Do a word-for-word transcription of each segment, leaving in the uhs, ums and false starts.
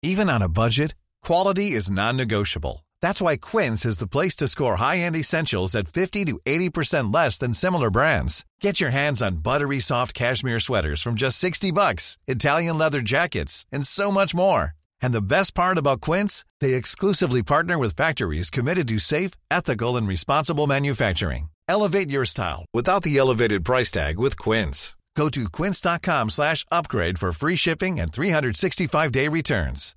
Even on a budget, quality is non-negotiable. That's why Quince is the place to score high-end essentials at fifty to eighty percent less than similar brands. Get your hands on buttery soft cashmere sweaters from just sixty bucks, Italian leather jackets, and so much more. And the best part about Quince, they exclusively partner with factories committed to safe, ethical, and responsible manufacturing. Elevate your style without the elevated price tag with Quince. Go to quince.com slash upgrade for free shipping and three sixty-five day returns.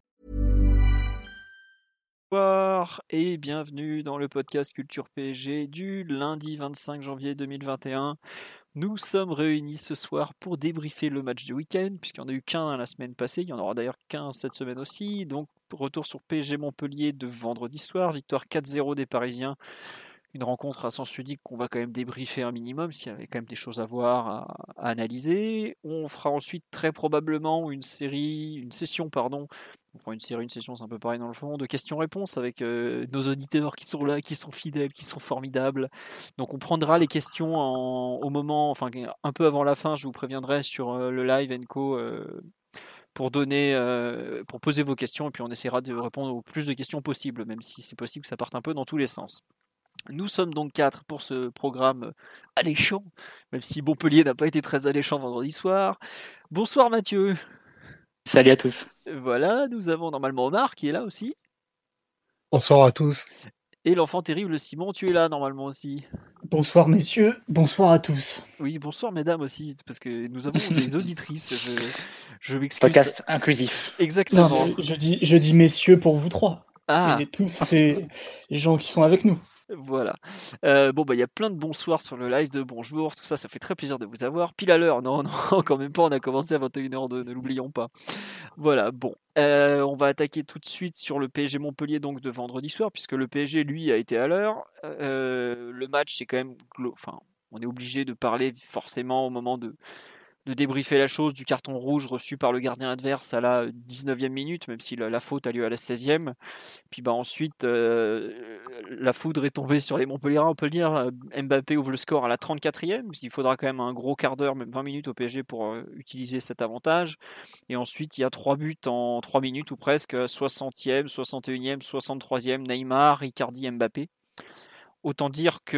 Bonsoir et bienvenue dans le podcast Culture P S G du lundi vingt-cinq janvier deux mille vingt et un. Nous sommes réunis ce soir pour débriefer le match du week-end, puisqu'il n'y en a eu qu'un la semaine passée, il y en aura d'ailleurs qu'un cette semaine aussi. Donc retour sur P S G Montpellier de vendredi soir, victoire quatre zéro des Parisiens. Une rencontre à sens unique qu'on va quand même débriefer un minimum, s'il y avait quand même des choses à voir, à, à analyser. On fera ensuite très probablement une série, une session, pardon, enfin une série, une session, c'est un peu pareil dans le fond, de questions-réponses avec euh, nos auditeurs qui sont là, qui sont fidèles, qui sont formidables. Donc on prendra les questions en, au moment, enfin un peu avant la fin, je vous préviendrai sur euh, le live Enco euh, pour donner, euh, pour poser vos questions et puis on essaiera de répondre au plus de questions possible, même si c'est possible que ça parte un peu dans tous les sens. Nous sommes donc quatre pour ce programme alléchant, même si Montpellier n'a pas été très alléchant vendredi soir. Bonsoir Mathieu. Salut à tous. Voilà, nous avons normalement Omar qui est là aussi. Bonsoir à tous. Et l'enfant terrible Simon, tu es là normalement aussi. Bonsoir messieurs, bonsoir à tous. Oui, bonsoir mesdames aussi, parce que nous avons des auditrices. Je, je m'excuse. Podcast inclusif. Exactement. Non, je, dis, je dis messieurs pour vous trois. Ah. Et tous, c'est les gens qui sont avec nous. Voilà. Euh, bon, bah, il y a plein de bonsoirs sur le live, de bonjour, tout ça, ça fait très plaisir de vous avoir. Pile à l'heure, non, non, quand même pas, on a commencé à vingt et une heures deux, ne l'oublions pas. Voilà, bon. Euh, on va attaquer tout de suite sur le P S G Montpellier donc de vendredi soir, puisque le P S G, lui, a été à l'heure. Euh, le match, c'est quand même. Enfin, on est obligé de parler forcément au moment de. de débriefer la chose du carton rouge reçu par le gardien adverse à la dix-neuvième minute, même si la, la faute a lieu à la seizième. Puis bah ensuite, euh, la foudre est tombée sur les Montpelliérains, on peut le dire. Mbappé ouvre le score à la trente-quatrième, parce qu'il faudra quand même un gros quart d'heure, même vingt minutes au P S G pour euh, utiliser cet avantage. Et ensuite, il y a trois buts en trois minutes ou presque, soixantième, soixante et unième, soixante-troisième, Neymar, Icardi, Mbappé. Autant dire que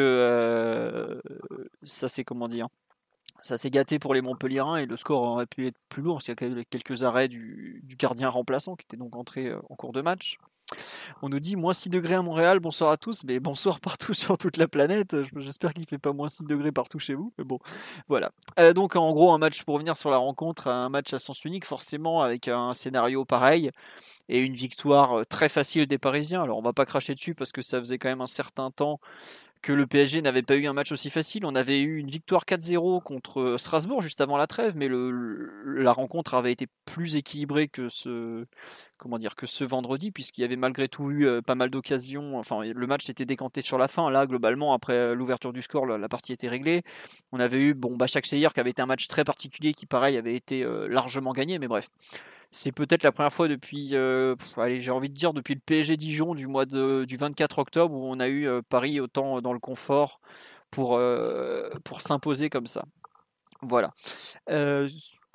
euh, ça c'est comment dire ça s'est gâté pour les Montpelliérains et le score aurait pu être plus lourd s'il y a quelques arrêts du, du gardien remplaçant qui était donc entré en cours de match. On nous dit moins six degrés à Montréal, bonsoir à tous, mais bonsoir partout sur toute la planète. J'espère qu'il ne fait pas moins six degrés partout chez vous, mais bon, voilà. Euh, donc en gros, un match pour revenir sur la rencontre, un match à sens unique, forcément, avec un scénario pareil et une victoire très facile des Parisiens. Alors on va pas cracher dessus parce que ça faisait quand même un certain temps que le P S G n'avait pas eu un match aussi facile. On avait eu une victoire quatre zéro contre Strasbourg juste avant la trêve, mais le, le, la rencontre avait été plus équilibrée que ce, comment dire, que ce vendredi, puisqu'il y avait malgré tout eu euh, pas mal d'occasions. Enfin, le match s'était décanté sur la fin. Là, globalement, après l'ouverture du score, la, la partie était réglée. On avait eu bon, Başakşehir qui avait été un match très particulier, qui pareil avait été euh, largement gagné, mais bref. C'est peut-être la première fois depuis, euh, pff, allez, j'ai envie de dire depuis le P S G Dijon du mois de, du vingt-quatre octobre où on a eu euh, Paris autant dans le confort pour, euh, pour s'imposer comme ça. Voilà. Euh,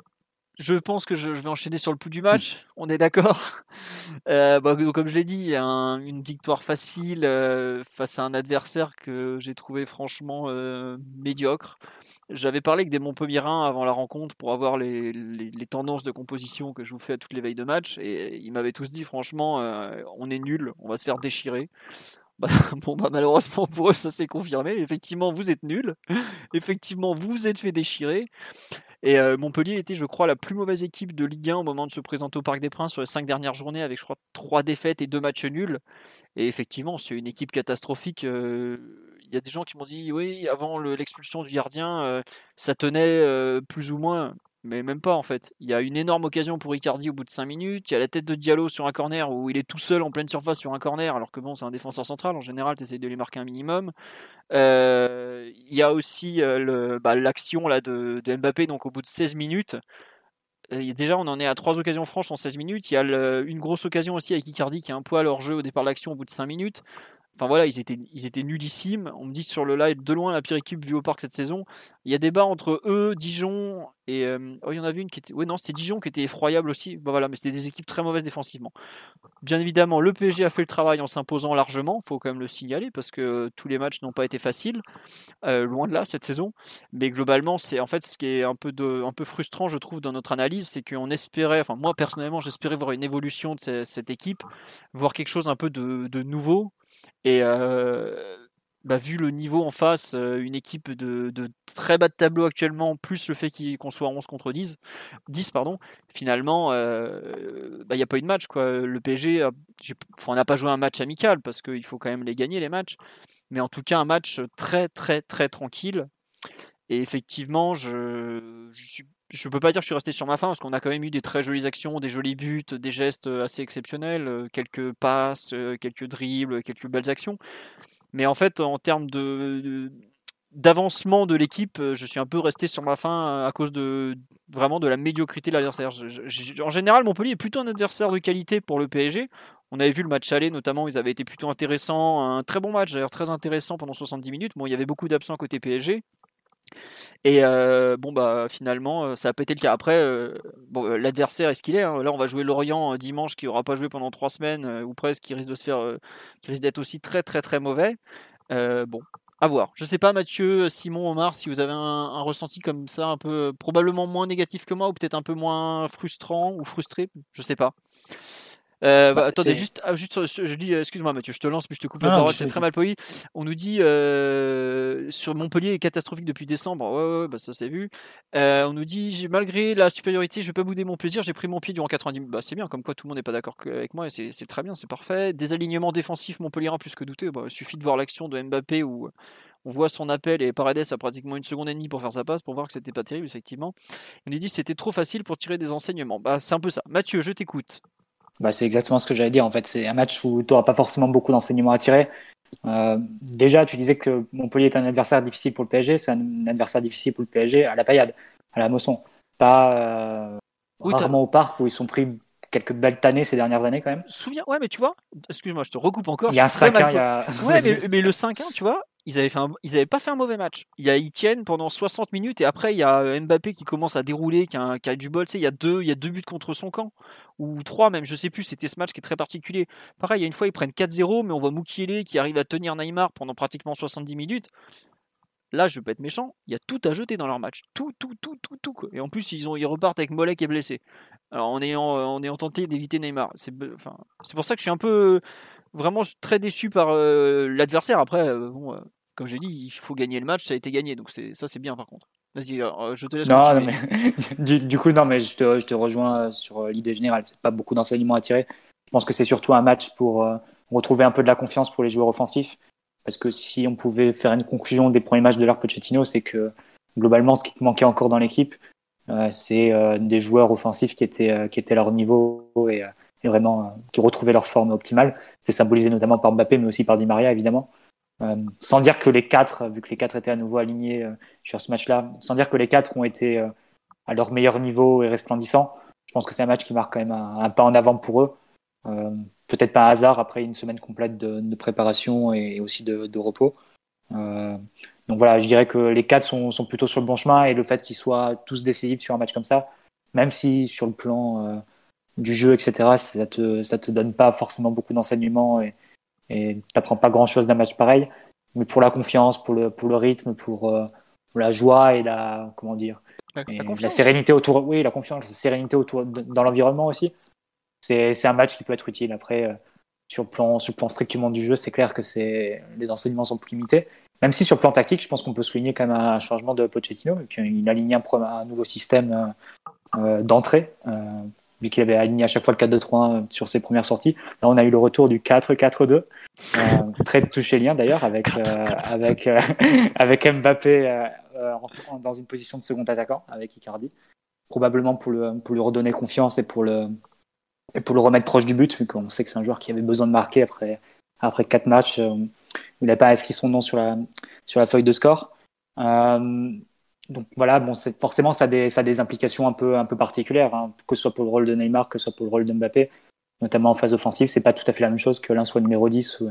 je pense que je, je vais enchaîner sur le pouls du match. On est d'accord. euh, bah, Comme je l'ai dit, un, une victoire facile euh, face à un adversaire que j'ai trouvé franchement euh, médiocre. J'avais parlé avec des Montpelliérains avant la rencontre pour avoir les, les, les tendances de composition que je vous fais à toutes les veilles de match et ils m'avaient tous dit franchement euh, on est nul, on va se faire déchirer. Bah, bon bah malheureusement pour eux ça s'est confirmé. Effectivement vous êtes nuls, effectivement vous vous êtes fait déchirer. Et euh, Montpellier était, je crois, la plus mauvaise équipe de Ligue un au moment de se présenter au Parc des Princes sur les cinq dernières journées avec, je crois, trois défaites et deux matchs nuls. Et effectivement, c'est une équipe catastrophique. Il euh, y a des gens qui m'ont dit, oui, avant le, l'expulsion du gardien, euh, ça tenait euh, plus ou moins. Mais même pas en fait. Il y a une énorme occasion pour Icardi au bout de cinq minutes. Il y a la tête de Diallo sur un corner où il est tout seul en pleine surface sur un corner, alors que bon, c'est un défenseur central. En général, tu essayes de les marquer un minimum. Euh, il y a aussi euh, le, bah, l'action là, de, de Mbappé donc au bout de seize minutes. Euh, déjà, on en est à trois occasions franches en seize minutes. Il y a le, une grosse occasion aussi avec Icardi qui a un poil hors jeu au départ de l'action au bout de cinq minutes. Enfin voilà, ils étaient, ils étaient nullissimes. On me dit sur le live, de loin la pire équipe vue au parc cette saison. Il y a débat entre eux, Dijon et. Euh, oh, il y en avait une qui était. Oui, non, c'était Dijon qui était effroyable aussi. Bah, voilà, mais c'était des équipes très mauvaises défensivement. Bien évidemment, le P S G a fait le travail en s'imposant largement. Il faut quand même le signaler parce que tous les matchs n'ont pas été faciles. Euh, loin de là cette saison. Mais globalement, c'est en fait ce qui est un peu, de, un peu frustrant, je trouve, dans notre analyse, c'est qu'on espérait. Enfin, moi personnellement, j'espérais voir une évolution de cette, cette équipe, voir quelque chose un peu de, de nouveau. Et euh, bah, vu le niveau en face, euh, une équipe de, de très bas de tableau actuellement, plus le fait qu'il- qu'on soit onze contre dix, dix pardon, finalement, il euh, n'y a pas eu de match. Quoi. Le P S G, a- j'ai- enfin, on n'a pas joué un match amical parce qu'il faut quand même les gagner les matchs. Mais en tout cas, un match très, très, très tranquille. Et effectivement, je je suis je peux pas dire que je suis resté sur ma faim parce qu'on a quand même eu des très jolies actions, des jolis buts, des gestes assez exceptionnels, euh, quelques passes, euh, quelques dribbles, quelques belles actions. Mais en fait, en termes de, de- d'avancement de l'équipe, euh, je suis un peu resté sur ma faim à cause de vraiment de la médiocrité de l'adversaire. Je- je- je- en général, Montpellier est plutôt un adversaire de qualité pour le P S G. On avait vu le match aller, notamment, ils avaient été plutôt intéressants, un très bon match, d'ailleurs très intéressant pendant soixante-dix minutes. Bon, il y avait beaucoup d'absents côté P S G. Et euh, bon bah finalement euh, ça a pété le cas. Après euh, bon, euh, l'adversaire est ce qu'il est. Hein. Là on va jouer Lorient euh, dimanche qui aura pas joué pendant trois semaines euh, ou presque, qui risque de se faire, euh, qui risque d'être aussi très très très mauvais. Euh, bon, à voir. Je sais pas Mathieu, Simon, Omar, si vous avez un, un ressenti comme ça, un peu euh, probablement moins négatif que moi ou peut-être un peu moins frustrant ou frustré, je sais pas. Euh, bah, Bah, attendez, c'est... juste, ah, juste, euh, je dis, euh, excuse-moi Mathieu, je te lance, mais je te coupe la Non, non, parole, je c'est sais. très mal poli. On nous dit euh, sur Montpellier est catastrophique depuis décembre. Ouais, ouais, ouais, bah, ça c'est vu. Euh, on nous dit, j'ai, malgré la supériorité, je vais pas bouder mon plaisir, j'ai pris mon pied durant quatre-vingt-dix minutes. Bah, c'est bien, comme quoi tout le monde n'est pas d'accord que- avec moi et c'est, c'est très bien, c'est parfait. Des alignements défensifs Montpellier plus que douteux. Bah, il suffit de voir l'action de Mbappé où on voit son appel et Paredes a pratiquement une seconde et demie pour faire sa passe pour voir que c'était pas terrible, effectivement. On nous dit c'était trop facile pour tirer des enseignements. Bah, c'est un peu ça. Mathieu, je t'écoute. Bah, c'est exactement ce que j'allais dire. En fait, c'est un match où tu n'auras pas forcément beaucoup d'enseignements à tirer. Euh, déjà, tu disais que Montpellier est un adversaire difficile pour le P S G. C'est un adversaire difficile pour le P S G à la paillade, à la Mosson. Pas euh, Oui, t'as- rarement au parc où ils sont pris quelques belles tannées ces dernières années quand même. Souviens, ouais, mais tu vois, excuse-moi, je te recoupe encore, Il je y a un suis très mal cinq un, il y poli. a... Ouais, Vas-y, mais, vas-y. mais le cinq un, tu vois, ils avaient, fait un- ils avaient pas fait un mauvais match. Il y a Etienne pendant soixante minutes et après il y a Mbappé qui commence à dérouler, qui a, un- qui a du bol. Tu sais, il y a deux, il y a deux buts contre son camp ou trois même, je sais plus. C'était ce match qui est très particulier. Pareil, il y a une fois ils prennent quatre zéro, mais on voit Mukiele qui arrive à tenir Neymar pendant pratiquement soixante-dix minutes. Là, je veux pas être méchant, il y a tout à jeter dans leur match, tout, tout, tout, tout, tout. Quoi. Et en plus, ils ont, ils repartent avec Mollet qui est blessé. Alors, en ayant, en ayant tenté d'éviter Neymar. C'est, enfin, c'est pour ça que je suis un peu vraiment très déçu par euh, l'adversaire. Après, euh, bon, euh, comme j'ai dit, il faut gagner le match, ça a été gagné, donc c'est, ça c'est bien par contre. Vas-y, alors, euh, je te laisse Non, non, continuer. mais du, du coup, non, mais je te, je te rejoins sur l'idée générale. C'est pas beaucoup d'enseignements à tirer. Je pense que c'est surtout un match pour euh, retrouver un peu de la confiance pour les joueurs offensifs. Parce que si on pouvait faire une conclusion des premiers matchs de l'ère Pochettino, c'est que globalement, ce qui manquait encore dans l'équipe, euh, c'est euh, des joueurs offensifs qui étaient, euh, qui étaient à leur niveau et, euh, et vraiment euh, qui retrouvaient leur forme optimale. C'est symbolisé notamment par Mbappé, mais aussi par Di Maria, évidemment. Euh, sans dire que les quatre, vu que les quatre étaient à nouveau alignés euh, sur ce match-là, sans dire que les quatre ont été euh, à leur meilleur niveau et resplendissants, je pense que c'est un match qui marque quand même un, un pas en avant pour eux. Euh, peut-être pas un hasard après une semaine complète de, de préparation et aussi de, de repos. Euh, donc voilà, je dirais que les quatre sont, sont plutôt sur le bon chemin et le fait qu'ils soient tous décisifs sur un match comme ça, même si sur le plan euh, du jeu, et cetera, ça te, ça te donne pas forcément beaucoup d'enseignements et et t'apprends pas grand chose d'un match pareil, mais pour la confiance, pour le, pour le rythme, pour, euh, pour la joie et la, comment dire, La, la et la confiance. sérénité autour, oui, la confiance, la sérénité autour, de- dans l'environnement aussi. C'est, c'est un match qui peut être utile. Après, euh, sur le plan, sur le plan strictement du jeu, c'est clair que c'est, les enseignements sont plus limités. Même si sur le plan tactique, je pense qu'on peut souligner quand même un changement de Pochettino, et puis il a aligné un, pro- un nouveau système euh, euh, d'entrée. Euh, vu qu'il avait aligné à chaque fois le quatre deux trois un sur ses premières sorties. Là, on a eu le retour du quatre quatre deux, euh, très touchélien d'ailleurs, avec, euh, avec, euh, avec Mbappé euh, en, dans une position de second attaquant, avec Icardi. Probablement pour, le, pour lui redonner confiance et pour le, et pour le remettre proche du but, vu qu'on sait que c'est un joueur qui avait besoin de marquer après, après quatre matchs. Euh, il n'a pas inscrit son nom sur la, sur la feuille de score. Euh, donc voilà, bon, c'est, forcément, ça a, des, ça a des implications un peu, un peu particulières, hein, que ce soit pour le rôle de Neymar, que ce soit pour le rôle de Mbappé, notamment en phase offensive. C'est pas tout à fait la même chose que l'un soit numéro dix ou,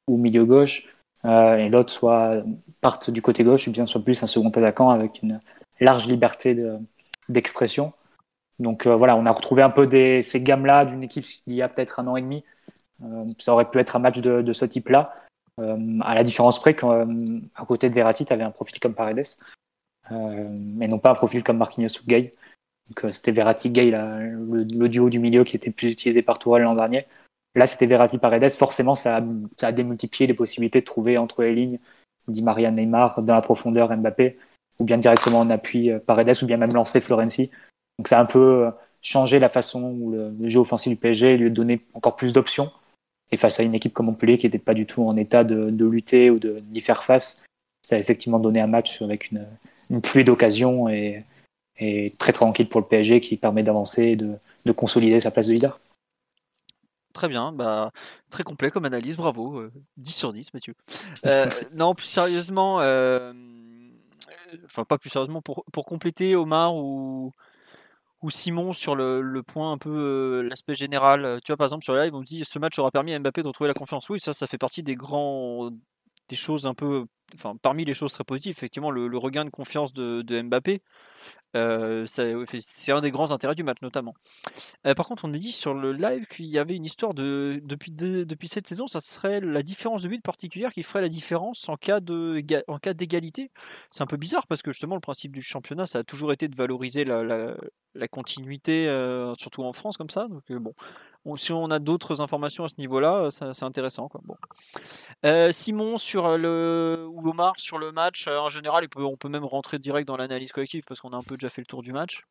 ou milieu gauche, euh, et l'autre soit parte du côté gauche, ou bien soit plus un second attaquant avec une large liberté de, d'expression. Donc euh, voilà, on a retrouvé un peu des, ces gammes-là d'une équipe il y a peut-être un an et demi. Euh, ça aurait pu être un match de, de ce type-là, euh, à la différence près qu'à euh, côté de Verratti, tu avais un profil comme Paredes, euh, mais non pas un profil comme Marquinhos ou Gay. Donc euh, c'était Verratti-Gay, le, le duo du milieu qui était plus utilisé par Tourelle l'an dernier. Là, c'était Verratti-Paredes. Forcément, ça a, ça a démultiplié les possibilités de trouver entre les lignes Di Maria, Neymar, dans la profondeur Mbappé, ou bien directement en appui Paredes, ou bien même lancer Florenzi. Donc ça a un peu changé la façon où le, le jeu offensif du P S G et lui donner encore plus d'options. Et face à une équipe comme Montpellier qui n'était pas du tout en état de, de lutter ou de, d'y faire face, ça a effectivement donné un match avec une, une pluie d'occasions et, et très tranquille pour le P S G qui permet d'avancer et de, de consolider sa place de leader. Très bien, bah, très complet comme analyse, bravo, euh, dix sur dix Mathieu. Euh, non, plus sérieusement, euh, enfin pas plus sérieusement, pour, pour compléter Omar ou, ou Simon sur le, le point un peu euh, l'aspect général, tu vois par exemple sur le live on me dit ce match aura permis à Mbappé de retrouver la confiance. Oui, ça ça fait partie des grands, des choses un peu, enfin parmi les choses très positives, effectivement le, le regain de confiance de, de Mbappé. Euh, ça, c'est un des grands intérêts du match notamment. Euh, par contre, on me dit sur le live qu'il y avait une histoire de depuis de, depuis cette saison, ça serait la différence de but particulière qui ferait la différence en cas de en cas d'égalité. C'est un peu bizarre parce que justement le principe du championnat, ça a toujours été de valoriser la, la, la continuité, euh, surtout en France comme ça. Donc euh, bon, on, si on a d'autres informations à ce niveau-là, ça, c'est intéressant quoi. Bon. Euh, Simon sur le ou Omar sur le match euh, en général, peut, on peut même rentrer direct dans l'analyse collective parce qu'on a un peu déjà fait le tour du match.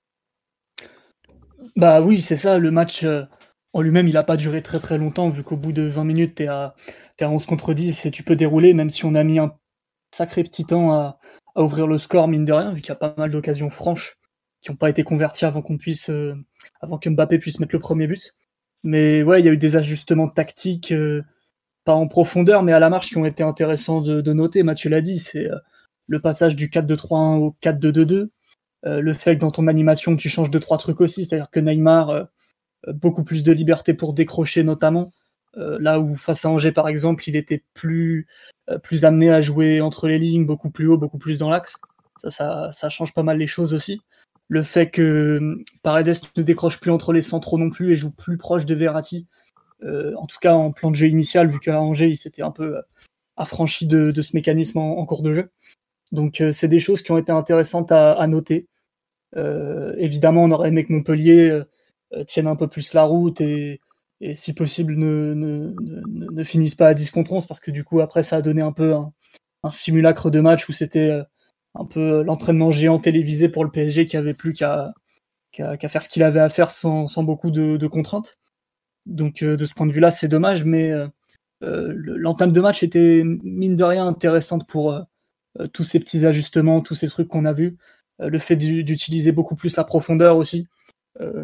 Bah oui, c'est ça, le match euh, en lui-même, il n'a pas duré très très longtemps, vu qu'au bout de vingt minutes, t'es à, t'es à onze contre dix et tu peux dérouler, même si on a mis un sacré petit temps à, à ouvrir le score, mine de rien, vu qu'il y a pas mal d'occasions franches qui n'ont pas été converties avant qu'on puisse, euh, avant que Mbappé puisse mettre le premier but. Mais ouais, il y a eu des ajustements tactiques, euh, pas en profondeur, mais à la marche, qui ont été intéressants de, de noter. Mathieu l'a dit, c'est euh, le passage du quatre deux trois un au quatre deux deux deux. Euh, le fait que dans ton animation, tu changes deux trois trucs aussi, c'est-à-dire que Neymar, euh, beaucoup plus de liberté pour décrocher notamment, euh, là où face à Angers par exemple, il était plus, euh, plus amené à jouer entre les lignes, beaucoup plus haut, beaucoup plus dans l'axe. Ça, ça, ça change pas mal les choses aussi. Le fait que Paredes ne décroche plus entre les centraux non plus et joue plus proche de Verratti, euh, en tout cas en plan de jeu initial, vu qu'à Angers, il s'était un peu affranchi de, de ce mécanisme en, en cours de jeu. Donc euh, c'est des choses qui ont été intéressantes à, à noter. Euh, évidemment, on aurait aimé que Montpellier euh, tienne un peu plus la route et, et si possible ne, ne, ne, ne finisse pas à dix contre onze, parce que du coup après ça a donné un peu un, un simulacre de match où c'était euh, un peu l'entraînement géant télévisé pour le P S G qui avait plus qu'à, qu'à, qu'à faire ce qu'il avait à faire sans, sans beaucoup de, de contraintes. Donc euh, de ce point de vue-là, c'est dommage, mais euh, l'entame de match était mine de rien intéressante pour euh, tous ces petits ajustements, tous ces trucs qu'on a vus. Euh, le fait d'utiliser beaucoup plus la profondeur aussi. Euh,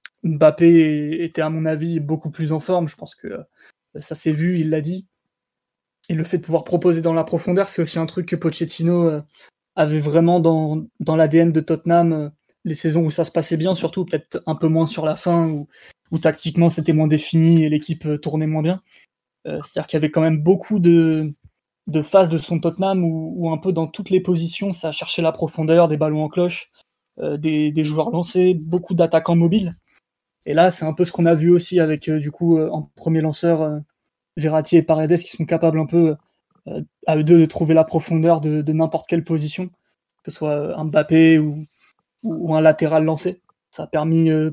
Mbappé était à mon avis beaucoup plus en forme, je pense que euh, ça s'est vu, il l'a dit. Et le fait de pouvoir proposer dans la profondeur, c'est aussi un truc que Pochettino euh, avait vraiment dans, dans l'A D N de Tottenham, euh, les saisons où ça se passait bien, surtout peut-être un peu moins sur la fin, où, où tactiquement c'était moins défini et l'équipe euh, tournait moins bien. Euh, c'est-à-dire qu'il y avait quand même beaucoup de, de phases de son Tottenham où, où un peu dans toutes les positions, ça cherchait la profondeur, des ballons en cloche, euh, des, des joueurs lancés, beaucoup d'attaquants mobiles. Et là, c'est un peu ce qu'on a vu aussi avec, euh, du coup, euh, en premier lanceur, euh, Verratti et Paredes, qui sont capables un peu, euh, à eux deux, de trouver la profondeur de, de n'importe quelle position, que ce soit un Mbappé ou, ou, ou un latéral lancé. Ça a permis euh,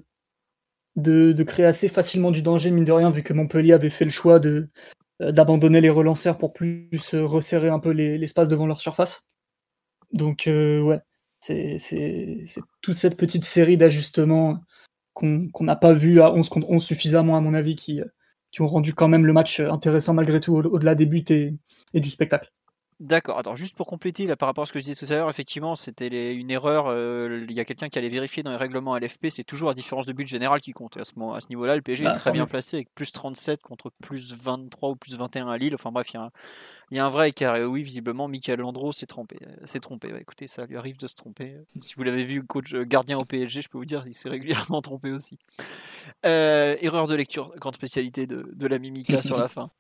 de, de créer assez facilement du danger, mine de rien, vu que Montpellier avait fait le choix de, euh, d'abandonner les relanceurs pour plus euh, resserrer un peu les, l'espace devant leur surface. Donc, euh, ouais, c'est, c'est, c'est toute cette petite série d'ajustements qu'on n'a pas vu à onze contre onze suffisamment, à mon avis, qui, qui ont rendu quand même le match intéressant malgré tout, au- au-delà des buts et, et du spectacle. D'accord. Alors juste pour compléter là, par rapport à ce que je disais tout à l'heure, effectivement, c'était les- une erreur. euh, Il y a quelqu'un qui allait vérifier dans les règlements L F P. C'est toujours la différence de but générale qui compte. Et à ce, moment- à ce niveau-là, le P S G Bah, est très tant bien mieux. placé avec plus trente-sept contre plus vingt-trois ou plus vingt et un à Lille. Enfin bref, il y a un, il y a un vrai écart. Et oui, visiblement, Michael Landreau s'est trompé. euh, s'est trompé. Ouais, écoutez, ça lui arrive de se tromper. Si vous l'avez vu, coach euh, gardien au P S G, je peux vous dire, il s'est régulièrement trompé aussi. Euh, erreur de lecture, grande spécialité de, de la Mimica sur la fin.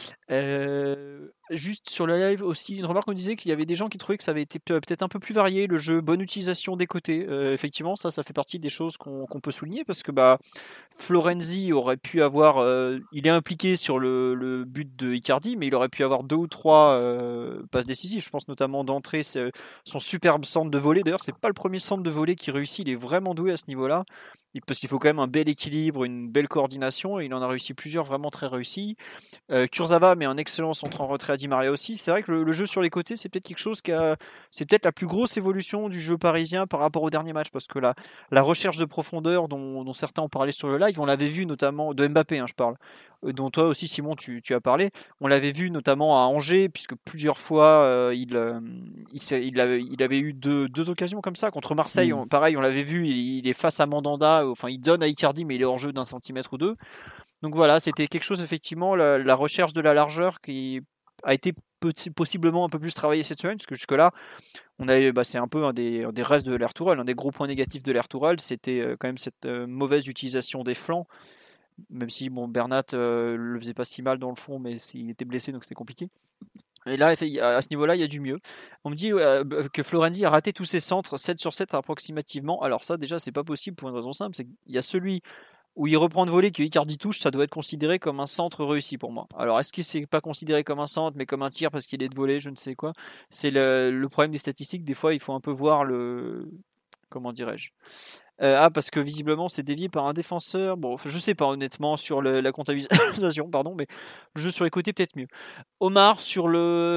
Euh, juste sur le live aussi, une remarque, on disait qu'il y avait des gens qui trouvaient que ça avait été pe- peut-être un peu plus varié, le jeu, bonne utilisation des côtés. Euh, effectivement, ça, ça fait partie des choses qu'on qu'on peut souligner parce que bah, Florenzi aurait pu avoir, euh, il est impliqué sur le, le but de Icardi, mais il aurait pu avoir deux ou trois euh, passes décisives. Je pense notamment d'entrée, c'est son superbe centre de volée. D'ailleurs, c'est pas le premier centre de volée qui réussit. Il est vraiment doué à ce niveau-là. Il- Parce qu'il faut quand même un bel équilibre, une belle coordination. Et il en a réussi plusieurs vraiment très réussis. Euh, Kurzawa met un excellent centre en retrait à Di Maria aussi. C'est vrai que le, le jeu sur les côtés, c'est peut-être quelque chose qui a, c'est peut-être la plus grosse évolution du jeu parisien par rapport au dernier match, parce que la, la recherche de profondeur dont, dont certains ont parlé sur le live, on l'avait vu notamment de Mbappé, hein, je parle, euh, dont toi aussi Simon tu, tu as parlé. On l'avait vu notamment à Angers, puisque plusieurs fois euh, il, euh, il, s'est- il avait, il avait eu deux, deux occasions comme ça contre Marseille. Mm. On- pareil, on l'avait vu, il, il est face à Mandanda, enfin il donne à Icardi, mais il est hors jeu d'un centimètre ou deux. Donc voilà, c'était quelque chose effectivement, la, la recherche de la largeur qui a été peut- possiblement un peu plus travaillée cette semaine, parce que jusque-là, on avait, bah, c'est un peu un des, un des restes de l'Air Tourelle, un des gros points négatifs de l'Air Tourelle, c'était euh, quand même cette euh, mauvaise utilisation des flancs, même si bon, Bernat euh, le faisait pas si mal dans le fond, mais il était blessé, donc c'était compliqué. Et là, à ce niveau-là, il y a du mieux. On me dit euh, que Florenzi a raté tous ses centres, sept sur sept approximativement. Alors ça, déjà, c'est pas possible pour une raison simple, c'est qu'il y a celui où il reprend de voler, que Icardi touche, ça doit être considéré comme un centre réussi pour moi. Alors, est-ce que c'est pas considéré comme un centre, mais comme un tir parce qu'il est de volée, je ne sais quoi. C'est le, le problème des statistiques. Des fois, il faut un peu voir le. Comment dirais-je Euh, Ah, parce que visiblement, c'est dévié par un défenseur. Bon, je sais pas honnêtement sur le- la comptabilisation, pardon, mais le jeu sur les côtés, peut-être mieux. Omar, sur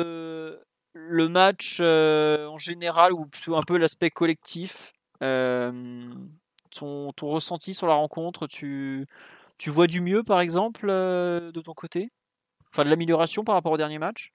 le, le match euh, en général, ou plutôt un peu l'aspect collectif. euh, ton, ton ressenti sur la rencontre, tu, tu vois du mieux par exemple euh, de ton côté? Enfin de l'amélioration par rapport au dernier match?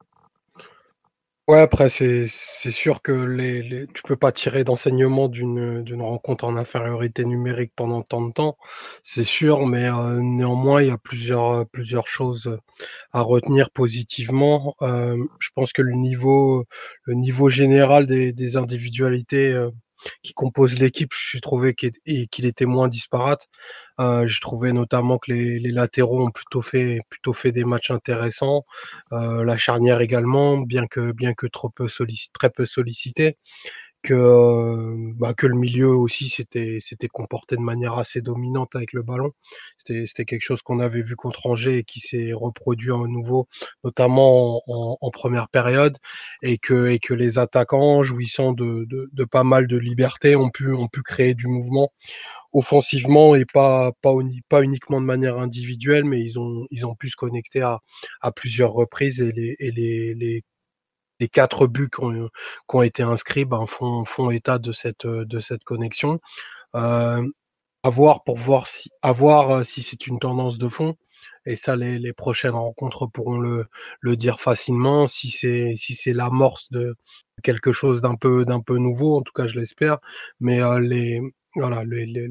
Ouais, après, c'est c'est sûr que les, les, tu peux pas tirer d'enseignement d'une d'une rencontre en infériorité numérique pendant tant de temps, c'est sûr, mais euh, néanmoins, il y a plusieurs, euh, plusieurs choses à retenir positivement. Euh, je pense que le niveau, le niveau général des, des individualités euh, qui composent l'équipe, je trouvais qu'il et qu'il était moins disparate. Euh, je trouvais notamment que les, les latéraux ont plutôt fait, plutôt fait des matchs intéressants. Euh, la charnière également, bien que, bien que trop peu sollicité, très peu sollicité, que, euh, bah, que le milieu aussi s'était, s'était comporté de manière assez dominante avec le ballon. C'était, c'était quelque chose qu'on avait vu contre Angers et qui s'est reproduit à nouveau, notamment en, en, en première période, et que, et que les attaquants, jouissant de, de, de pas mal de liberté, ont pu, ont pu créer du mouvement offensivement et pas pas, uni- pas uniquement de manière individuelle, mais ils ont ils ont pu se connecter à, à plusieurs reprises et les et les les, les quatre buts qui ont, qui ont été inscrits ben, font font état de cette de cette connexion. Euh, à voir pour voir si à voir euh, si c'est une tendance de fond. Et ça, les, les prochaines rencontres pourront le, le dire facilement. Si c'est si c'est l'amorce de quelque chose d'un peu d'un peu nouveau, en tout cas, je l'espère. Mais euh, les voilà, les, les,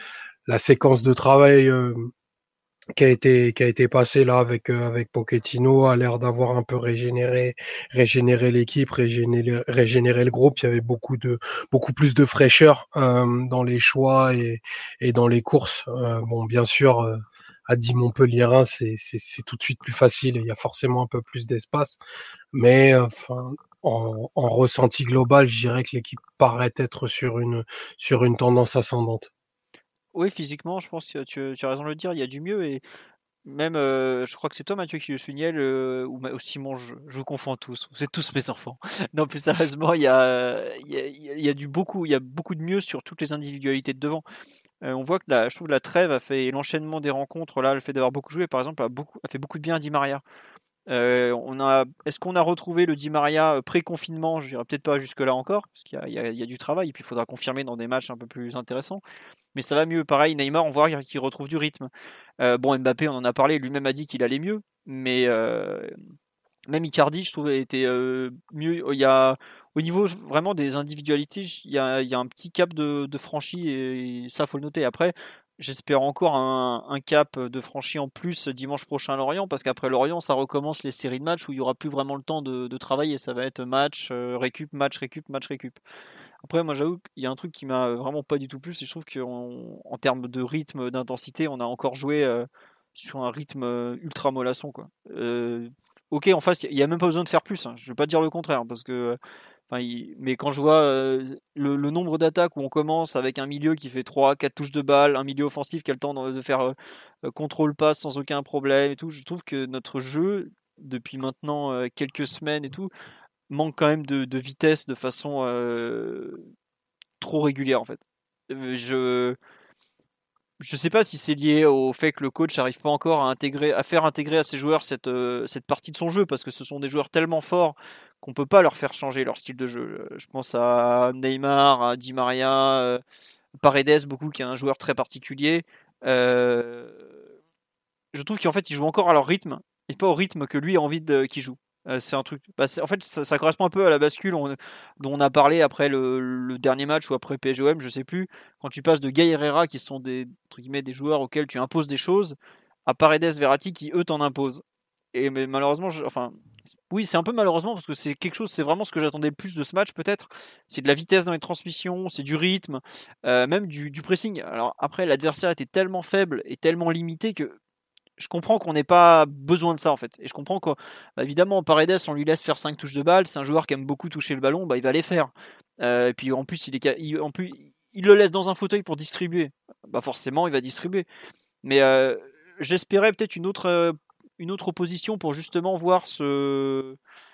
la séquence de travail euh, qui a été qui a été passée là avec euh, avec Pochettino a l'air d'avoir un peu régénéré régénéré l'équipe, régénéré régénéré le groupe. Il y avait beaucoup de beaucoup plus de fraîcheur euh, dans les choix et et dans les courses. Euh, bon, bien sûr. Euh, à dix Montpellierin, c'est c'est c'est tout de suite plus facile et il y a forcément un peu plus d'espace. Mais enfin, en, en ressenti global, je dirais que l'équipe paraît être sur une sur une tendance ascendante. Oui, physiquement, je pense que tu, tu as raison de le dire, il y a du mieux. Et même, euh, je crois que c'est toi, Mathieu, qui le soulignait, le, ou, Ma- ou Simon, je, je vous confonds tous. Vous êtes tous mes enfants. Non, plus sérieusement, il y a, il y a, il y a du beaucoup, il y a beaucoup de mieux sur toutes les individualités de devant. Euh, on voit que la, je trouve que la trêve a fait et l'enchaînement des rencontres, là, le fait d'avoir beaucoup joué, par exemple, a, beaucoup, a fait beaucoup de bien à Di Maria. Euh, on a, est-ce qu'on a retrouvé le Di Maria euh, pré-confinement? Je dirais peut-être pas jusque-là encore, parce qu'il y a, il y a- il y a du travail, et puis il faudra confirmer dans des matchs un peu plus intéressants. Mais ça va mieux. Pareil, Neymar, on voit qu'il retrouve du rythme. Euh, bon, Mbappé, on en a parlé, lui-même a dit qu'il allait mieux, mais euh, même Icardi, je trouve, était euh, mieux. Il y a, au niveau vraiment des individualités, il y a, il y a un petit cap de, de franchi, et ça, faut le noter. Après, j'espère encore un, un cap de franchi en plus dimanche prochain à Lorient, parce qu'après Lorient, ça recommence les séries de matchs où il n'y aura plus vraiment le temps de, de travailler. Ça va être match, euh, récup, match, récup, match, récup. Après, moi, j'avoue qu'il y a un truc qui m'a vraiment pas du tout plu, c'est que je trouve qu'en en termes de rythme, d'intensité, on a encore joué euh, sur un rythme euh, ultra mollasson, quoi. Euh, ok, en face, il n'y a même pas besoin de faire plus. Hein. Je ne vais pas dire le contraire, parce que. Enfin, il... Mais quand je vois euh, le, le nombre d'attaques où on commence avec un milieu qui fait trois quatre touches de balle, un milieu offensif qui a le temps de, de faire euh, euh, contrôle-passe sans aucun problème et tout, je trouve que notre jeu, depuis maintenant euh, quelques semaines et tout, manque quand même de, de vitesse de façon euh, trop régulière en fait. Euh, Je je sais pas si c'est lié au fait que le coach n'arrive pas encore à intégrer, à faire intégrer à ses joueurs cette, euh, cette partie de son jeu, parce que ce sont des joueurs tellement forts qu'on peut pas leur faire changer leur style de jeu. Je pense à Neymar, à Di Maria, euh, Paredes, beaucoup, qui est un joueur très particulier. Euh, je trouve qu'en fait, ils jouent encore à leur rythme, et pas au rythme que lui a envie de qu'il joue. Euh, c'est un truc. Bah, c'est- en fait, ça, ça correspond un peu à la bascule on- dont on a parlé après le, le dernier match ou après P S G O M, je sais plus. Quand tu passes de Gay Herrera, qui sont des, entre guillemets, des joueurs auxquels tu imposes des choses, à Paredes, Verratti, qui eux t'en imposent. Et mais malheureusement, je- enfin, oui, c'est un peu malheureusement parce que c'est quelque chose, c'est vraiment ce que j'attendais le plus de ce match, peut-être. C'est de la vitesse dans les transmissions, c'est du rythme, euh, même du, du pressing. Alors après, l'adversaire était tellement faible et tellement limité que je comprends qu'on n'ait pas besoin de ça en fait. Et je comprends que, bah, évidemment, Paredes, on lui laisse faire cinq touches de balle. C'est un joueur qui aime beaucoup toucher le ballon, bah, il va les faire. Euh, et puis en plus, il, est, il, en plus, il le laisse dans un fauteuil pour distribuer. Bah, forcément, il va distribuer. Mais euh, j'espérais peut-être une autre, euh, une autre opposition pour justement voir ce.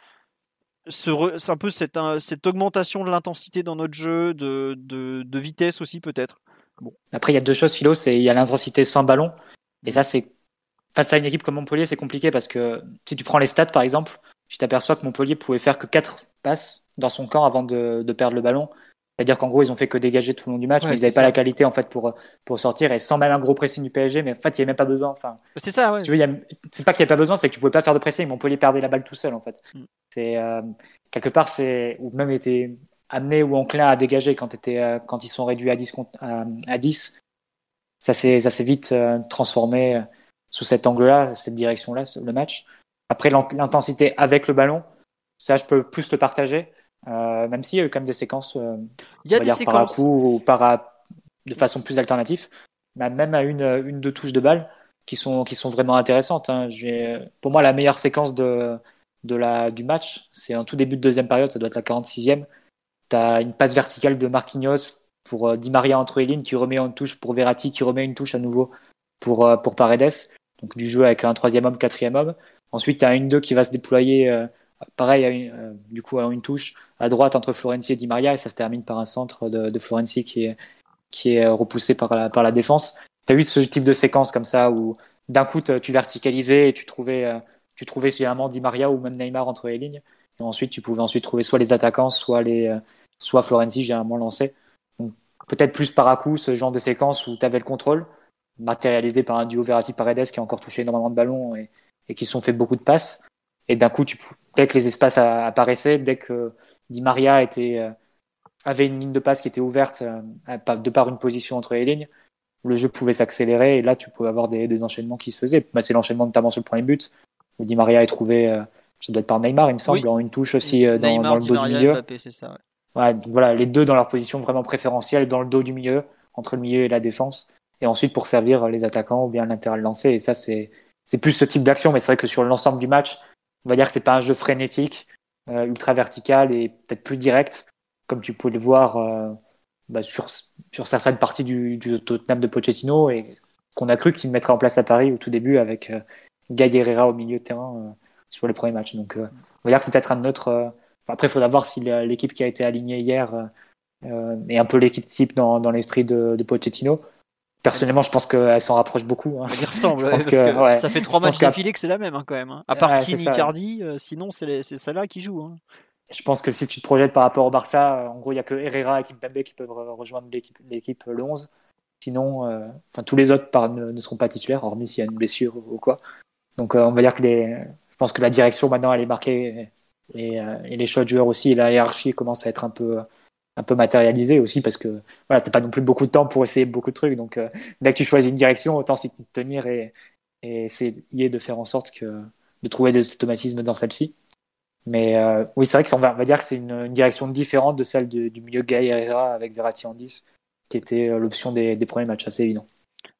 ce re- c'est un peu cette, euh, cette augmentation de l'intensité dans notre jeu, de, de, de vitesse aussi peut-être. Bon. Après, il y a deux choses, Philo, c'est il y a l'intensité sans ballon, et ça, c'est face à une équipe comme Montpellier, c'est compliqué parce que si tu prends les stats, par exemple, tu t'aperçois que Montpellier pouvait faire que quatre passes dans son camp avant de, de perdre le ballon. C'est-à-dire qu'en gros, ils ont fait que dégager tout le long du match, Ouais, mais ils c'est n'avaient pas ça. la qualité en fait pour, pour sortir, et sans même un gros pressing du P S G, mais en fait, il n'y avait même pas besoin. Enfin, C'est ça, ouais. si tu veux, il y a... c'est pas qu'il n'y avait pas besoin, c'est que tu pouvais pas faire de pressing. Montpellier perdait la balle tout seul en fait. Mm. C'est euh, quelque part, c'est ou même été amené ou enclin à dégager quand, était, euh, quand ils sont réduits à dix, à, à dix. Ça s'est, ça s'est vite euh, transformé sous cet angle-là, cette direction-là, le match. Après, l'intensité avec le ballon, ça, je peux plus le partager, euh, même s'il y a eu quand même des séquences, euh, Il y a on va des dire par à séquences. coup ou par à, de façon plus alternative, mais même à une, une deux touches de balle qui sont, qui sont vraiment intéressantes. Hein. J'ai, pour moi, la meilleure séquence de, de la, du match, c'est en tout début de deuxième période, ça doit être la quarante-sixième. Tu as une passe verticale de Marquinhos pour euh, Di Maria entre les lignes, qui remet une touche pour Verratti, qui remet une touche à nouveau pour, euh, pour Paredes. Donc du jeu avec un troisième homme, quatrième homme. Ensuite, tu as un un deux qui va se déployer, euh, pareil, à une, euh, du coup, à une touche à droite entre Florenzi et Di Maria, et ça se termine par un centre de, de Florenzi qui est, qui est repoussé par la, par la défense. Tu as eu ce type de séquence comme ça où d'un coup, tu verticalisais et tu trouvais, euh, tu trouvais généralement Di Maria ou même Neymar entre les lignes. Et ensuite, tu pouvais ensuite trouver soit les attaquants, soit, les, euh, soit Florenzi généralement lancé. Donc, peut-être plus par à coup, ce genre de séquence où tu avais le contrôle, matérialisé par un duo Verratti-Paredes qui a encore touché énormément de ballons et, et qui se sont fait beaucoup de passes. Et d'un coup, tu, dès que les espaces apparaissaient, dès que Di Maria était, euh, avait une ligne de passe qui était ouverte euh, de par une position entre les lignes, le jeu pouvait s'accélérer et là, tu pouvais avoir des, des enchaînements qui se faisaient. Bah, c'est l'enchaînement notamment sur le premier but, où Di Maria est trouvé, euh, ça doit être par Neymar, il me semble, Oui. en une touche aussi euh, dans, Neymar, dans le Di dos Maria, du milieu. Mbappé, c'est ça. Ouais. Ouais, donc voilà, les deux dans leur position vraiment préférentielle, dans le dos du milieu, entre le milieu et la défense, et ensuite pour servir les attaquants ou bien un latéral lancé. Et ça, c'est, c'est plus ce type d'action, mais c'est vrai que sur l'ensemble du match, on va dire que c'est pas un jeu frénétique, euh, ultra vertical et peut-être plus direct, comme tu pouvais le voir euh, bah, sur, sur certaines parties du, du Tottenham de Pochettino, et qu'on a cru qu'il mettrait en place à Paris au tout début avec euh, Gay Herrera au milieu de terrain euh, sur le premier match. Donc, euh, on va dire que c'est peut-être un autre. Euh, enfin, après, il faudra voir si l'équipe qui a été alignée hier euh, est un peu l'équipe type dans, dans l'esprit de, de Pochettino. Personnellement, je pense qu'elle s'en rapproche beaucoup. Hein. Elle y ressemble, je ouais, pense parce que, que ouais, ça fait trois matchs qu'à... d'affilée que c'est la même hein, quand même. Hein. À part ouais, Keane, Icardi, euh, sinon c'est, les, c'est celle-là qui joue. Hein. Je pense que si tu te projettes par rapport au Barça, en gros, il n'y a que Herrera et Kimpembe qui peuvent rejoindre l'équipe, l'équipe le onze. Sinon, euh, enfin, tous les autres par, ne, ne seront pas titulaires, hormis s'il y a une blessure ou, ou quoi. Donc, euh, on va dire que les, je pense que la direction maintenant, elle est marquée et, et, euh, et les choix de joueurs aussi, et la hiérarchie commence à être un peu, un peu matérialisée aussi parce que voilà, t'as pas non plus beaucoup de temps pour essayer beaucoup de trucs. Donc, euh, dès que tu choisis une direction, autant s'y tenir et, et essayer de faire en sorte que, de trouver des automatismes dans celle-ci. Mais euh, oui, c'est vrai qu'on va, on va dire que c'est une, une direction différente de celle de, du milieu Gay Herrera avec Verratti en dix, qui était l'option des, des premiers matchs, assez évident.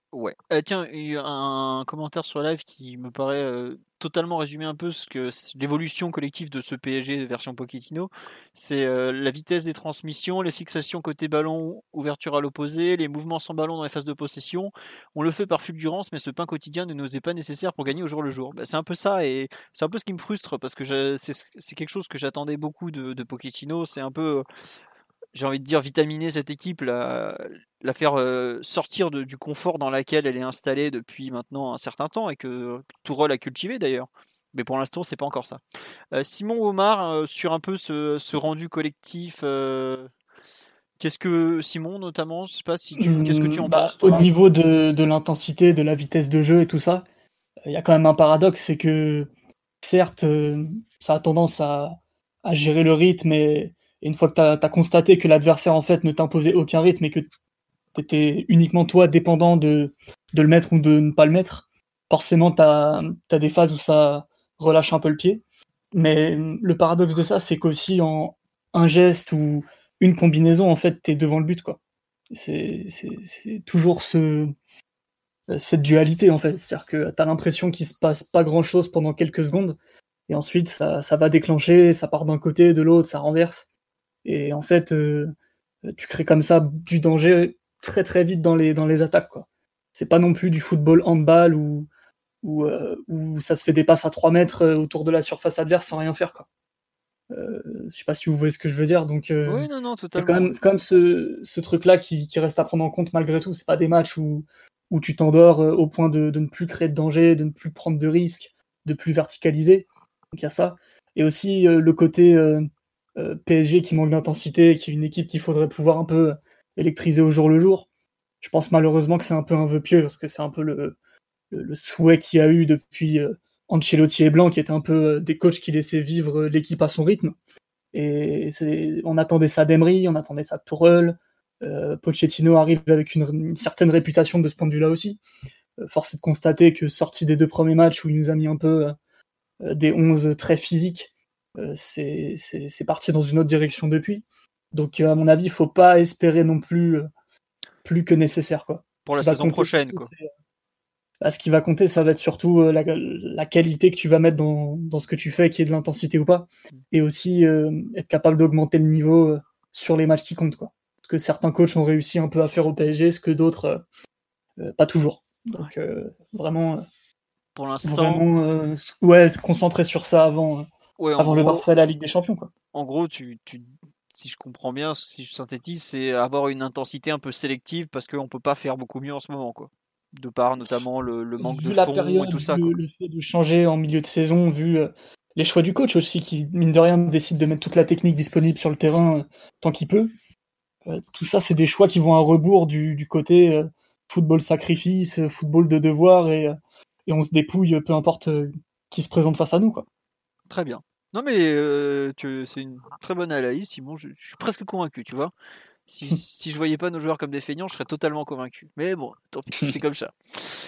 Ouais. Euh, tiens, il y a un commentaire sur live qui me paraît euh, totalement résumer un peu ce que c'est- l'évolution collective de ce P S G version Pochettino. C'est euh, la vitesse des transmissions, les fixations côté ballon, ouverture à l'opposé, les mouvements sans ballon dans les phases de possession. On le fait par fulgurance, mais ce pain quotidien ne nous est pas nécessaire pour gagner au jour le jour. Bah, c'est un peu ça, et c'est un peu ce qui me frustre parce que je- c'est c'est quelque chose que j'attendais beaucoup de, de Pochettino. C'est un peu, j'ai envie de dire, vitaminer cette équipe, la, la faire euh, sortir de- du confort dans lequel elle est installée depuis maintenant un certain temps et que Tourelle a cultivé d'ailleurs. Mais pour l'instant, c'est pas encore ça. Euh, Simon Omar, euh, sur un peu ce, ce rendu collectif, euh, qu'est-ce que Simon notamment, je sais pas si tu, qu'est-ce que tu Hum, en bah, penses au toi? niveau de, de l'intensité, de la vitesse de jeu et tout ça, il y a quand même un paradoxe, c'est que certes, euh, ça a tendance à, à gérer le rythme et, et une fois que tu as constaté que l'adversaire en fait ne t'imposait aucun rythme et que tu étais uniquement toi dépendant de, de le mettre ou de ne pas le mettre, forcément tu as des phases où ça relâche un peu le pied. Mais hum, le paradoxe de ça, c'est qu'aussi en un geste ou une combinaison, en fait, tu es devant le but, quoi. C'est c'est- c'est toujours ce, cette dualité, en fait. C'est-à-dire que tu as l'impression qu'il se passe pas grand-chose pendant quelques secondes, et ensuite ça, ça va déclencher, ça part d'un côté, de l'autre, ça renverse. Et en fait, euh, tu crées comme ça du danger très très vite dans les, dans les attaques, quoi. C'est pas non plus du football handball où, où, euh, où ça se fait des passes à trois mètres euh, autour de la surface adverse sans rien faire, quoi. Euh, je sais pas si vous voyez ce que je veux dire. Donc, euh, Oui, non, non, c'est quand totalement. même, quand même ce, ce truc-là qui, qui reste à prendre en compte malgré tout. C'est pas des matchs où, où tu t'endors euh, au point de, de ne plus créer de danger, de ne plus prendre de risques, de plus verticaliser. Donc, il y a ça. Et aussi euh, le côté euh, euh, P S G qui manque d'intensité, qui est une équipe qu'il faudrait pouvoir un peu électriser au jour le jour. Je pense malheureusement que c'est un peu un vœu pieux parce que c'est un peu le, le, le souhait qu'il y a eu depuis euh, Ancelotti et Blanc, qui étaient un peu euh, des coachs qui laissaient vivre euh, l'équipe à son rythme. Et c'est, on attendait ça d'Emery, on attendait ça de Tourelle. Euh, Pochettino arrive avec une, une certaine réputation de ce point de vue-là aussi. Euh, force est de constater que sorti des deux premiers matchs où il nous a mis un peu euh, des onze très physiques, euh, c'est, c'est, c'est parti dans une autre direction depuis. Donc euh, à mon avis, il faut pas espérer non plus euh, plus que nécessaire, quoi. Pour Ce la qui va saison compter prochaine, surtout, quoi. c'est Bah, ce qui va compter, ça va être surtout euh, la, la qualité que tu vas mettre dans, dans ce que tu fais, qui est de l'intensité ou pas, et aussi euh, être capable d'augmenter le niveau euh, sur les matchs qui comptent, quoi. Parce que certains coachs ont réussi un peu à faire au P S G, ce que d'autres euh, euh, pas toujours. Ouais. Donc euh, vraiment, euh, Pour l'instant, vraiment, euh, ouais, se concentrer sur ça avant, euh, ouais, en avant le gros, Barça et la Ligue des Champions, quoi. en gros, tu, tu, si je comprends bien, si je synthétise, c'est avoir une intensité un peu sélective parce qu'on peut pas faire beaucoup mieux en ce moment, quoi. De par notamment le, le manque de Vu la fond et période, tout ça, vu quoi. le fait de changer en milieu de saison, vu euh, les choix du coach aussi, qui mine de rien décide de mettre toute la technique disponible sur le terrain euh, tant qu'il peut. Euh, tout ça, c'est des choix qui vont à rebours du, du côté euh, football sacrifice, euh, football de devoir, et, euh, et on se dépouille, euh, peu importe euh, qui se présente face à nous, quoi. Très bien. Non mais euh, tu- c'est une très bonne analyse, Simon. Je, je suis presque convaincu, tu vois. Si, si je voyais pas nos joueurs comme des feignants, je serais totalement convaincu. Mais bon, tant pis, c'est comme ça.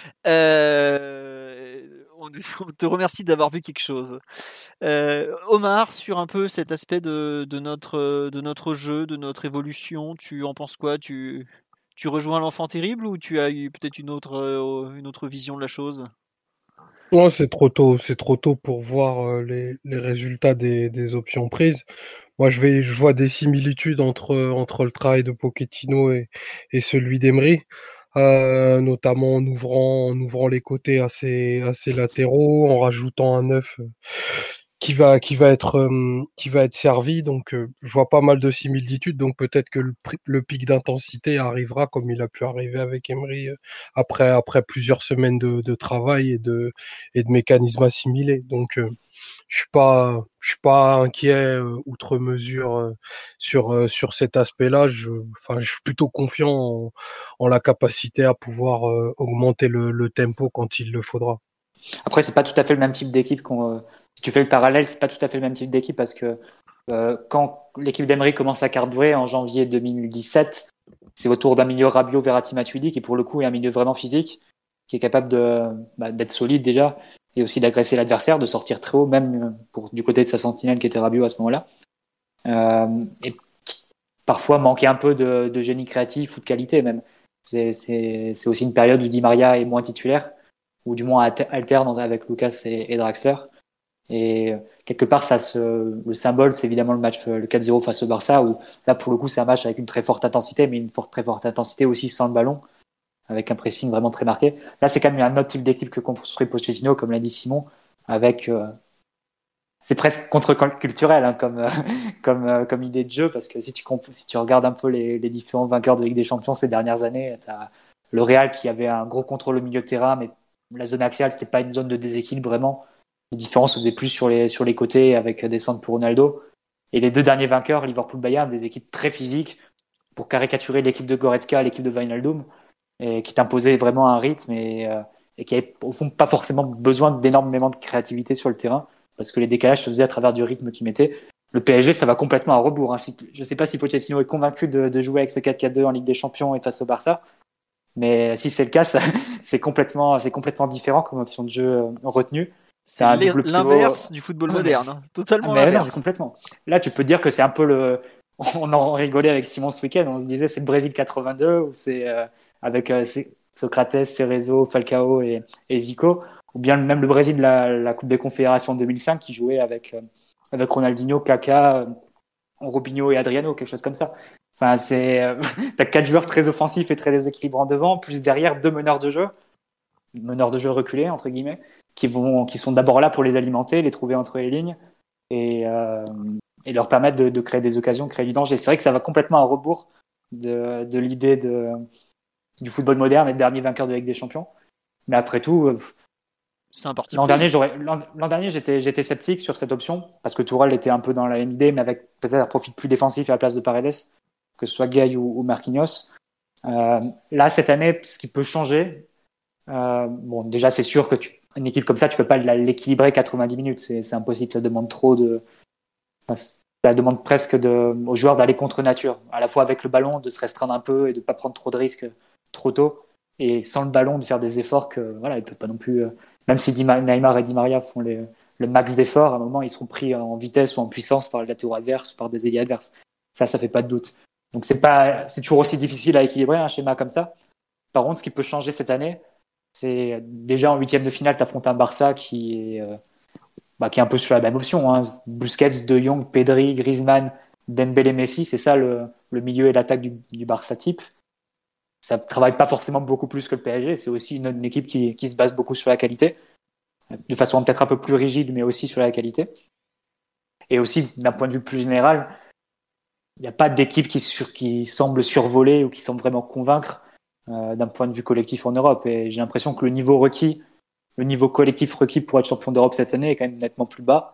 Euh, on, on te remercie d'avoir vu quelque chose. Euh, Omar, sur un peu cet aspect de, de notre, de notre jeu, de notre évolution, tu en penses quoi? Tu, tu rejoins l'enfant terrible ou tu as eu peut-être une autre, euh, une autre vision de la chose? Non, c'est trop tôt, c'est trop tôt pour voir euh, les, les résultats des, des options prises. Moi, je vais, je vois des similitudes entre, entre le travail de Pochettino et, et celui d'Emery, euh, notamment en ouvrant, en ouvrant les côtés à ses, à ses latéraux, en rajoutant un neuf euh, qui va, qui va être, euh, qui va être servi. Donc, euh, je vois pas mal de similitudes. Donc, peut-être que le, pri- le pic d'intensité arrivera comme il a pu arriver avec Emery euh, après, après plusieurs semaines de, de travail et de, et de mécanismes assimilés. Donc, euh, je suis pas, je suis pas inquiet euh, outre mesure euh, sur euh, sur cet aspect-là. Je, enfin, je suis plutôt confiant en, en la capacité à pouvoir euh, augmenter le, le tempo quand il le faudra. Après, c'est pas tout à fait le même type d'équipe qu'on. euh, Si tu fais le parallèle, c'est pas tout à fait le même type d'équipe parce que euh, quand l'équipe d'Emery commence à carburer en janvier deux mille dix-sept, c'est autour d'un milieu Rabiot, Verratti, Matuidi qui pour le coup est un milieu vraiment physique, qui est capable de bah, d'être solide déjà et aussi d'agresser l'adversaire, de sortir très haut, même euh, pour du côté de sa sentinelle qui était Rabiot à ce moment-là. Euh, et qui parfois manquait un peu de, de génie créatif ou de qualité même. c'est, c'est, c'est aussi une période où Di Maria est moins titulaire, ou du moins alterne avec Lucas et, et Draxler. Et quelque part, ça se, le symbole, c'est évidemment le match, le quatre zéro face au Barça, où là, pour le coup, c'est un match avec une très forte intensité, mais une forte, très forte intensité aussi sans le ballon, avec un pressing vraiment très marqué. Là, c'est quand même un autre type d'équipe que construit Pochettino, comme l'a dit Simon, avec, euh, c'est presque contre-culturel, hein, comme, euh, comme, euh, comme idée de jeu, parce que si tu, comp- si tu regardes un peu les, les différents vainqueurs de Ligue des Champions ces dernières années, t'as le Real qui avait un gros contrôle au milieu de terrain, mais la zone axiale, c'était pas une zone de déséquilibre vraiment. Les différences se faisaient plus sur les, sur les côtés avec des centres pour Ronaldo. Et les deux derniers vainqueurs, Liverpool-Bayern, des équipes très physiques, pour caricaturer l'équipe de Goretzka, l'équipe de Wijnaldum, et qui t'imposait vraiment un rythme et, euh, et qui avait au fond pas forcément besoin d'énormément de créativité sur le terrain, parce que les décalages se faisaient à travers du rythme qu'ils mettaient. Le P S G, ça va complètement à rebours. Hein. Si, je ne sais pas si Pochettino est convaincu de, de jouer avec ce quatre quatre deux en Ligue des Champions et face au Barça, mais si c'est le cas, ça, c'est, complètement, c'est complètement différent comme option de jeu euh, retenue. C'est un l'inverse du football moderne, hein. Totalement mais l'inverse. Non, complètement. Là, tu peux dire que c'est un peu le. On en rigolait avec Simon ce week-end, on se disait c'est le Brésil quatre-vingt-deux, ou c'est euh, avec euh, Socrates, Cerezo, Falcao et, et Zico, ou bien même le Brésil de la, la Coupe des Confédérations deux mille cinq qui jouait avec, euh, avec Ronaldinho, Kaká, euh, Robinho et Adriano, quelque chose comme ça. Enfin, c'est, euh, t'as quatre joueurs très offensifs et très déséquilibrants devant, plus derrière deux meneurs de jeu, meneurs de jeu reculés, entre guillemets, qui, vont, qui sont d'abord là pour les alimenter, les trouver entre les lignes et, euh, et leur permettre de, de créer des occasions, créer du danger. C'est vrai que ça va complètement à rebours de, de l'idée de, du football moderne et le dernier vainqueur de Ligue des Champions. Mais après tout, c'est un parti l'an dernier, j'aurais, l'an, l'an dernier j'étais, j'étais sceptique sur cette option parce que Tourelle était un peu dans la même idée, mais avec peut-être un profil plus défensif à la place de Paredes, que ce soit Gay ou, ou Marquinhos. Euh, là, cette année, ce qui peut changer, euh, bon, déjà, c'est sûr que tu, une équipe comme ça, tu peux pas l'équilibrer quatre-vingt-dix minutes. C'est, c'est impossible. Ça demande trop de. Enfin, ça demande presque de, aux joueurs d'aller contre nature, à la fois avec le ballon, de se restreindre un peu et de pas prendre trop de risques trop tôt, et sans le ballon, de faire des efforts que voilà, ils peuvent pas non plus. Euh, même si Neymar et Di Maria font les, le max d'efforts, à un moment, ils seront pris en vitesse ou en puissance par les latéraux adverses ou par des ailiers adverses. Ça, ça fait pas de doute. Donc c'est pas, c'est toujours aussi difficile à équilibrer un schéma comme ça. Par contre, ce qui peut changer cette année, c'est déjà en huitième de finale, tu affrontes un Barça qui est, euh, bah, qui est un peu sur la même option. Hein. Busquets, De Jong, Pedri, Griezmann, Dembélé, Messi, c'est ça le, le milieu et l'attaque du, du Barça type. Ça ne travaille pas forcément beaucoup plus que le P S G. C'est aussi une, une équipe qui, qui se base beaucoup sur la qualité, de façon peut-être un peu plus rigide, mais aussi sur la qualité. Et aussi, d'un point de vue plus général, il n'y a pas d'équipe qui, sur, qui semble survoler ou qui semble vraiment convaincre euh, d'un point de vue collectif en Europe. Et j'ai l'impression que le niveau requis, le niveau collectif requis pour être champion d'Europe cette année est quand même nettement plus bas.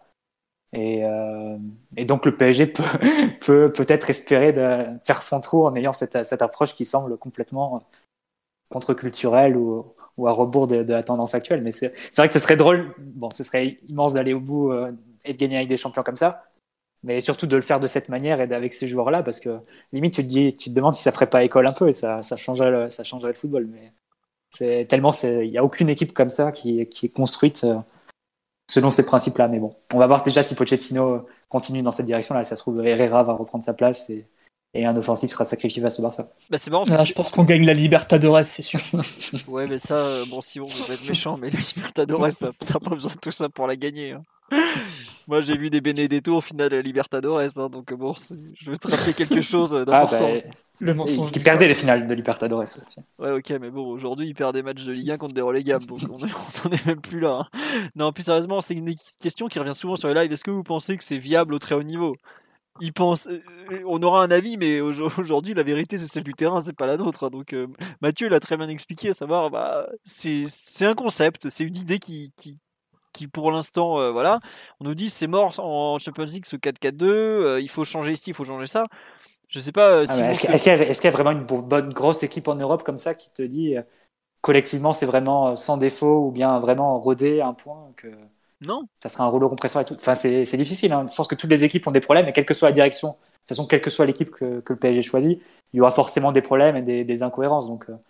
Et, euh, et donc le P S G peut, peut peut-être espérer de faire son trou en ayant cette, cette approche qui semble complètement contre-culturelle ou, ou à rebours de, de la tendance actuelle. Mais c'est, c'est vrai que ce serait drôle, bon, ce serait immense d'aller au bout euh, et de gagner avec des champions comme ça, mais surtout de le faire de cette manière et avec ces joueurs-là, parce que limite tu te dis, tu te demandes si ça ferait pas école un peu et ça, ça changerait le, ça changerait le football. Mais c'est tellement, c'est, il y a aucune équipe comme ça qui, qui est construite euh, selon ces principes-là. Mais bon, on va voir déjà si Pochettino continue dans cette direction-là. Ça se trouve, Herrera va reprendre sa place et, et un offensif sera sacrifié face au Barça. Bah c'est marrant, c'est ah, je pense qu'on gagne la Libertadores, c'est sûr. Ouais, mais ça, euh, bon, Simon, vous êtes méchant, mais la Libertadores, t'as, t'as pas besoin de tout ça pour la gagner. Hein. Moi, j'ai vu des Benedetto au final de la Libertadores, hein, donc bon, je veux te rappeler quelque chose d'important. Ah, bah, le mensonge. Qui perdait les finales de Libertadores aussi. Ouais, ok, mais bon, aujourd'hui, il perd des matchs de Ligue un contre des relégables, donc on n'en est même plus là. Hein. Non, plus sérieusement, c'est une question qui revient souvent sur les lives. Est-ce que vous pensez que c'est viable au très haut niveau ? Il pense, on aura un avis, mais aujourd'hui, la vérité, c'est celle du terrain, c'est pas la nôtre. Hein. Donc, euh, Mathieu l'a très bien expliqué, à savoir, bah, c'est, c'est un concept, c'est une idée qui, qui, qui pour l'instant, euh, voilà, on nous dit c'est mort en Champions League ce quatre quatre deux, euh, il faut changer ici, il faut changer ça. Je sais pas. Euh, ah, est-ce, qu'il, est-ce, qu'il y a, est-ce qu'il y a vraiment une bonne grosse équipe en Europe comme ça qui te dit euh, collectivement c'est vraiment sans défaut ou bien vraiment rodé à un point que non, ça sera un rouleau compresseur et tout. Enfin, c'est, c'est difficile. Hein. Je pense que toutes les équipes ont des problèmes et quelle que soit la direction, de toute façon, quelle que soit l'équipe que, que le P S G choisit, il y aura forcément des problèmes et des, des incohérences. Donc, euh,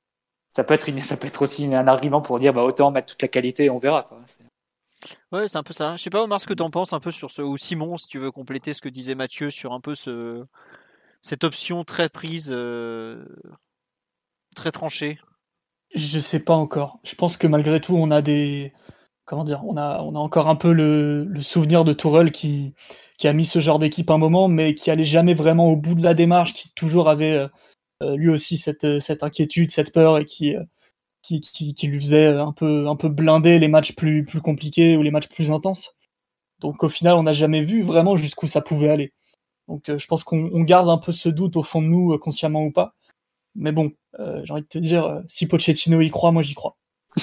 ça peut être une, ça peut être aussi un argument pour dire bah autant mettre toute la qualité et on verra. Quoi. C'est... Ouais, c'est un peu ça. Je sais pas, Omar, ce que t'en penses un peu sur ce, ou Simon, si tu veux compléter ce que disait Mathieu sur un peu ce, cette option très prise. Euh... très tranché? Je sais pas encore. Je pense que malgré tout, on a des comment dire? On a on a encore un peu le le souvenir de Tourelle qui qui a mis ce genre d'équipe un moment, mais qui allait jamais vraiment au bout de la démarche, qui toujours avait, heu heu, lui aussi cette, heu, cette inquiétude, cette peur et qui, heu, qui qui qui lui faisait, un peu un peu blinder les matchs plus plus compliqués ou les matchs plus intenses. Donc au final, on n'a jamais vu vraiment jusqu'où ça pouvait aller. Donc heu, je pense qu'on on garde un peu ce doute au fond de nous, heu, consciemment ou pas. Mais bon, heu, j'ai envie de te dire, heu, si Pochettino y croit, moi j'y crois.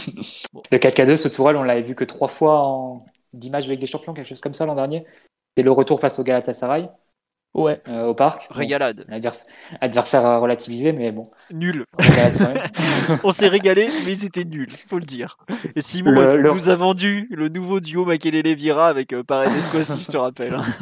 Le quatre quatre deux, ce Tourelle, on l'avait vu que trois fois en dix matchs avec des champions, quelque chose comme ça l'an dernier. C'est le retour face au Galatasaray Ouais. euh, au parc. Bon, Régalade. l'advers- adversaire à relativiser, mais bon. Nul. Régalade quand même. On s'est régalé, mais ils étaient nuls, faut le dire. Et Simon Le- le- nous a vendu le nouveau duo Makelele-Vieira avec euh, Paredes Costi, je te rappelle. hein.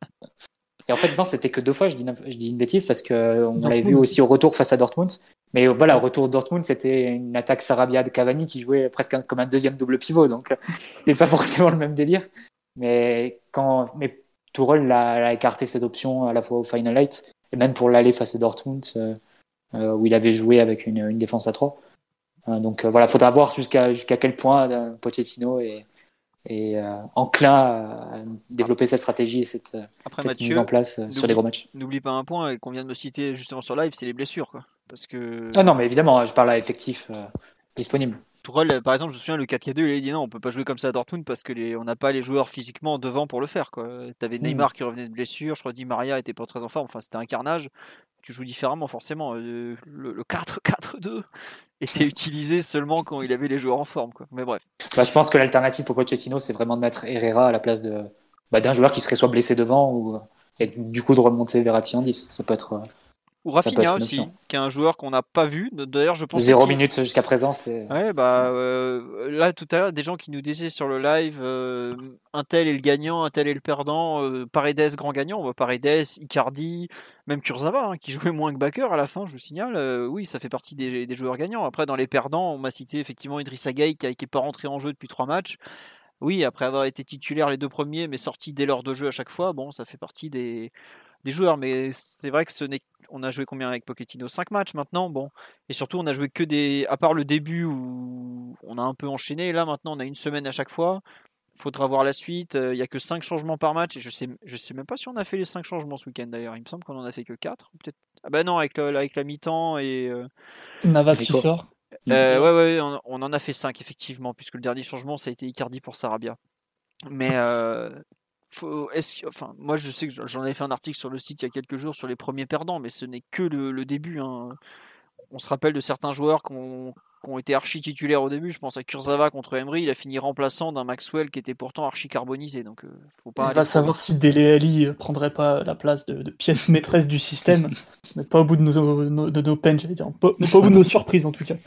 Et en fait, non, c'était que deux fois, je dis, je dis une bêtise, parce qu'on l'avait vu Dortmund. aussi au retour face à Dortmund. Mais euh, voilà, au retour de Dortmund, c'était une attaque Sarabia de Cavani qui jouait presque un- comme un deuxième double pivot. Donc, euh, c'était pas forcément le même délire. Mais quand mais Tourelle l'a, l'a écarté cette option à la fois au Final Eight et même pour l'aller face à Dortmund, euh, euh, où il avait joué avec une, une défense à trois. Euh, donc euh, voilà, faudra voir jusqu'à, jusqu'à quel point euh, Pochettino est, est euh, enclin à développer cette stratégie et cette, Après cette mise Mathieu, en place euh, sur les gros matchs. n'oublie pas un point qu'on vient de me citer justement sur live, c'est les blessures. Quoi. Parce que Ah non, mais évidemment, je parle à effectif euh, disponible. Tourelle, par exemple, je me souviens, le quatre quatre deux, il a dit non, on peut pas jouer comme ça à Dortmund parce que les, on n'a pas les joueurs physiquement devant pour le faire. Quoi. T'avais Neymar Mm. qui revenait de blessure, je crois que Di Maria était pas très en forme, enfin c'était un carnage. Tu joues différemment forcément. Euh, le, le quatre quatre deux était utilisé seulement quand il avait les joueurs en forme. Quoi. Mais bref. Bah, je pense que l'alternative pour Pochettino, c'est vraiment de mettre Herrera à la place de, bah, d'un joueur qui serait soit blessé devant ou et du coup de remonter Verratti en dix. Ça peut être. Ou Ça peut être Rafinha une aussi, option. qui est un joueur qu'on n'a pas vu. D'ailleurs, je pense Zéro minute jusqu'à présent, c'est. Ouais, bah euh, là tout à l'heure, des gens qui nous disaient sur le live, euh, un tel est le gagnant, un tel est le perdant, euh, Paredes grand gagnant, on voit Paredes, Icardi, même Kurzawa, hein, qui jouait moins que Bakker à la fin, je vous signale, euh, oui, ça fait partie des, des joueurs gagnants. Après, dans les perdants, on m'a cité effectivement Idrissa Gueye qui n'est pas rentré en jeu depuis trois matchs. Oui, après avoir été titulaire les deux premiers, mais sorti dès l'heure de jeu à chaque fois, bon, ça fait partie des, des joueurs, mais c'est vrai que ce n'est on a joué combien avec Pochettino? cinq matchs maintenant, bon. Et surtout, on a joué que des. À part le début où on a un peu enchaîné, là maintenant, on a une semaine à chaque fois. Il faudra voir la suite. Il n'y a que cinq changements par match. Et je sais, je sais même pas si on a fait les cinq changements ce week-end d'ailleurs. Il me semble qu'on en a fait que quatre. Peut-être. Ah bah non, avec, le, avec la mi-temps et. Euh... Navas qui Rico. sort. Euh, ouais, ouais, on, on en a fait cinq effectivement, puisque le dernier changement, ça a été Icardi pour Sarabia. Mais. Euh... Faut, est-ce, enfin, moi je sais que j'en avais fait un article sur le site il y a quelques jours sur les premiers perdants, mais ce n'est que le, le début. Hein. On se rappelle de certains joueurs qui ont, qui ont été archi titulaires au début. Je pense à Kurzawa contre Emery, il a fini remplaçant d'un Maxwell qui était pourtant archi carbonisé. Donc, euh, faut pas. On va savoir si Dele Alli prendrait pas la place de, de pièce maîtresse du système, mais pas au bout de nos, nos, de nos peines, j'allais dire. Pas, mais pas au bout de nos surprises en tout cas.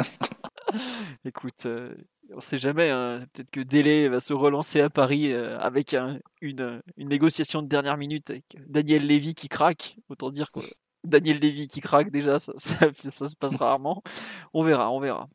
Écoute, euh, on sait jamais. Hein. Peut-être que Dele va se relancer à Paris euh, avec un, une, une négociation de dernière minute avec Daniel Levy qui craque. Autant dire que Daniel Levy qui craque déjà, ça, ça, ça se passe rarement. On verra, on verra.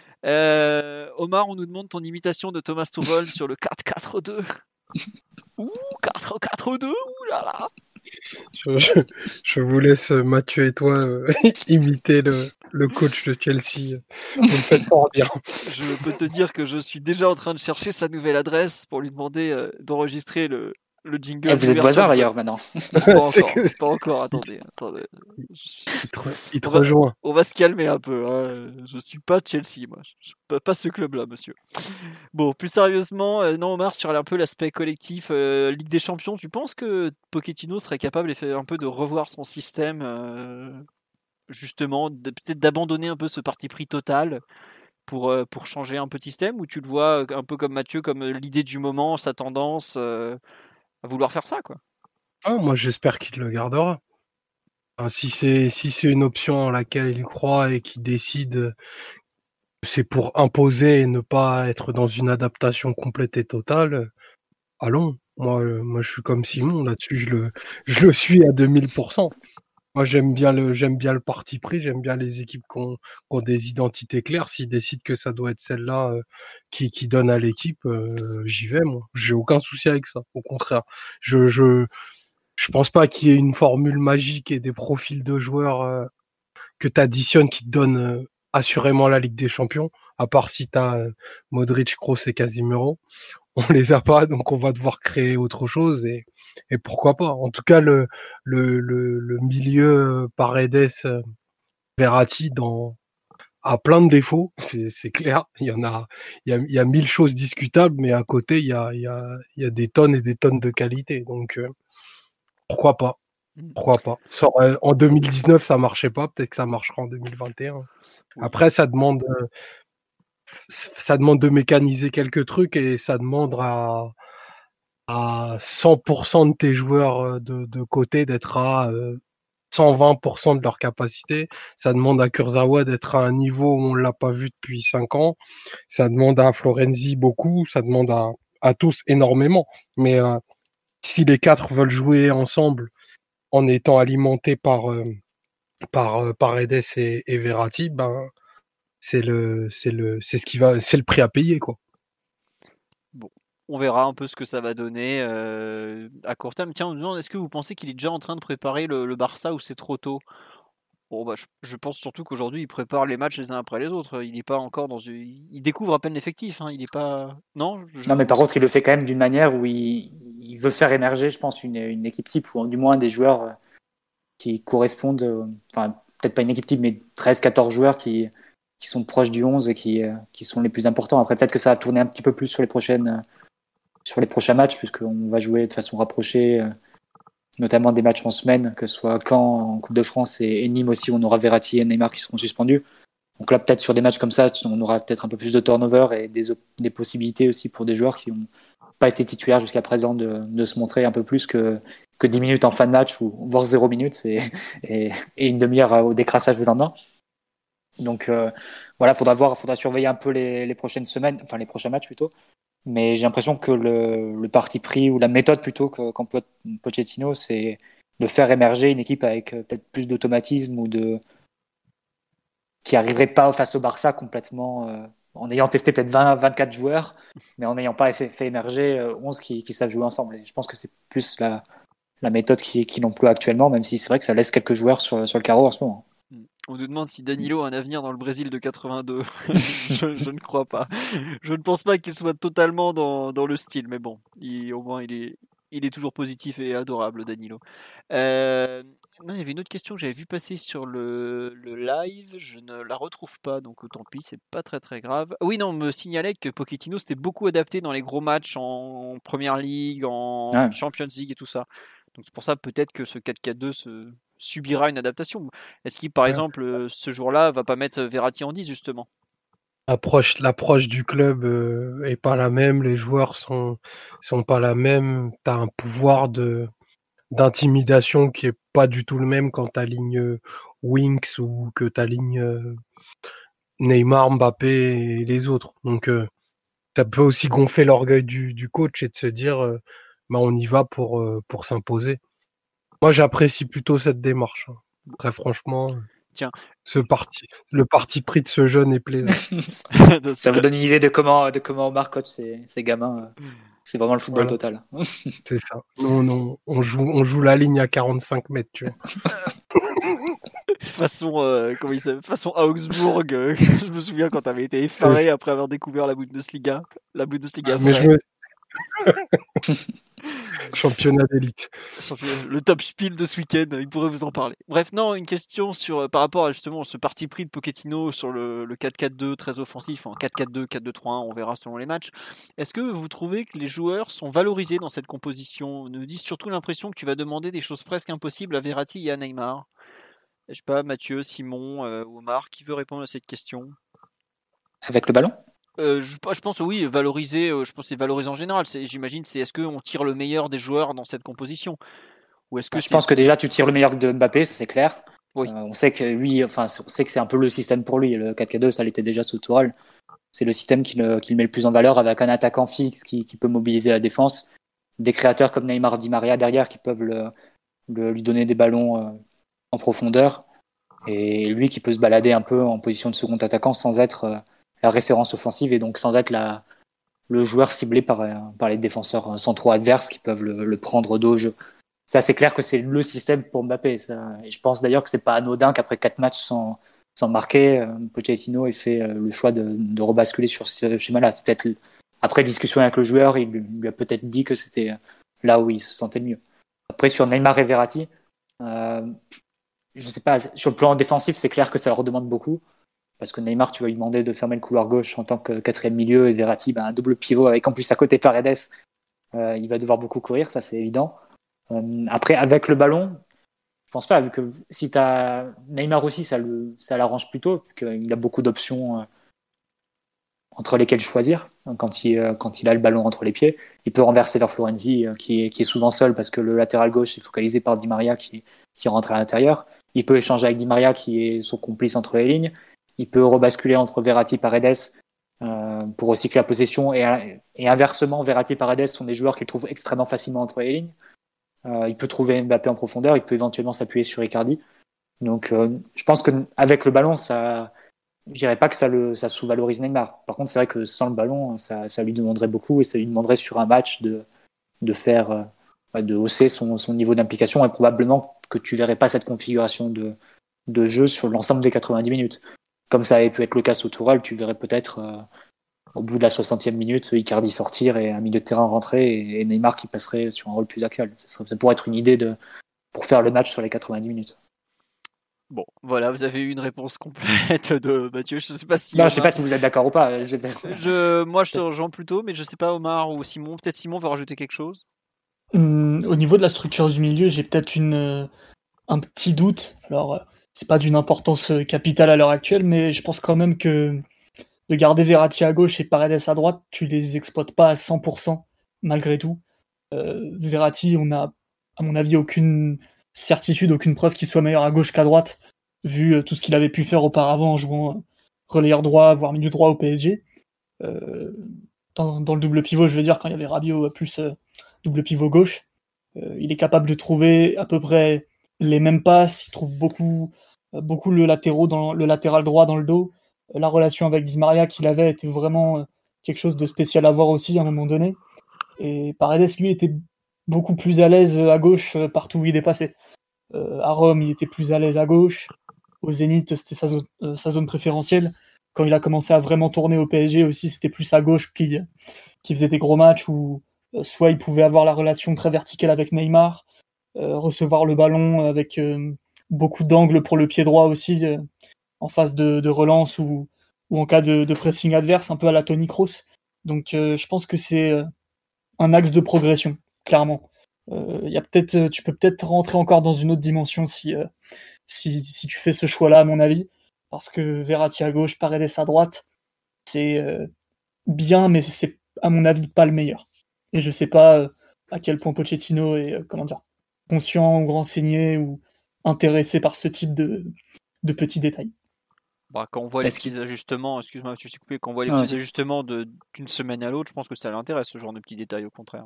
Euh, Omar, on nous demande ton imitation de Thomas Tuchel sur le quatre quatre deux. Ouh, quatre quatre deux, ouh là là. Je, je, je vous laisse, Mathieu et toi, euh, imiter le, le coach de Chelsea. Vous le faites fort bien. Je peux te dire que je suis déjà en train de chercher sa nouvelle adresse pour lui demander euh, d'enregistrer le, le jingle. Et vous êtes voisins d'ailleurs maintenant. Pas encore, que... pas encore, attendez. attendez. Suis... Il te, il te on, va, rejoint. on va se calmer un peu. Hein. Je suis pas Chelsea, moi. Je suis pas, pas ce club-là, monsieur. Bon, plus sérieusement, euh, non, Omar, sur un peu l'aspect collectif, euh, Ligue des Champions, tu penses que Pochettino serait capable un peu de revoir son système, euh, justement, de, peut-être d'abandonner un peu ce parti pris total pour, euh, pour changer un petit système, ou tu le vois un peu comme Mathieu, comme l'idée du moment, sa tendance euh, à vouloir faire ça, quoi? Ah, moi, j'espère qu'il le gardera. Enfin, si c'est si c'est une option en laquelle il croit et qu'il décide que c'est pour imposer et ne pas être dans une adaptation complète et totale, allons. Moi, euh, moi je suis comme Simon là-dessus, je le, je le suis à deux mille pour cent. Moi, j'aime bien le, j'aime bien le parti pris, j'aime bien les équipes qui ont, qui ont des identités claires. S'ils décident que ça doit être celle-là euh, qui, qui donne à l'équipe, euh, j'y vais, moi. J'ai aucun souci avec ça. Au contraire, je, je, je pense pas qu'il y ait une formule magique et des profils de joueurs euh, que tu additionnes qui te donnent euh, assurément la Ligue des Champions, à part si tu as Modric, Kroos et Casemiro. On les a pas, donc on va devoir créer autre chose et, et pourquoi pas. En tout cas, le, le, le, le milieu Paredes, Verratti dans, a plein de défauts, c'est, c'est clair. Il y en a, il y a, il y a mille choses discutables, mais à côté, il y a, il y a, il y a des tonnes et des tonnes de qualité. Donc, euh, pourquoi pas? Pourquoi pas? Ça, euh, en deux mille dix-neuf, ça marchait pas. Peut-être que ça marchera en deux mille vingt et un. Oui. Après, ça demande, euh, ça demande de mécaniser quelques trucs et ça demande à, à cent pour cent de tes joueurs de, de côté d'être à euh, cent vingt pour cent de leur capacité. Ça demande à Kurzawa d'être à un niveau où on l'a pas vu depuis cinq ans. Ça demande à Florenzi beaucoup. Ça demande à, à tous énormément. Mais euh, si les quatre veulent jouer ensemble en étant alimentés par euh, par euh, Paredes et, et Verratti, ben c'est le c'est le c'est ce qui va c'est le prix à payer, quoi. Bon, on verra un peu ce que ça va donner euh, à court terme. Tiens, on me demande, est-ce que vous pensez qu'il est déjà en train de préparer le, le Barça ou c'est trop tôt? Bon, bah, je, je pense surtout qu'aujourd'hui, il prépare les matchs les uns après les autres. Il n'est pas encore dans une... Il découvre à peine l'effectif. Hein. Il n'est pas... Non, je... Non, mais par contre, il le fait quand même d'une manière où il, il veut faire émerger, je pense, une, une équipe type, ou du moins des joueurs qui correspondent, euh, enfin, peut-être pas une équipe type, mais treize quatorze joueurs qui, qui sont proches du onze et qui, euh, qui sont les plus importants. Après, peut-être que ça va tourner un petit peu plus sur les, prochaines, euh, sur les prochains matchs, puisqu'on va jouer de façon rapprochée, euh, notamment des matchs en semaine, que ce soit Caen en Coupe de France et, et Nîmes aussi, où on aura Verratti et Neymar qui seront suspendus. Donc là, peut-être sur des matchs comme ça, on aura peut-être un peu plus de turnover et des, des possibilités aussi pour des joueurs qui n'ont pas été titulaires jusqu'à présent de, de se montrer un peu plus que, que dix minutes en fin de match, ou voire zéro minute et, et, et une demi-heure au décrassage le lendemain. Donc euh, voilà, faudra voir, faudra surveiller un peu les, les prochaines semaines, enfin les prochains matchs plutôt. Mais j'ai l'impression que le, le parti pris ou la méthode plutôt qu'emploie Pochettino, c'est de faire émerger une équipe avec peut-être plus d'automatisme ou de qui arriverait pas face au Barça complètement euh, en ayant testé peut-être vingt vingt-quatre joueurs, mais en n'ayant pas fait, fait émerger euh, onze qui, qui savent jouer ensemble. Et je pense que c'est plus la, la méthode qu'il qui emploie actuellement, même si c'est vrai que ça laisse quelques joueurs sur, sur le carreau en ce moment. On nous demande si Danilo a un avenir dans le Brésil de quatre-vingt-deux. je, je ne crois pas. Je ne pense pas qu'il soit totalement dans, dans le style, mais bon, il, au moins il est, il est toujours positif et adorable, Danilo. Euh, non, il y avait une autre question que j'avais vu passer sur le, le live, je ne la retrouve pas, donc tant pis, c'est pas très très grave. Oui, non, on me signalait que Pochettino s'était beaucoup adapté dans les gros matchs en Première Ligue, en ah. Champions League et tout ça. Donc c'est pour ça peut-être que ce quatre quatre deux se... subira une adaptation. Est-ce qu'il, par ouais. exemple, ce jour-là, va pas mettre Verratti en dix, justement? L'approche, l'approche du club euh, est pas la même, les joueurs sont, sont pas la même, tu as un pouvoir de, d'intimidation qui est pas du tout le même quand tu alignes euh, Winks ou que tu alignes euh, Neymar, Mbappé et les autres. Donc euh, ça peut aussi gonfler l'orgueil du, du coach et de se dire euh, bah, on y va pour, euh, pour s'imposer. Moi, j'apprécie plutôt cette démarche. Hein. Très franchement, tiens, ce parti, le parti pris de ce jeune est plaisant. Ça vous donne une idée de comment, de comment Omar coach ces, ces gamins. C'est vraiment le football voilà. total. C'est ça. Non, non, on joue, on joue la ligne à quarante-cinq mètres, tu vois. façon, euh, comment il s'appelle, façon Augsbourg. Euh, je me souviens quand tu avais été effaré après avoir découvert la Bundesliga, la Bundesliga. Mais je me... Championnat d'élite. Le top spiel de ce week-end, il pourrait vous en parler. Bref, non, une question sur, par rapport à justement ce parti pris de Pochettino sur le, le quatre quatre deux très offensif, en quatre quatre deux, quatre deux trois un, on verra selon les matchs. Est-ce que vous trouvez que les joueurs sont valorisés dans cette composition? On nous dit surtout l'impression que tu vas demander des choses presque impossibles à Verratti et à Neymar. Je sais pas, Mathieu, Simon, euh, Omar, qui veut répondre à cette question? Avec le ballon? Euh, je, je pense oui, valoriser. Euh, je pense c'est valoriser en général. C'est, j'imagine, c'est est-ce qu'on tire le meilleur des joueurs dans cette composition, ou est-ce que bah, je pense que déjà tu tires le meilleur de Mbappé, ça c'est clair. Oui. Euh, on sait que lui, enfin, on sait que c'est un peu le système pour lui. Le quatre quatre deux, ça l'était déjà sous Tourelle. C'est le système qui le, qui le met le plus en valeur, avec un attaquant fixe qui, qui peut mobiliser la défense, des créateurs comme Neymar, Di Maria derrière qui peuvent le, le, lui donner des ballons euh, en profondeur, et lui qui peut se balader un peu en position de second attaquant sans être euh, la référence offensive et donc sans être la, le joueur ciblé par, par les défenseurs centraux adverses qui peuvent le, le prendre au dos au jeu. Ça, c'est clair que c'est le système pour Mbappé. Ça. Et je pense d'ailleurs que c'est pas anodin qu'après quatre matchs sans, sans marquer, euh, Pochettino ait fait euh, le choix de, de rebasculer sur ce schéma-là. C'est peut-être après discussion avec le joueur, il lui a peut-être dit que c'était là où il se sentait le mieux. Après, sur Neymar et Verratti, euh, je sais pas, sur le plan défensif, c'est clair que ça leur demande beaucoup. Parce que Neymar, tu vas lui demander de fermer le couloir gauche en tant que quatrième milieu, et Verratti, ben, un double pivot avec en plus à côté Paredes, euh, il va devoir beaucoup courir, ça c'est évident. Euh, après, avec le ballon, je pense pas, vu que si tu as Neymar aussi, ça, le, ça l'arrange plutôt, vu qu'il a beaucoup d'options euh, entre lesquelles choisir quand il, euh, quand il a le ballon entre les pieds. Il peut renverser vers Florenzi, euh, qui, est, qui est souvent seul parce que le latéral gauche est focalisé par Di Maria qui, qui rentre à l'intérieur. Il peut échanger avec Di Maria qui est son complice entre les lignes. Il peut rebasculer entre Verratti et Paredes euh, pour recycler la possession. Et, et inversement, Verratti et Paredes sont des joueurs qu'il trouve extrêmement facilement entre les lignes. Euh, il peut trouver Mbappé en profondeur. Il peut éventuellement s'appuyer sur Icardi. Donc, euh, je pense qu'avec le ballon, ça, je dirais pas que ça, le, ça sous-valorise Neymar. Par contre, c'est vrai que sans le ballon, ça, ça lui demanderait beaucoup et ça lui demanderait sur un match de, de faire, euh, de hausser son, son niveau d'implication et probablement que tu verrais pas cette configuration de, de jeu sur l'ensemble des quatre-vingt-dix minutes. Comme ça avait pu être le cas sous Tourelle, tu verrais peut-être euh, au bout de la soixantième minute, Icardi sortir et un milieu de terrain rentrer et, et Neymar qui passerait sur un rôle plus axial. Ça, serait, ça pourrait être une idée de, pour faire le match sur les quatre-vingt-dix minutes. Bon, voilà, vous avez eu une réponse complète de Mathieu. Je ne sais pas si. Non, Omar... je sais pas si vous êtes d'accord ou pas. Je... je... Moi, je te rejoins plutôt, mais je ne sais pas, Omar ou Simon. Peut-être Simon veut rajouter quelque chose. Hum, au niveau de la structure du milieu, j'ai peut-être une, euh, un petit doute. Alors, euh, c'est pas d'une importance capitale à l'heure actuelle, mais je pense quand même que de garder Verratti à gauche et Paredes à droite, tu les exploites pas à cent pour cent malgré tout. Euh, Verratti, on a, à mon avis, aucune certitude, aucune preuve qu'il soit meilleur à gauche qu'à droite, vu euh, tout ce qu'il avait pu faire auparavant en jouant euh, relayeur droit, voire milieu droit au P S G. Euh, dans, dans le double pivot, je veux dire, quand il y avait Rabiot plus euh, double pivot gauche, euh, il est capable de trouver à peu près les mêmes passes, il trouve beaucoup, euh, beaucoup le, latéraux dans, le latéral droit dans le dos. Euh, la relation avec Di Maria qu'il avait était vraiment euh, quelque chose de spécial à voir aussi à un moment donné. Et Paredes, lui, était beaucoup plus à l'aise à gauche euh, partout où il est passé. Euh, à Rome, il était plus à l'aise à gauche. Au Zénith, c'était sa zone, euh, sa zone préférentielle. Quand il a commencé à vraiment tourner au P S G aussi, c'était plus à gauche qui, qui faisait des gros matchs où euh, soit il pouvait avoir la relation très verticale avec Neymar, euh, recevoir le ballon avec euh, beaucoup d'angles pour le pied droit aussi, euh, en phase de, de relance ou, ou en cas de, de pressing adverse, un peu à la Toni Kroos. Donc euh, je pense que c'est euh, un axe de progression, clairement. Euh, y a peut-être, tu peux peut-être rentrer encore dans une autre dimension si, euh, si, si tu fais ce choix-là, à mon avis, parce que Verratti à gauche, Paredes à droite, c'est euh, bien, mais c'est à mon avis pas le meilleur. Et je sais pas euh, à quel point Pochettino est euh, comment dire, conscient ou renseigné ou intéressé par ce type de, de petits détails. Bah, quand on voit Est-ce les petits qu'il- ajustements, excuse-moi, tu t'es coupé, quand on voit les Ah, petits vas-y. ajustements de, d'une semaine à l'autre, je pense que ça l'intéresse ce genre de petits détails, au contraire.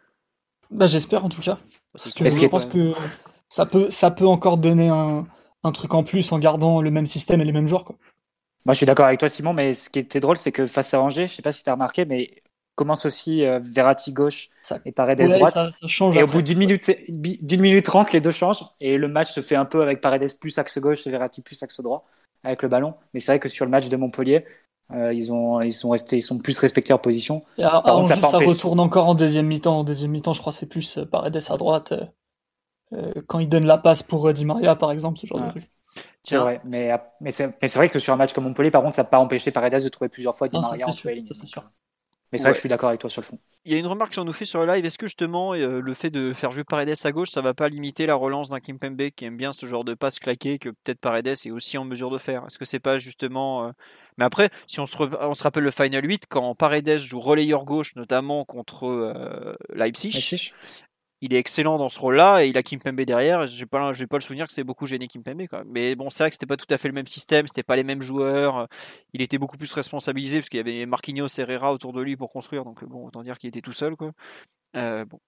Bah, j'espère en tout cas. Bah, c'est Parce que Est-ce je qu'il- pense que ça peut, ça peut encore donner un, un truc en plus en gardant le même système et les mêmes joueurs, quoi. Moi, je suis d'accord avec toi, Simon, mais ce qui était drôle, c'est que face à Angers, je sais pas si tu as remarqué, mais commence aussi euh, Verratti gauche Ça, et Paredes ouais, droite. ça, ça change Et au après. bout d'une minute, d'une minute trente, les deux changent. Et le match se fait un peu avec Paredes plus axe gauche et Verratti plus axe droit avec le ballon. Mais c'est vrai que sur le match de Montpellier, euh, ils, ont, ils, sont restés, ils sont plus respectés leur position. Et à, à Par contre, ça Angers, n'a pas ça empêché. retourne encore en deuxième mi-temps. En deuxième mi-temps, je crois que c'est plus euh, Paredes à droite. euh, euh, quand il donne la passe pour euh, Di Maria, par exemple, ce genre de Ouais, truc. c'est vrai. Mais, mais, c'est, mais c'est vrai que sur un match comme Montpellier, par contre, ça n'a pas empêché Paredes de trouver plusieurs fois Di Non, ça Maria c'est entre sûr. les lignes. Ça, c'est Donc, sûr. euh, mais c'est vrai Ouais. que je suis d'accord avec toi sur le fond. Il y a une remarque qu'on nous fait sur le live. Est-ce que justement euh, le fait de faire jouer Paredes à gauche, ça va pas limiter la relance d'un Kimpembe qui aime bien ce genre de passe claqué que peut-être Paredes est aussi en mesure de faire? Est-ce que c'est pas justement euh, Mais après, si on se, re- on se rappelle le Final huit, quand Paredes joue relayeur gauche, notamment contre euh, Leipzig, Leipzig. il est excellent dans ce rôle-là et il a Kimpembe derrière. J'ai pas, j'ai pas le souvenir que c'est beaucoup gêné Kimpembe, quoi. Mais bon, c'est vrai que c'était pas tout à fait le même système, c'était pas les mêmes joueurs. Il était beaucoup plus responsabilisé parce qu'il y avait Marquinhos, Herrera autour de lui pour construire. Donc bon, autant dire qu'il était tout seul, quoi. Euh, bon.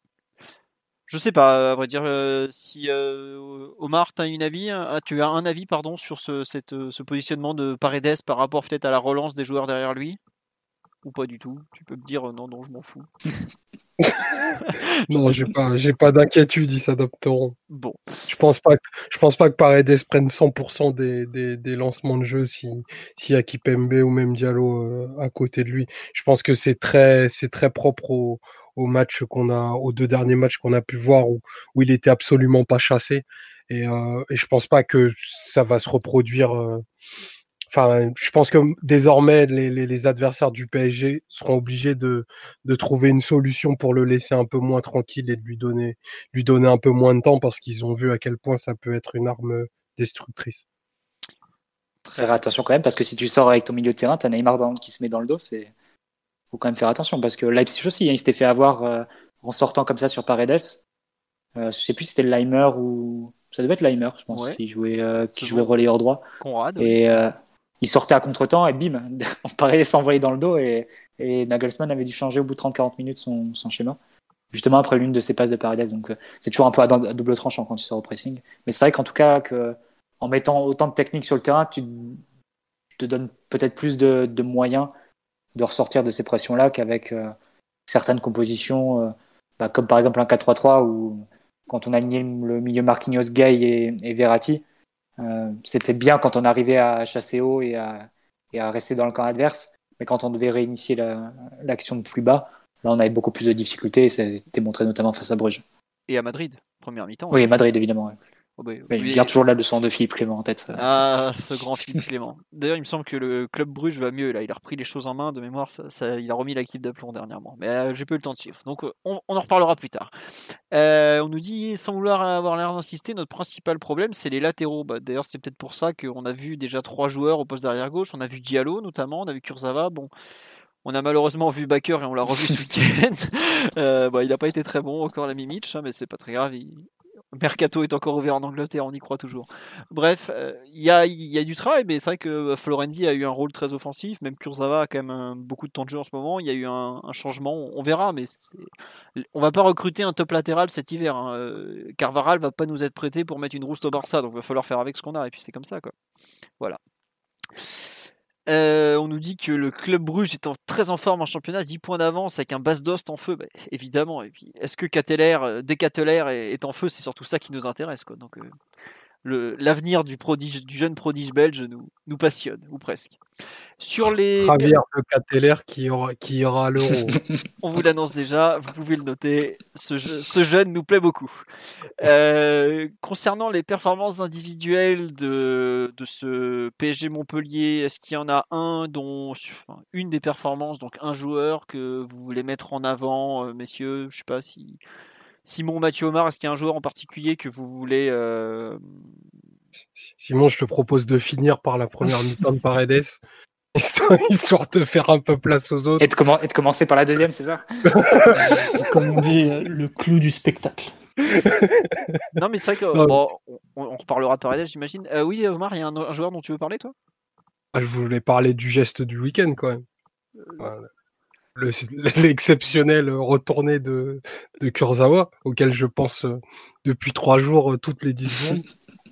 Je sais pas, à vrai dire, euh, si euh, Omar, tu as une avis, hein, tu as un avis pardon sur ce, cette, ce positionnement de Paredes par rapport peut-être à la relance des joueurs derrière lui. ou pas du tout. Tu peux me dire euh, non, non, je m'en fous. Non, j'ai pas, j'ai pas d'inquiétude, ils s'adapteront. Bon. Je pense pas, que, je pense pas que Paredes prenne cent pour cent des, des, des lancements de jeu si, s'il y a Kipembe ou même Diallo euh, à côté de lui. Je pense que c'est très, c'est très propre au, au match qu'on a, aux deux derniers matchs qu'on a pu voir où, où il était absolument pas chassé. Et, euh, et je pense pas que ça va se reproduire. Euh, Enfin, je pense que désormais, les, les, les adversaires du P S G seront obligés de, de trouver une solution pour le laisser un peu moins tranquille et de lui donner, lui donner un peu moins de temps parce qu'ils ont vu à quel point ça peut être une arme destructrice. Faire attention quand même, parce que si tu sors avec ton milieu de terrain, t'as Neymar dans, qui se met dans le dos, c'est faut quand même faire attention, parce que Leipzig aussi, hein, il s'était fait avoir euh, en sortant comme ça sur Paredes. Euh, je sais plus si c'était le Leimer ou... Ça devait être Leimer, je pense, Ouais. qui jouait, euh, qui C'est jouait bon. relayeur droit. Conrad. Et euh, il sortait à contre-temps et bim, Paredes s'envoyait dans le dos et, et Nagelsmann avait dû changer au bout de trente à quarante minutes son, son schéma. Justement après l'une de ses passes de Paredes. Donc euh, c'est toujours un peu à, à double tranchant quand tu sors au pressing. Mais c'est vrai qu'en tout cas, que, en mettant autant de technique sur le terrain, tu te donnes peut-être plus de, de moyens de ressortir de ces pressions-là qu'avec euh, certaines compositions, euh, bah, comme par exemple un quatre trois trois où quand on alignait le milieu Marquinhos, Gay et, et Verratti, euh, c'était bien quand on arrivait à chasser haut et à, et à rester dans le camp adverse, mais quand on devait réinitier la, l'action de plus bas, là on avait beaucoup plus de difficultés et ça a été montré notamment face à Bruges. Et à Madrid, première mi-temps. Oui, aussi. Madrid évidemment. Ouais. Oh bah, Mais oui. je garde toujours la leçon de Philippe Clément en tête. Ça. Ah, ce grand Philippe Clément. D'ailleurs, il me semble que le club Bruges va mieux. Là, il a repris les choses en main. De mémoire, ça, ça, il a remis l'équipe d'aplomb dernièrement. Mais euh, j'ai pas eu le temps de suivre. Donc, euh, on, on en reparlera plus tard. Euh, on nous dit, sans vouloir avoir l'air d'insister, notre principal problème, c'est les latéraux. Bah, d'ailleurs, c'est peut-être pour ça qu'on a vu déjà trois joueurs au poste d'arrière gauche. On a vu Diallo notamment, on a vu Kurzawa. Bon. On a malheureusement vu Bakker et on l'a revu ce week-end. euh, bah, il n'a pas été très bon encore la Mimic, hein, mais c'est pas très grave. Il... Mercato est encore ouvert en Angleterre, on y croit toujours. Bref, il euh, y, a, y a du travail, mais c'est vrai que Florenzi a eu un rôle très offensif. Même Kurzawa a quand même un, beaucoup de temps de jeu en ce moment. Il y a eu un, un changement, on verra, mais c'est... on va pas recruter un top latéral cet hiver. Hein. Carvaral va pas nous être prêté pour mettre une rouste au Barça, donc il va falloir faire avec ce qu'on a. Et puis c'est comme ça, quoi. Voilà. Euh, on nous dit que le club Bruges est en, très en forme en championnat, dix points d'avance avec un Bas-Dost en feu, bah, évidemment. Et puis, est-ce que Cateller, dès Cateller est, est en feu, c'est surtout ça qui nous intéresse, quoi. Donc, euh, le, l'avenir du, prodige, du jeune prodige belge nous, nous passionne, ou presque. Sur les Javier de Cateller qui aura, qui aura l'euro. On vous l'annonce déjà, vous pouvez le noter, ce, jeu, ce jeune nous plaît beaucoup. Euh, concernant les performances individuelles de, de ce P S G Montpellier, est-ce qu'il y en a un dont, enfin, une des performances, donc un joueur que vous voulez mettre en avant, euh, messieurs, je sais pas si Simon, Mathieu, Omar, est-ce qu'il y a un joueur en particulier que vous voulez euh... Simon, je te propose de finir par la première mi-temps de Paredes. Histoire, histoire de faire un peu place aux autres. Et de, comm- et de commencer par la deuxième, c'est ça? Comme on dit, le clou du spectacle. Non, mais c'est vrai que bon, on, on reparlera de Paredes, j'imagine. Euh, oui, Omar, il y a un, un joueur dont tu veux parler, toi? Ah, je voulais parler du geste du week-end, quand même. Voilà. Le, l'exceptionnel retourné de, de Kurzawa, auquel je pense euh, depuis trois jours, euh, toutes les dix secondes.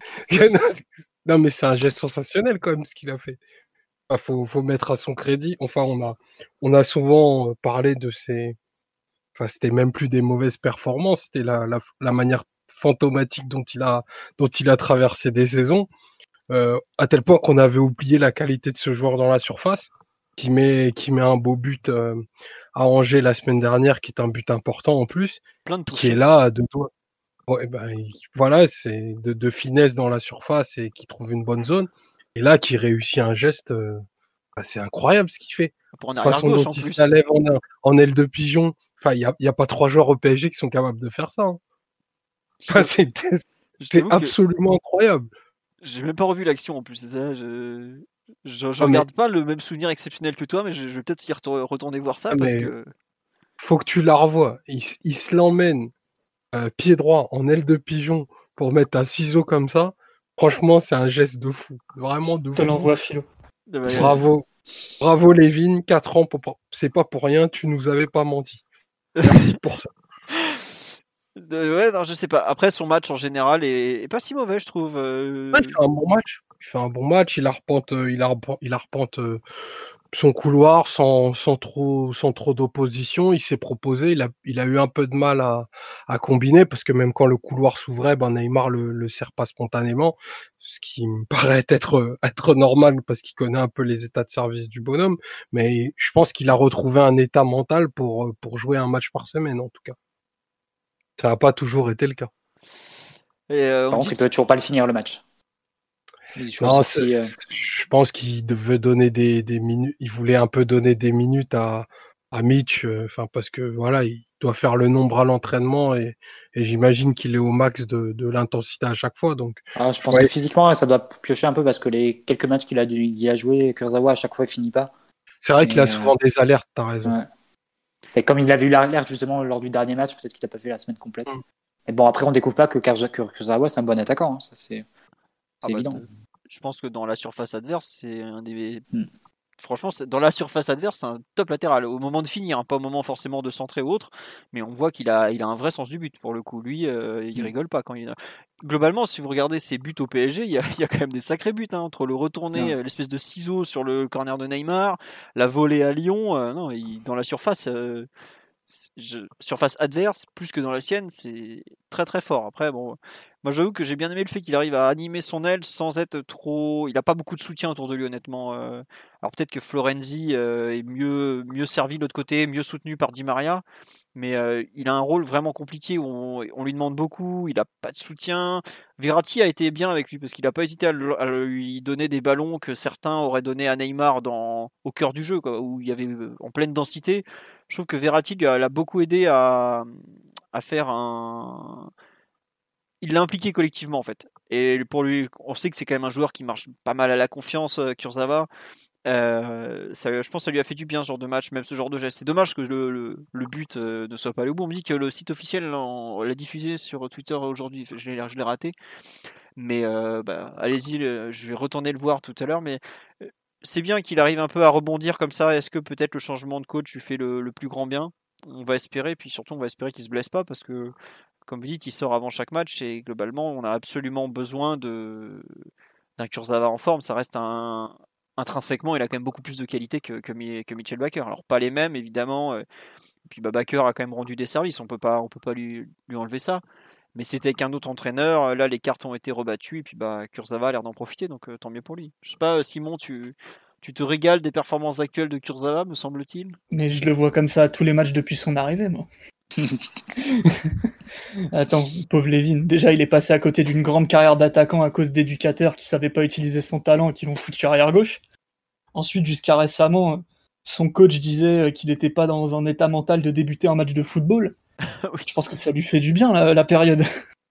Non, mais c'est un geste sensationnel, quand même, ce qu'il a fait. Il faut, faut mettre à son crédit. Enfin, on a, on a souvent parlé de ces... Enfin, c'était même plus des mauvaises performances, c'était la, la, la manière fantomatique dont il a, dont il a traversé des saisons, euh, à tel point qu'on avait oublié la qualité de ce joueur dans la surface, qui met, qui met un beau but euh, à Angers la semaine dernière, qui est un but important en plus, plein de touches, qui est là de doigts. Ouais, ben, voilà, c'est de, de finesse dans la surface et qui trouve une bonne zone. Et là, qui réussit un geste, euh, bah, c'est incroyable ce qu'il fait. Pour la façon dont il se lève en, en aile de pigeon. Enfin, il n'y a, y a pas trois joueurs au P S G qui sont capables de faire ça. Hein. Enfin, c'est c'est absolument incroyable. J'ai même pas revu l'action en plus, c'est ça. Je, je, je ah, regarde mais... pas le même souvenir exceptionnel que toi, mais je, je vais peut-être y retourner voir ça ah, parce que. Faut que tu la revoies. Il, il se l'emmène euh, pied droit en aile de pigeon pour mettre un ciseau comme ça. Franchement, c'est un geste de fou. Vraiment de fou. Je te l'envoie, Philo. Bravo. Bravo, Lévin. quatre ans, pour... c'est pas pour rien. Tu nous avais pas menti. Merci pour ça. Ouais, non, je sais pas. Après, son match en général est, est pas si mauvais, je trouve. Euh... Ouais, il fait un bon match. Il fait un bon match. Il arpente, il arpente, il arpente euh, son couloir sans, sans trop, sans trop d'opposition. Il s'est proposé, il a, il a eu un peu de mal à, à combiner parce que même quand le couloir s'ouvrait, ben Neymar le, le sert pas spontanément, ce qui me paraît être, être normal parce qu'il connaît un peu les états de service du bonhomme. Mais je pense qu'il a retrouvé un état mental pour, pour jouer un match par semaine, en tout cas. Ça n'a pas toujours été le cas. Et euh, Par contre, il peut toujours pas le finir le match. Non, sorti, euh... je pense qu'il devait donner des, des minutes. Il voulait un peu donner des minutes à, à Mitch, enfin euh, parce que voilà, il doit faire le nombre à l'entraînement et, et j'imagine qu'il est au max de, de l'intensité à chaque fois. Donc, ah, je pense ouais. que physiquement, ça doit piocher un peu parce que les quelques matchs qu'il a, dû, il a joué, Kurzawa à chaque fois il finit pas. C'est vrai qu'il a souvent euh... des alertes, t'as raison. Ouais. Et comme il avait eu l'alerte justement lors du dernier match, peut-être qu'il n'a pas fait la semaine complète. Mm. Mais bon, après on découvre pas que Kurzawa c'est un bon attaquant, hein. Ça c'est, c'est ah évident. Bah, je pense que dans la surface adverse, c'est un des. Hmm. Franchement, c'est... dans la surface adverse, c'est un top latéral. Au moment de finir, hein, pas au moment forcément de centrer ou autre, mais on voit qu'il a, il a un vrai sens du but pour le coup. Lui, euh, il hmm. rigole pas quand il. A... Globalement, si vous regardez ses buts au P S G, il y a, il y a quand même des sacrés buts hein, entre le retourné, euh, l'espèce de ciseau sur le corner de Neymar, la volée à Lyon. Euh, non, il... dans la surface. Euh... Je... surface adverse plus que dans la sienne, c'est très très fort. Après, bon, moi j'avoue que j'ai bien aimé le fait qu'il arrive à animer son aile sans être trop. Il n'a pas beaucoup de soutien autour de lui, honnêtement. Euh... Alors peut-être que Florenzi euh, est mieux mieux servi de l'autre côté, mieux soutenu par Di Maria, mais euh, il a un rôle vraiment compliqué où on, on lui demande beaucoup. Il n'a pas de soutien. Verratti a été bien avec lui parce qu'il n'a pas hésité à, le, à lui donner des ballons que certains auraient donné à Neymar dans au cœur du jeu, quoi, où il y avait en pleine densité. Je trouve que Verratti l'a beaucoup aidé à, à faire un. Il l'a impliqué collectivement en fait. Et pour lui, on sait que c'est quand même un joueur qui marche pas mal à la confiance, Kurzawa. Euh, ça, je pense que ça lui a fait du bien ce genre de match, même ce genre de geste. C'est dommage que le, le, le but euh, ne soit pas allé au bout. On me dit que le site officiel en, l'a diffusé sur Twitter aujourd'hui. Je l'ai, je l'ai raté. Mais euh, bah, allez-y, le, je vais retourner le voir tout à l'heure. Mais euh, c'est bien qu'il arrive un peu à rebondir comme ça. Est-ce que peut-être le changement de coach lui fait le, le plus grand bien? On va espérer, puis surtout on va espérer qu'il se blesse pas parce que, comme vous dites, il sort avant chaque match et globalement on a absolument besoin de d'un Kurzawa en forme. Ça reste un intrinsèquement, il a quand même beaucoup plus de qualité que, que, que Mitchell Baker. Alors pas les mêmes évidemment. Et puis bah, Baker a quand même rendu des services. On peut pas, on peut pas lui, lui enlever ça. Mais c'était avec un autre entraîneur. Là, les cartes ont été rebattues et puis bah Kurzawa a l'air d'en profiter. Donc euh, tant mieux pour lui. Je sais pas, Simon, tu Tu te régales des performances actuelles de Kurzawa, me semble-t-il? Mais je le vois comme ça à tous les matchs depuis son arrivée, moi. Attends, pauvre Lévin. Déjà, il est passé à côté d'une grande carrière d'attaquant à cause d'éducateurs qui savaient pas utiliser son talent et qui l'ont foutu arrière gauche. Ensuite, jusqu'à récemment, son coach disait qu'il n'était pas dans un état mental de débuter un match de football. Oui. Je pense que ça lui fait du bien, la, la période.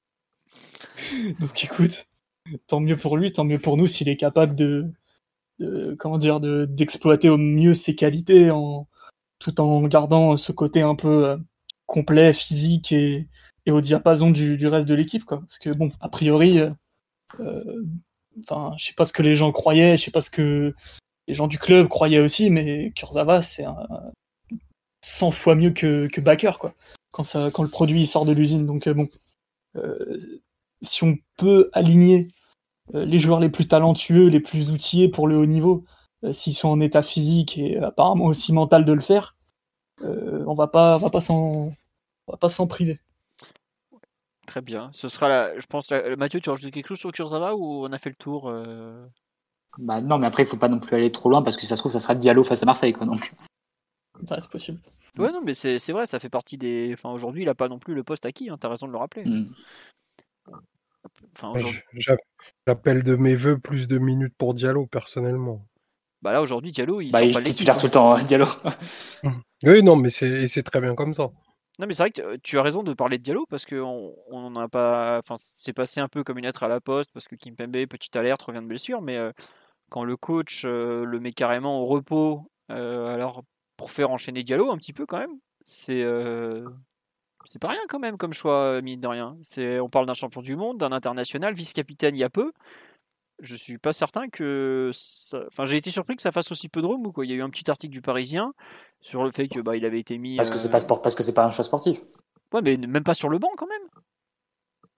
Donc écoute, tant mieux pour lui, tant mieux pour nous s'il est capable de... De, comment dire, de, d'exploiter au mieux ses qualités en, tout en gardant ce côté un peu euh, complet, physique et, et au diapason du, du reste de l'équipe, quoi. Parce que bon, a priori, euh, euh, enfin, je sais pas ce que les gens croyaient, je sais pas ce que les gens du club croyaient aussi, mais Kurzawa, c'est un, cent fois mieux que, que Baker, quoi. Quand ça, quand le produit sort de l'usine. Donc euh, bon, euh, si on peut aligner les joueurs les plus talentueux, les plus outillés pour le haut niveau, euh, s'ils sont en état physique et apparemment aussi mental de le faire, euh, on va pas, on va pas s'en, on va pas s'en priver. Très bien. Ce sera la, je pense, la, Mathieu, tu rajoutes quelque chose sur Kurzawa ou on a fait le tour euh... Bah non, mais après il faut pas non plus aller trop loin parce que ça se trouve ça sera Diallo face à Marseille, quoi. Donc. Bah, c'est possible. Ouais, non, mais c'est, c'est vrai, ça fait partie des. Enfin, aujourd'hui, il a pas non plus le poste acquis. Hein, t'as raison de le rappeler. Mm. Enfin, j'appelle de mes voeux plus de minutes pour Diallo, personnellement. Bah là, aujourd'hui, Diallo, il bah, sort il pas l'équipe. titulaire tout le temps, hein, Diallo. Oui, non, mais c'est, c'est très bien comme ça. Non, mais c'est vrai que tu as raison de parler de Diallo parce qu'on on a pas. Enfin, c'est passé un peu comme une lettre à la poste parce que Kimpembe, petite alerte, revient de blessure, mais euh, quand le coach euh, le met carrément au repos, euh, alors pour faire enchaîner Diallo un petit peu quand même, c'est. Euh... C'est pas rien quand même comme choix, mine de rien. C'est, on parle d'un champion du monde, d'un international, vice-capitaine il y a peu. Je suis pas certain que ça... Enfin, j'ai été surpris que ça fasse aussi peu de remous, quoi. Il y a eu un petit article du Parisien sur le fait que bah, il avait été mis... Parce que, euh... c'est pas sport... Parce que c'est pas un choix sportif. Ouais, mais même pas sur le banc quand même.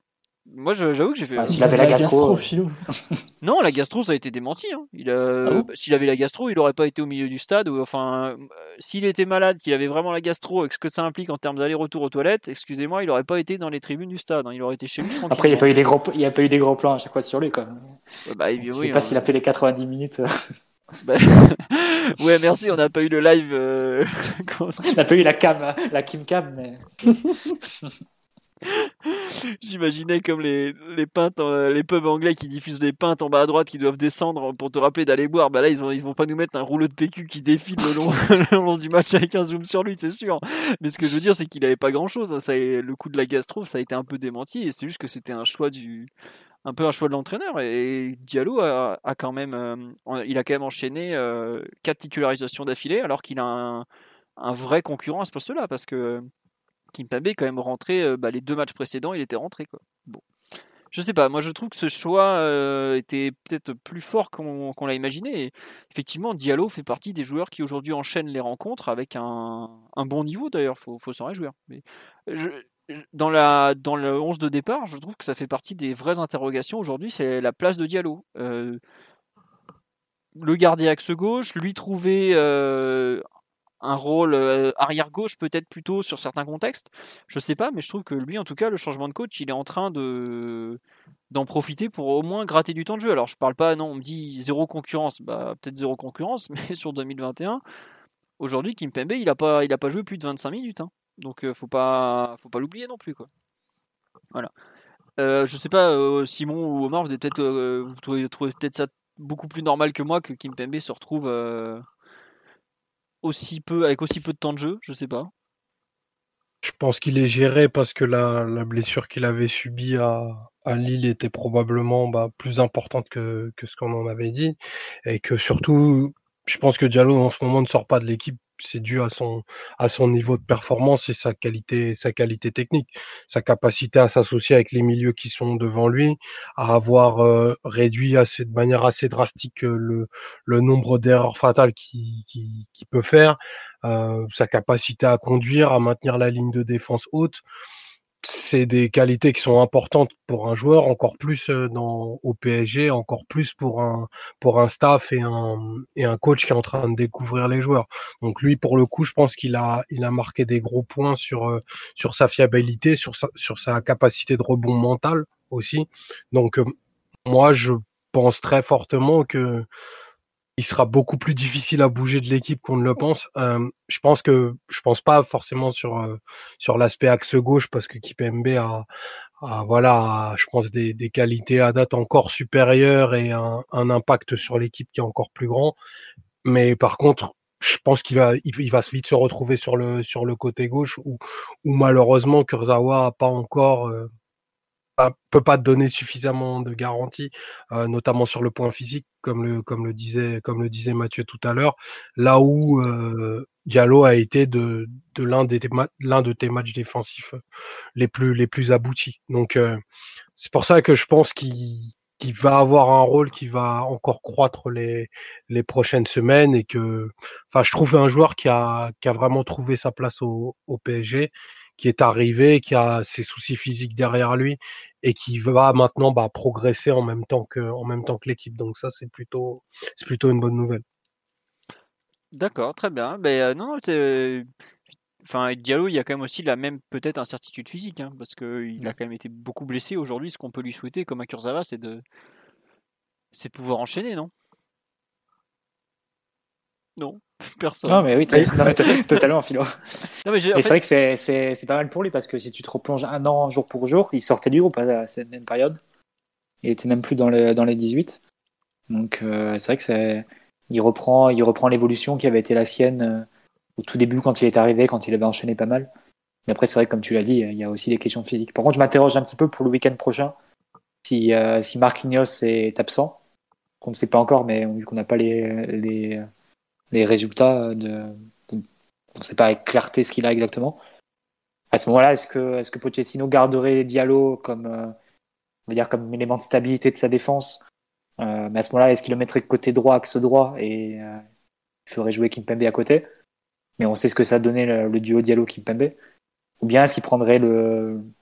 Moi, je- j'avoue que j'ai fait. Ah, euh, s'il avait la gastro, Philo. Non, la gastro, ça a été démenti. Hein. Il a... Ah bon S'il avait la gastro, il n'aurait pas été au milieu du stade. Ou... Enfin, euh, s'il était malade, qu'il avait vraiment la gastro, et ce que ça implique en termes d'aller-retour aux toilettes, excusez-moi, il n'aurait pas été dans les tribunes du stade. Hein. Il aurait été chez lui tranquille. Après, il n'y a pas eu des gros, il y a pas eu des gros plans à chaque fois sur lui, quoi. Ouais, bah, Donc, je oui, sais pas hein. s'il a fait les quatre-vingt-dix minutes. Bah, ouais, merci, on n'a pas eu le live. euh, comment ça- On n'a pas eu la cam, la Kim Cam, mais J'imaginais comme les, les pintes, en- les pubs anglais qui diffusent les pintes en bas à droite qui doivent descendre pour te rappeler d'aller boire. Bah là, ils vont, ils vont pas nous mettre un rouleau de P Q qui défile le long, le long du match avec un zoom sur lui, c'est sûr. Mais ce que je veux dire, c'est qu'il avait pas grand chose. Ça, le coup de la gastro, ça a été un peu démenti et c'est juste que c'était un choix du, un peu un choix de l'entraîneur. Et Diallo a, a quand même, euh, en- il a quand même enchaîné euh, quatre titularisations d'affilée alors qu'il a un, un vrai concurrent à ce poste-là parce que Kimpembe est quand même rentré, euh, bah, les deux matchs précédents, il était rentré, quoi. Bon. Je sais pas, moi je trouve que ce choix euh, était peut-être plus fort qu'on qu'on l'a imaginé. Et effectivement, Diallo fait partie des joueurs qui aujourd'hui enchaînent les rencontres avec un, un bon niveau d'ailleurs, faut, faut s'en réjouir. Mais je- je- dans, la, dans le onze de départ, je trouve que ça fait partie des vraies interrogations aujourd'hui, c'est la place de Diallo. Euh, le garder axe gauche, lui trouver euh, un rôle euh, arrière gauche peut-être plutôt sur certains contextes. Je sais pas, mais je trouve que lui, en tout cas, le changement de coach, il est en train de d'en profiter pour au moins gratter du temps de jeu. Alors je parle pas, non, on me dit zéro concurrence, bah peut-être zéro concurrence, mais sur deux mille vingt et un, aujourd'hui Kimpembe, il a pas, il a pas joué plus de vingt-cinq minutes, hein. Donc euh, faut pas, faut pas l'oublier non plus, quoi. Voilà. Euh, je sais pas, euh, Simon ou Omar, vous êtes peut-être, euh, vous trouvez, trouvez peut-être ça beaucoup plus normal que moi que Kimpembe se retrouve euh, aussi peu, avec aussi peu de temps de jeu, je sais pas. Je pense qu'il est géré parce que la, la blessure qu'il avait subie à, à Lille était probablement bah, plus importante que, que ce qu'on en avait dit. Et que surtout, je pense que Diallo en ce moment ne sort pas de l'équipe. C'est dû à son, à son niveau de performance et sa qualité, sa qualité technique, sa capacité à s'associer avec les milieux qui sont devant lui, à avoir euh, réduit assez, de manière assez drastique euh, le, le nombre d'erreurs fatales qu'il qui, qui peut faire. Euh, sa capacité à conduire, à maintenir la ligne de défense haute, c'est des qualités qui sont importantes pour un joueur, encore plus euh, dans, au P S G, encore plus pour un, pour un staff et un, et un coach qui est en train de découvrir les joueurs. Donc lui, pour le coup, je pense qu'il a, il a marqué des gros points sur, euh, sur sa fiabilité, sur sa, sur sa capacité de rebond mental aussi. Donc euh, moi, je pense très fortement que il sera beaucoup plus difficile à bouger de l'équipe qu'on ne le pense. Euh, je pense que je pense pas forcément sur euh, sur l'aspect axe gauche parce que Kipembe a, a voilà, a, je pense des, des qualités à date encore supérieures et un, un impact sur l'équipe qui est encore plus grand. Mais par contre, je pense qu'il va il, il va vite se retrouver sur le sur le côté gauche où où malheureusement Kurzawa a pas encore euh, pas- peut pas te donner suffisamment de garanties, euh, notamment sur le point physique, comme le, comme le disait, comme le disait Mathieu tout à l'heure. Là où euh, Diallo a été de, de l'un des ma- l'un de tes matchs défensifs les plus les plus aboutis. Donc euh, c'est pour ça que je pense qu'il qu'il va avoir un rôle qui va encore croître les les prochaines semaines et que, enfin, je trouve un joueur qui a qui a vraiment trouvé sa place au, au P S G, qui est arrivé, qui a ses soucis physiques derrière lui et qui va maintenant bah, progresser en même temps que en même temps que l'équipe. Donc ça c'est plutôt c'est plutôt une bonne nouvelle. D'accord, très bien. Ben, euh, non, non, t'es- enfin, Diallo, il y a quand même aussi la même peut-être incertitude physique, hein, parce qu'il a quand même été beaucoup blessé aujourd'hui. Ce qu'on peut lui souhaiter, comme à Kurzawa, c'est de, c'est de pouvoir enchaîner, non? Non, personne. non, mais oui, t'as- non, mais t'as- totalement, Philo. Non, mais j'ai- en Et fait, c'est vrai que c'est, c'est, c'est pas mal pour lui parce que si tu te replonges un an jour pour jour, il sortait du groupe à cette même période. Il était même plus dans, le, dans les dix-huit. Donc euh, c'est vrai que c'est, il reprend, il reprend l'évolution qui avait été la sienne euh, au tout début quand il est arrivé, quand il avait enchaîné pas mal. Mais après, c'est vrai que comme tu l'as dit, il y a aussi des questions physiques. Par contre, je m'interroge un petit peu pour le week-end prochain si, euh, si Marquinhos est absent. On ne sait pas encore, mais vu qu'on n'a pas les, les, les résultats, de, de- on ne sait pas avec clarté ce qu'il a exactement. À ce moment-là, est-ce que, est-ce que Pochettino garderait Diallo comme, euh, on va dire comme élément de stabilité de sa défense, euh, mais à ce moment-là, est-ce qu'il le mettrait côté droit, axe droit, et euh, il ferait jouer Kimpembe à côté? Mais on sait ce que ça a donné le, le duo Diallo-Kimpembe. Ou bien est-ce qu'il prendrait le,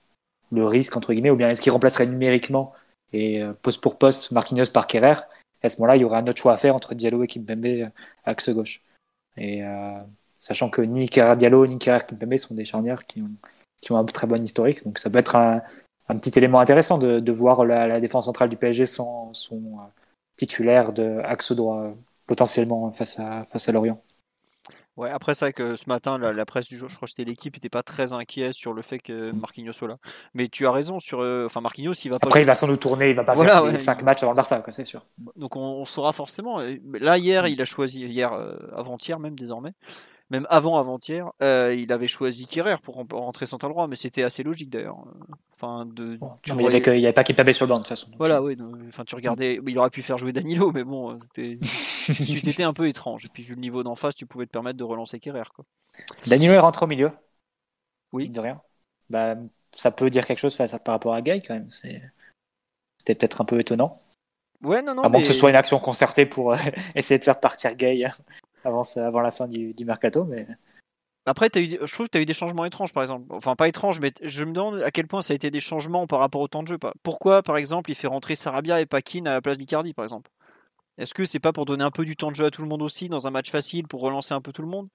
le risque, entre guillemets, ou bien est-ce qu'il remplacerait numériquement et euh, poste pour poste Marquinhos par Kerrer? À ce moment-là, il y aurait un autre choix à faire entre Diallo et Kimpembe euh, axe gauche. Et euh, sachant que ni Kerrer Diallo ni Kerrer Kimpembe sont des charnières qui ont, qui ont un très bon historique, donc ça peut être un, un petit élément intéressant de, de voir la, la défense centrale du P S G sans son euh, titulaire de axe droit euh, potentiellement face à, face à Lorient. Ouais, après ça que ce matin, la, la presse du jour, je crois que c'était l'équipe, n'était pas très inquiet sur le fait que Marquinhos soit là. Mais tu as raison sur, euh, enfin Marquinhos, il va pas. Après, il va sans doute tourner, il va pas voilà, faire ouais, les cinq il... matchs avant le Barça, quoi, c'est sûr. Donc on, on saura forcément. Là hier, il a choisi hier, euh, avant-hier même désormais, même avant avant-hier, euh, il avait choisi Kerrer pour rentrer central droit, mais c'était assez logique d'ailleurs. Enfin, de. Bon, tu non, mais voyais... il n'y avait pas Kimpembe sur le banc de toute façon. Voilà, euh... oui. Enfin, tu regardais, il aurait pu faire jouer Danilo, mais bon, c'était. C'était un peu étrange. Et puis vu le niveau d'en face, tu pouvais te permettre de relancer Kerrer, quoi. Danilo est rentré au milieu. Oui. De rien. Bah, ça peut dire quelque chose face à, par rapport à Guy quand même. C'est... C'était peut-être un peu étonnant. Ouais, non, non. À moins mais... que ce soit une action concertée pour euh, essayer de faire partir Guy avant, avant la fin du, du mercato. Mais... Après, t'as eu, je trouve que tu as eu des changements étranges, par exemple. Enfin, pas étranges, mais je me demande à quel point ça a été des changements par rapport au temps de jeu. Pourquoi, par exemple, il fait rentrer Sarabia et Paquin à la place d'Icardi, par exemple? Est-ce que c'est pas pour donner un peu du temps de jeu à tout le monde aussi, dans un match facile, pour relancer un peu tout le monde?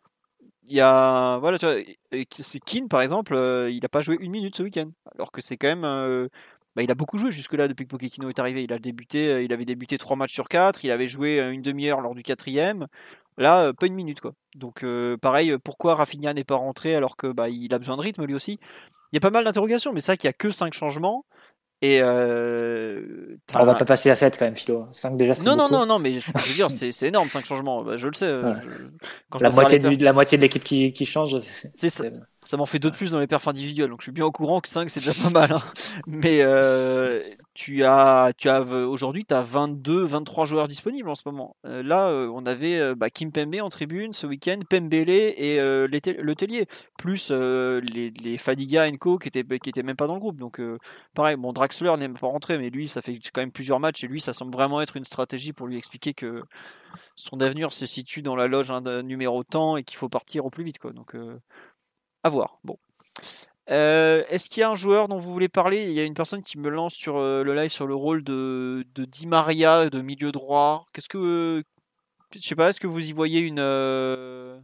Il y a, voilà, tu vois, c'est Keane par exemple, euh, il n'a pas joué une minute ce week-end, alors que c'est quand même, euh, bah, il a beaucoup joué jusque-là depuis que Pochettino est arrivé. Il a débuté, il avait débuté trois matchs sur quatre, il avait joué une demi-heure lors du quatrième. Là, pas une minute quoi. Donc euh, pareil, pourquoi Rafinha n'est pas rentré alors que bah, il a besoin de rythme lui aussi? Il y a pas mal d'interrogations, mais c'est vrai qu'il y a que cinq changements. Et euh, on va pas passer à sept quand même, Philo. cinq déjà, c'est non, beaucoup. non, non, non, mais je veux dire, c'est, c'est énorme, cinq changements. Bah, je le sais. Ouais. Je, quand la, je moitié du, la moitié de l'équipe qui, qui change. C'est, c'est ça. Ça m'en fait deux de plus dans les perfs individuels, donc je suis bien au courant que cinq c'est déjà pas mal. Hein. Mais euh, tu as, tu as aujourd'hui, tu as vingt-deux, vingt-trois joueurs disponibles en ce moment. Euh, là, euh, on avait euh, bah, Kimpembe en tribune ce week-end, Pembele et euh, Le Tellier, plus euh, les, les Fadiga et Co qui étaient, qui étaient même pas dans le groupe. Donc euh, pareil, bon, Draxler n'est même pas rentré, mais lui, ça fait quand même plusieurs matchs et lui, ça semble vraiment être une stratégie pour lui expliquer que son avenir se situe dans la loge hein, numéro tant et qu'il faut partir au plus vite. Quoi. Donc euh, à voir. Bon. Euh, est-ce qu'il y a un joueur dont vous voulez parler? Il y a une personne qui me lance sur euh, le live sur le rôle de, de Di Maria de milieu droit. Qu'est-ce que euh, je sais pas, est-ce que vous y voyez une euh,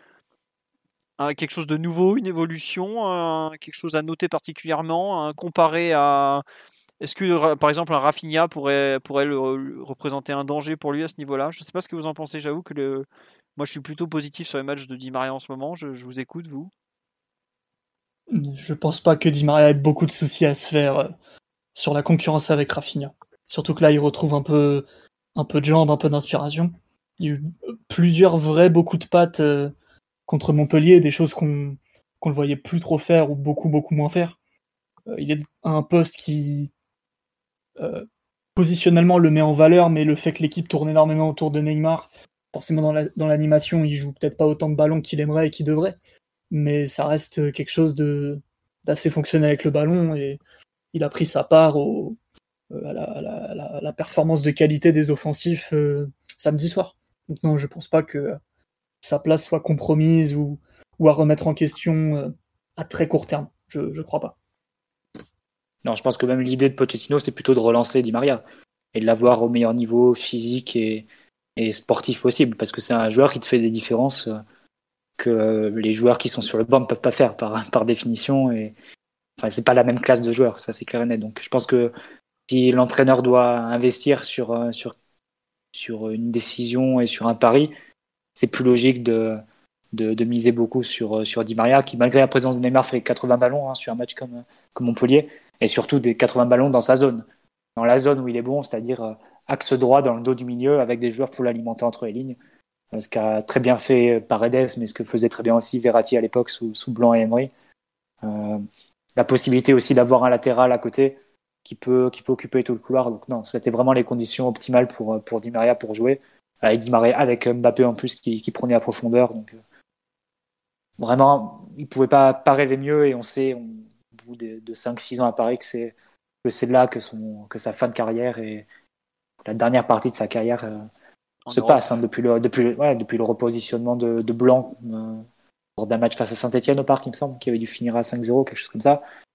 un, quelque chose de nouveau, une évolution, un, quelque chose à noter particulièrement, un, comparé à est-ce que par exemple un Rafinha pourrait pourrait le, le représenter un danger pour lui à ce niveau-là? Je sais pas ce que vous en pensez. J'avoue que le moi je suis plutôt positif sur les matchs de Di Maria en ce moment. Je, je vous écoute vous. Je pense pas que Di Maria ait beaucoup de soucis à se faire euh, sur la concurrence avec Rafinha. Surtout que là, il retrouve un peu, un peu de jambes, un peu d'inspiration. Il y a eu plusieurs vrais beaucoup de pattes euh, contre Montpellier, des choses qu'on qu'on le voyait plus trop faire ou beaucoup, beaucoup moins faire. Euh, il est à un poste qui, euh, positionnellement, le met en valeur, mais le fait que l'équipe tourne énormément autour de Neymar, forcément dans, la, dans l'animation, il joue peut-être pas autant de ballons qu'il aimerait et qu'il devrait. Mais ça reste quelque chose de, d'assez fonctionnel avec le ballon et il a pris sa part au, à, la, à, la, à, la, à la performance de qualité des offensifs euh, samedi soir. Donc non, je pense pas que sa place soit compromise ou, ou à remettre en question euh, à très court terme. Je, je crois pas. Non, je pense que même l'idée de Pochettino, c'est plutôt de relancer Di Maria et de l'avoir au meilleur niveau physique et, et sportif possible parce que c'est un joueur qui te fait des différences euh, que les joueurs qui sont sur le banc ne peuvent pas faire par, par définition. Et, enfin, c'est pas la même classe de joueurs, ça c'est clair et net. Donc je pense que si l'entraîneur doit investir sur, sur, sur une décision et sur un pari, c'est plus logique de, de, de miser beaucoup sur, sur Di Maria, qui malgré la présence de Neymar fait quatre-vingts ballons hein, sur un match comme, comme Montpellier, et surtout des quatre-vingts ballons dans sa zone. Dans la zone où il est bon, c'est-à-dire axe droit dans le dos du milieu avec des joueurs pour l'alimenter entre les lignes. Ce qu'a très bien fait Paredes, mais ce que faisait très bien aussi Verratti à l'époque sous, sous Blanc et Emery. Euh, la possibilité aussi d'avoir un latéral à côté qui peut, qui peut occuper tout le couloir. Donc non, c'était vraiment les conditions optimales pour, pour Di Maria pour jouer. Avec Di Maria, avec Mbappé en plus qui, qui prenait la profondeur. Donc, euh, vraiment, il ne pouvait pas, pas rêver mieux et on sait, on, au bout de, de cinq six ans à Paris, que c'est, que c'est là que, son, que sa fin de carrière et la dernière partie de sa carrière euh, se Europe. passe hein, depuis, le, depuis, le, ouais, depuis le repositionnement de, de Blanc euh, lors d'un match face à Saint-Etienne au Parc, il me semble, qui avait dû finir à cinq zéro, quelque chose comme ça.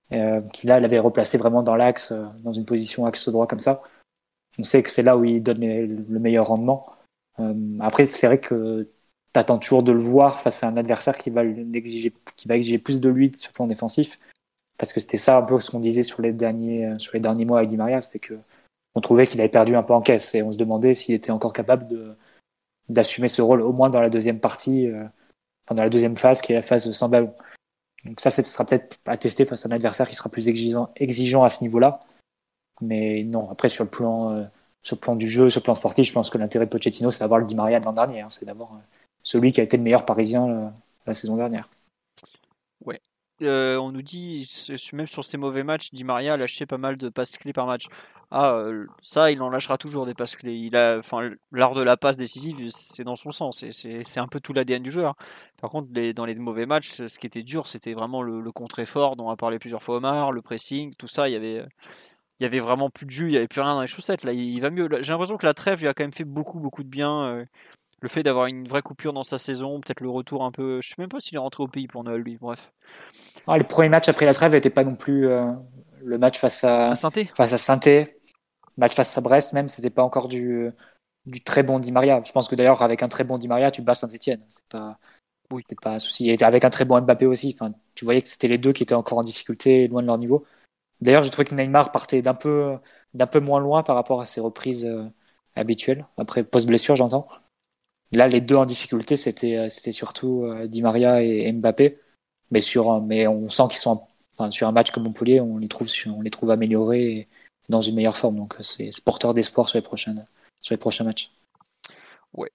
euh, qui là l'avait replacé vraiment dans l'axe, euh, dans une position axe droit comme ça. On sait que c'est là où il donne les, le meilleur rendement. Euh, après, c'est vrai que tu attends toujours de le voir face à un adversaire qui va, l'exiger, qui va exiger plus de lui sur le plan défensif. Parce que c'était ça un peu ce qu'on disait sur les derniers, sur les derniers mois avec Di Maria, c'est que on trouvait qu'il avait perdu un peu en caisse et on se demandait s'il était encore capable de, d'assumer ce rôle au moins dans la deuxième partie, euh, enfin dans la deuxième phase qui est la phase sans ballon. Donc ça, ce sera peut-être à tester face à un adversaire qui sera plus exigeant, exigeant à ce niveau-là. Mais non, après sur le plan, euh, sur le plan du jeu, sur le plan sportif, je pense que l'intérêt de Pochettino, c'est d'avoir le Di Maria de l'an dernier. Hein, c'est d'avoir euh, celui qui a été le meilleur Parisien euh, la saison dernière. Ouais. Euh, on nous dit, même sur ses mauvais matchs, Di Maria a lâché pas mal de passes clés par match. Ah, euh, ça, il en lâchera toujours des passes clés. Il a, enfin, l'art de la passe décisive, c'est dans son sens. C'est, c'est, c'est un peu tout l'A D N du joueur. Par contre, les, dans les mauvais matchs, ce qui était dur, c'était vraiment le, le contre-effort dont a parlé plusieurs fois Omar, le pressing, tout ça. Il y avait, il y avait vraiment plus de jus, il y avait plus rien dans les chaussettes. Là, il va mieux. J'ai l'impression que la trêve lui a quand même fait beaucoup, beaucoup de bien. Euh, le fait d'avoir une vraie coupure dans sa saison, peut-être le retour un peu. Je sais même pas s'il est rentré au pays pour Noël, lui. Bref. Ah, les premiers matchs après la trêve n'étaient pas non plus euh, le match face à, À Saint-Étienne. face à Saint-Étienne, match face à Brest même, c'était pas encore du, du très bon Di Maria. Je pense que d'ailleurs avec un très bon Di Maria, tu bats Saint-Étienne. C'est pas, oui. c'est pas un souci. Et avec un très bon Mbappé aussi. Enfin, tu voyais que c'était les deux qui étaient encore en difficulté, loin de leur niveau. D'ailleurs, j'ai trouvé que Neymar partait d'un peu, d'un peu moins loin par rapport à ses reprises euh, habituelles, après post-blessure, j'entends. Là, les deux en difficulté, c'était, c'était surtout euh, Di Maria et Mbappé. Mais, sur, mais on sent qu'ils sont, enfin, sur un match comme Montpellier, on les trouve, on les trouve améliorés et dans une meilleure forme. Donc, c'est, c'est porteur d'espoir sur les prochaines, sur les prochains matchs. Ouais.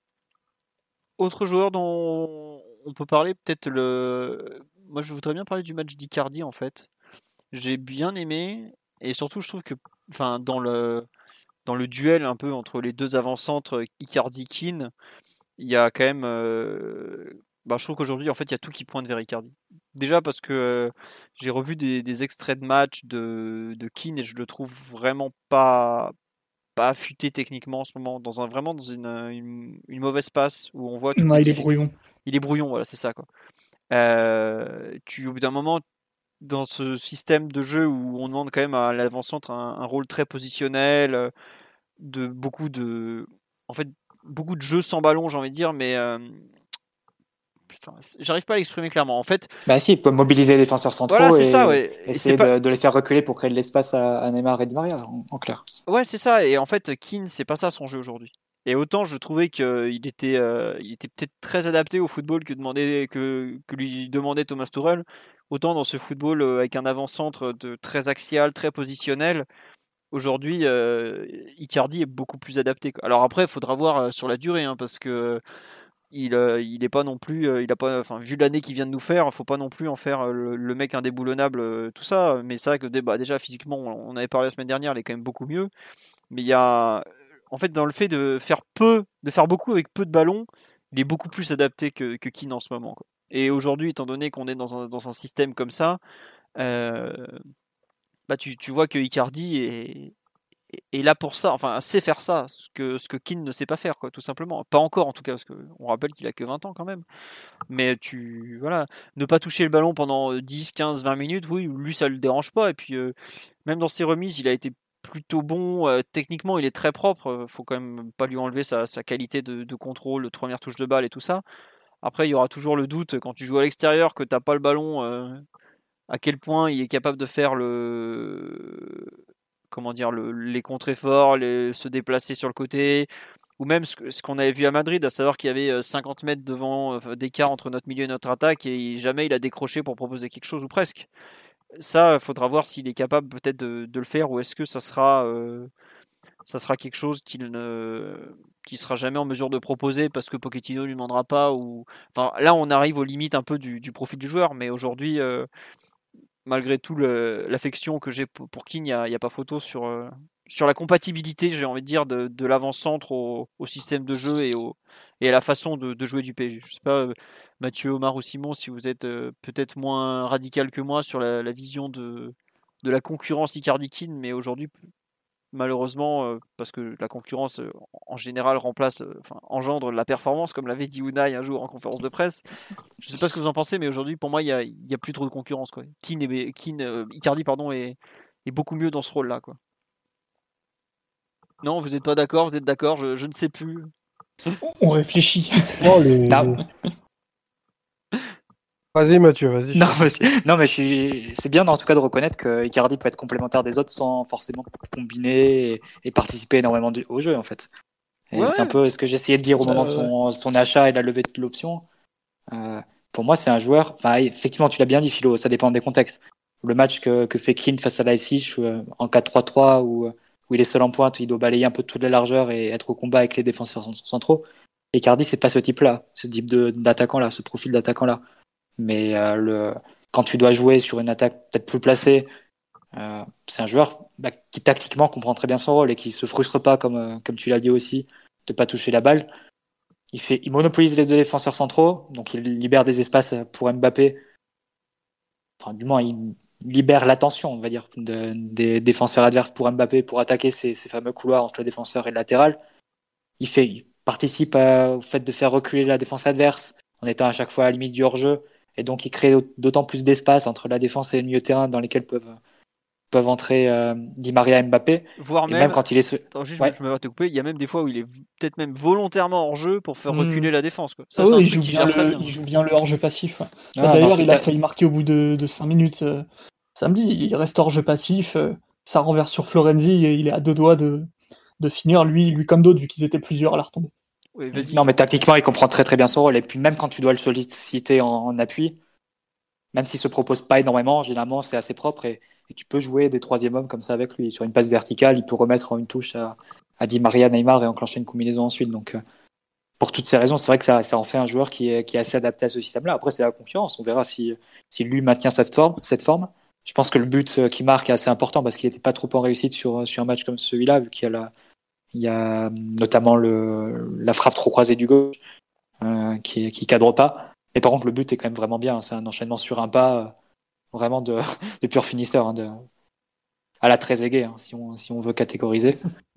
Autre joueur dont on peut parler, peut-être le. Moi, je voudrais bien parler du match d'Icardi en fait. J'ai bien aimé et surtout, je trouve que, enfin, dans le dans le duel un peu entre les deux avant-centres Icardi-Keane, il y a quand même. Euh... Bah, je trouve qu'aujourd'hui, en fait, il y a tout qui pointe vers Icardi. Déjà parce que euh, j'ai revu des, des extraits de match de, de Keane et je le trouve vraiment pas, pas affûté techniquement en ce moment. Dans un, vraiment dans une, une, une mauvaise passe où on voit toutes Non, les il est difficultés. brouillon. Il est brouillon, voilà, c'est ça quoi. Euh, tu, au bout d'un moment, dans ce système de jeu où on demande quand même à l'avant-centre un, un rôle très positionnel, de beaucoup de, en fait, beaucoup de jeux sans ballon, j'ai envie de dire, mais euh, enfin, j'arrive pas à l'exprimer clairement. En fait, bah si, il peut mobiliser les défenseurs centraux voilà, c'est et ça, ouais. Et essayer pas... de, de les faire reculer pour créer de l'espace à, à Neymar et Di Maria, en, en clair. Ouais, c'est ça. Et en fait, Keane, c'est pas ça son jeu aujourd'hui. Et autant je trouvais qu'il était, euh, il était peut-être très adapté au football que, demandait, que, que lui demandait Thomas Tuchel, autant dans ce football euh, avec un avant-centre de, très axial, très positionnel, aujourd'hui, euh, Icardi est beaucoup plus adapté. Alors après, il faudra voir euh, sur la durée, hein, parce que il, euh, il est pas non plus, euh, il a pas, enfin, vu l'année qu'il vient de nous faire, il faut pas non plus en faire euh, le, le mec indéboulonnable, euh, tout ça. Mais c'est vrai que bah, déjà physiquement, on avait parlé la semaine dernière, il est quand même beaucoup mieux. Mais il y a, en fait, dans le fait de faire peu, de faire beaucoup avec peu de ballons, il est beaucoup plus adapté que, que Keane en ce moment, quoi. Et aujourd'hui, étant donné qu'on est dans un, dans un système comme ça, euh, bah tu, tu vois que Icardi est, est là pour ça, enfin sait faire ça, ce que, ce que Keane ne sait pas faire, quoi, tout simplement. Pas encore en tout cas, parce qu'on rappelle qu'il a que vingt ans quand même. Mais tu, voilà, ne pas toucher le ballon pendant dix, quinze, vingt minutes, oui, lui ça le dérange pas. Et puis euh, même dans ses remises, il a été plutôt bon. Euh, techniquement, il est très propre. Faut quand même pas lui enlever sa, sa qualité de, de contrôle, de première touche de balle et tout ça. Après, il y aura toujours le doute quand tu joues à l'extérieur que t'as pas le ballon. Euh, à quel point il est capable de faire le comment dire le, les contre-efforts, les, se déplacer sur le côté, ou même ce, ce qu'on avait vu à Madrid, à savoir qu'il y avait cinquante mètres devant euh, d'écart entre notre milieu et notre attaque, et jamais il a décroché pour proposer quelque chose, ou presque. Ça, il faudra voir s'il est capable peut-être de, de le faire, ou est-ce que ça sera, euh, ça sera quelque chose qu'il ne qui sera jamais en mesure de proposer parce que Pochettino lui demandera pas. Ou enfin, là, on arrive aux limites un peu du, du profil du joueur, mais aujourd'hui, euh, malgré tout le, l'affection que j'ai pour, pour Keane, il n'y a, a, pas photo sur, euh, sur la compatibilité, j'ai envie de dire, de, de l'avant-centre au, au, système de jeu et, au, et à la façon de, de jouer du P S G. Je ne sais pas, euh, Mathieu, Omar ou Simon, si vous êtes euh, peut-être moins radical que moi sur la, la vision de, de la concurrence Icardi-Keane, mais aujourd'hui, malheureusement, euh, parce que la concurrence euh, en général remplace, euh, enfin, engendre la performance, comme l'avait dit Unai un jour en conférence de presse. Je sais pas ce que vous en pensez, mais aujourd'hui, pour moi, il y a, il y a plus trop de concurrence, quoi. Keane est, Keane, euh, Icardi, pardon, est, est beaucoup mieux dans ce rôle-là, quoi. Non, vous n'êtes pas d'accord, vous êtes d'accord, je, je ne sais plus. On réfléchit. Oh, les- Non. Vas-y Mathieu, vas-y. Non, mais, c'est- non, mais je suis... c'est bien en tout cas de reconnaître que Icardi peut être complémentaire des autres sans forcément combiner et, et participer énormément du- au jeu en fait. Et Ouais, c'est un ouais. peu ce que j'essayais de dire au Ouais, moment de son, son achat et de la levée de l'option. Euh, pour moi, c'est un joueur. Enfin, effectivement, tu l'as bien dit, Philo, ça dépend des contextes. Le match que, que fait Keane face à Leipzig euh, en quatre trois trois où, où il est seul en pointe, où il doit balayer un peu toute la largeur et être au combat avec les défenseurs cent- centraux. Icardi, c'est pas ce type-là, ce type de- d'attaquant-là, ce profil d'attaquant-là. Mais euh, le, quand tu dois jouer sur une attaque peut-être plus placée, euh, c'est un joueur bah, qui tactiquement comprend très bien son rôle et qui se frustre pas, comme, euh, comme tu l'as dit aussi, de pas toucher la balle. Il, fait, il monopolise les deux défenseurs centraux, donc il libère des espaces pour Mbappé. Enfin, du moins, il libère l'attention, on va dire, de- des défenseurs adverses pour Mbappé pour attaquer ces, ces fameux couloirs entre le défenseur et le latéral. Il, fait, il participe à- au fait de faire reculer la défense adverse en étant à chaque fois à la limite du hors-jeu. Et donc, il crée d'autant plus d'espace entre la défense et le milieu de terrain dans lesquels peuvent, peuvent entrer euh, Di Maria et Mbappé. Voire Et même même, quand il est. Se... attends, juste, je me Ouais. je me vais te couper, il y a même des fois où il est v- peut-être même volontairement hors jeu pour faire Mmh. reculer la défense, quoi. Ça, Ah c'est ouais, un il truc joue qu'il bien gère très le, bien. il joue bien le hors-jeu passif. Ouais. Ah, Bah, non, D'ailleurs, c'est il a ta- failli marquer au bout de, de cinq minutes euh, samedi. Il reste hors-jeu passif. euh, ça renverse sur Florenzi et il est à deux doigts de, de finir, lui, lui comme d'autres, vu qu'ils étaient plusieurs à la retomber. Oui, vas-y. Non, mais tactiquement, il comprend très très bien son rôle. Et puis, même quand tu dois le solliciter en, en appui, même s'il se propose pas énormément, généralement, c'est assez propre. Et, et tu peux jouer des troisième hommes comme ça avec lui. Sur une passe verticale, il peut remettre une touche à, à Di Maria, Neymar et enclencher une combinaison ensuite. Donc, euh, pour toutes ces raisons, c'est vrai que ça, ça en fait un joueur qui est, qui est assez adapté à ce système-là. Après, c'est la concurrence. On verra si, si lui maintient cette forme, cette forme. Je pense que le but qu'il marque est assez important parce qu'il n'était pas trop en réussite sur, sur un match comme celui-là, vu qu'il y a, la, il y a notamment le, la frappe trop croisée du gauche euh, qui ne cadre pas. Et par contre, le but est quand même vraiment bien. C'est un enchaînement sur un pas, euh, vraiment de, de pur finisseur, hein, de, à la Trezeguet, hein, si, on, si on veut catégoriser.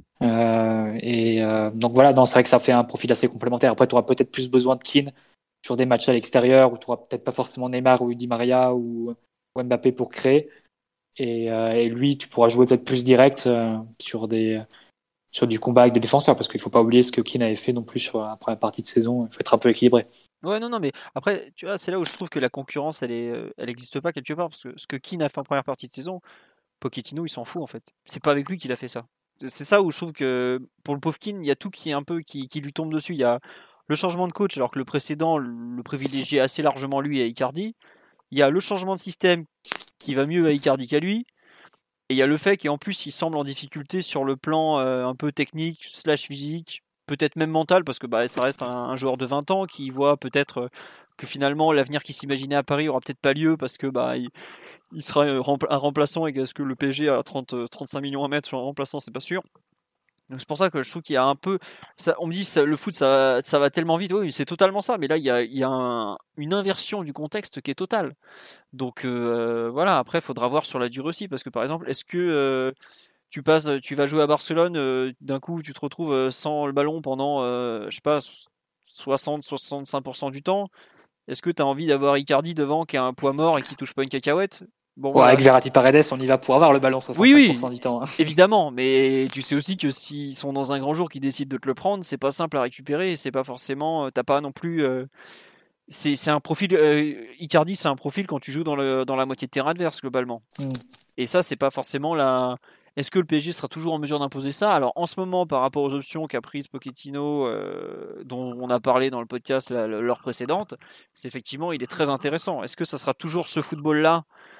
Euh, et euh, donc voilà, non, c'est vrai que ça fait un profil assez complémentaire. Après, tu auras peut-être plus besoin de Keane sur des matchs à l'extérieur où tu n'auras peut-être pas forcément Neymar ou Di Maria ou, ou Mbappé pour créer. Et, euh, et lui, tu pourras jouer peut-être plus direct euh, sur, des, sur du combat avec des défenseurs parce qu'il ne faut pas oublier ce que Keane avait fait non plus sur la première partie de saison. Il faut être un peu équilibré. Ouais, non, non, mais après, tu vois, c'est là où je trouve que la concurrence, elle est, euh, elle existe pas quelque part, parce que ce que Keane a fait en première partie de saison, Pochettino, il s'en fout en fait. C'est pas avec lui qu'il a fait ça. C'est ça où je trouve que pour le pauvre Keane, il y a tout qui est un peu qui, qui lui tombe dessus. Il y a le changement de coach, alors que le précédent le privilégiait assez largement lui et Icardi. Il y a le changement de système qui va mieux à Icardi qu'à lui. Et il y a le fait qu'en plus, il semble en difficulté sur le plan euh, un peu technique, slash physique, peut-être même mental, parce que bah, ça reste un, un joueur de vingt ans qui voit peut-être euh, que finalement l'avenir qu'il s'imaginait à Paris aura peut-être pas lieu parce que bah, il, il sera un remplaçant et qu'est-ce que le P S G a trente, trente-cinq millions à mettre sur un remplaçant, c'est pas sûr. Donc c'est pour ça que je trouve qu'il y a un peu. Ça, on me dit ça, le foot ça, ça va tellement vite, oui, c'est totalement ça, mais là il y a, il y a un, une inversion du contexte qui est totale. Donc euh, voilà, après il faudra voir sur la durée aussi, parce que par exemple, est-ce que euh, tu passes, tu vas jouer à Barcelone, euh, d'un coup tu te retrouves euh, sans le ballon pendant, euh, je sais pas, soixante à soixante-cinq pour cent du temps. Est-ce que tu as envie d'avoir Icardi devant qui a un poids mort et qui touche pas une cacahuète? Bon, Ouais, voilà. avec Verratti Paredes, on y va pour avoir le ballon Oui, soixante-cinq pour cent oui, du temps. Hein. évidemment, mais tu sais aussi que s'ils sont dans un grand jour qui décident de te le prendre, c'est pas simple à récupérer, et c'est pas forcément, t'as pas non plus, euh, c'est c'est un profil, euh, Icardi, c'est un profil quand tu joues dans le dans la moitié de terrain adverse globalement. Mm. Et ça, c'est pas forcément la. Est-ce que le P S G sera toujours en mesure d'imposer ça? Alors en ce moment, par rapport aux options qu'a prises Pochettino, euh, dont on a parlé dans le podcast la- la- l'heure précédente, c'est effectivement, il est très intéressant. Est-ce que ça sera toujours ce football-là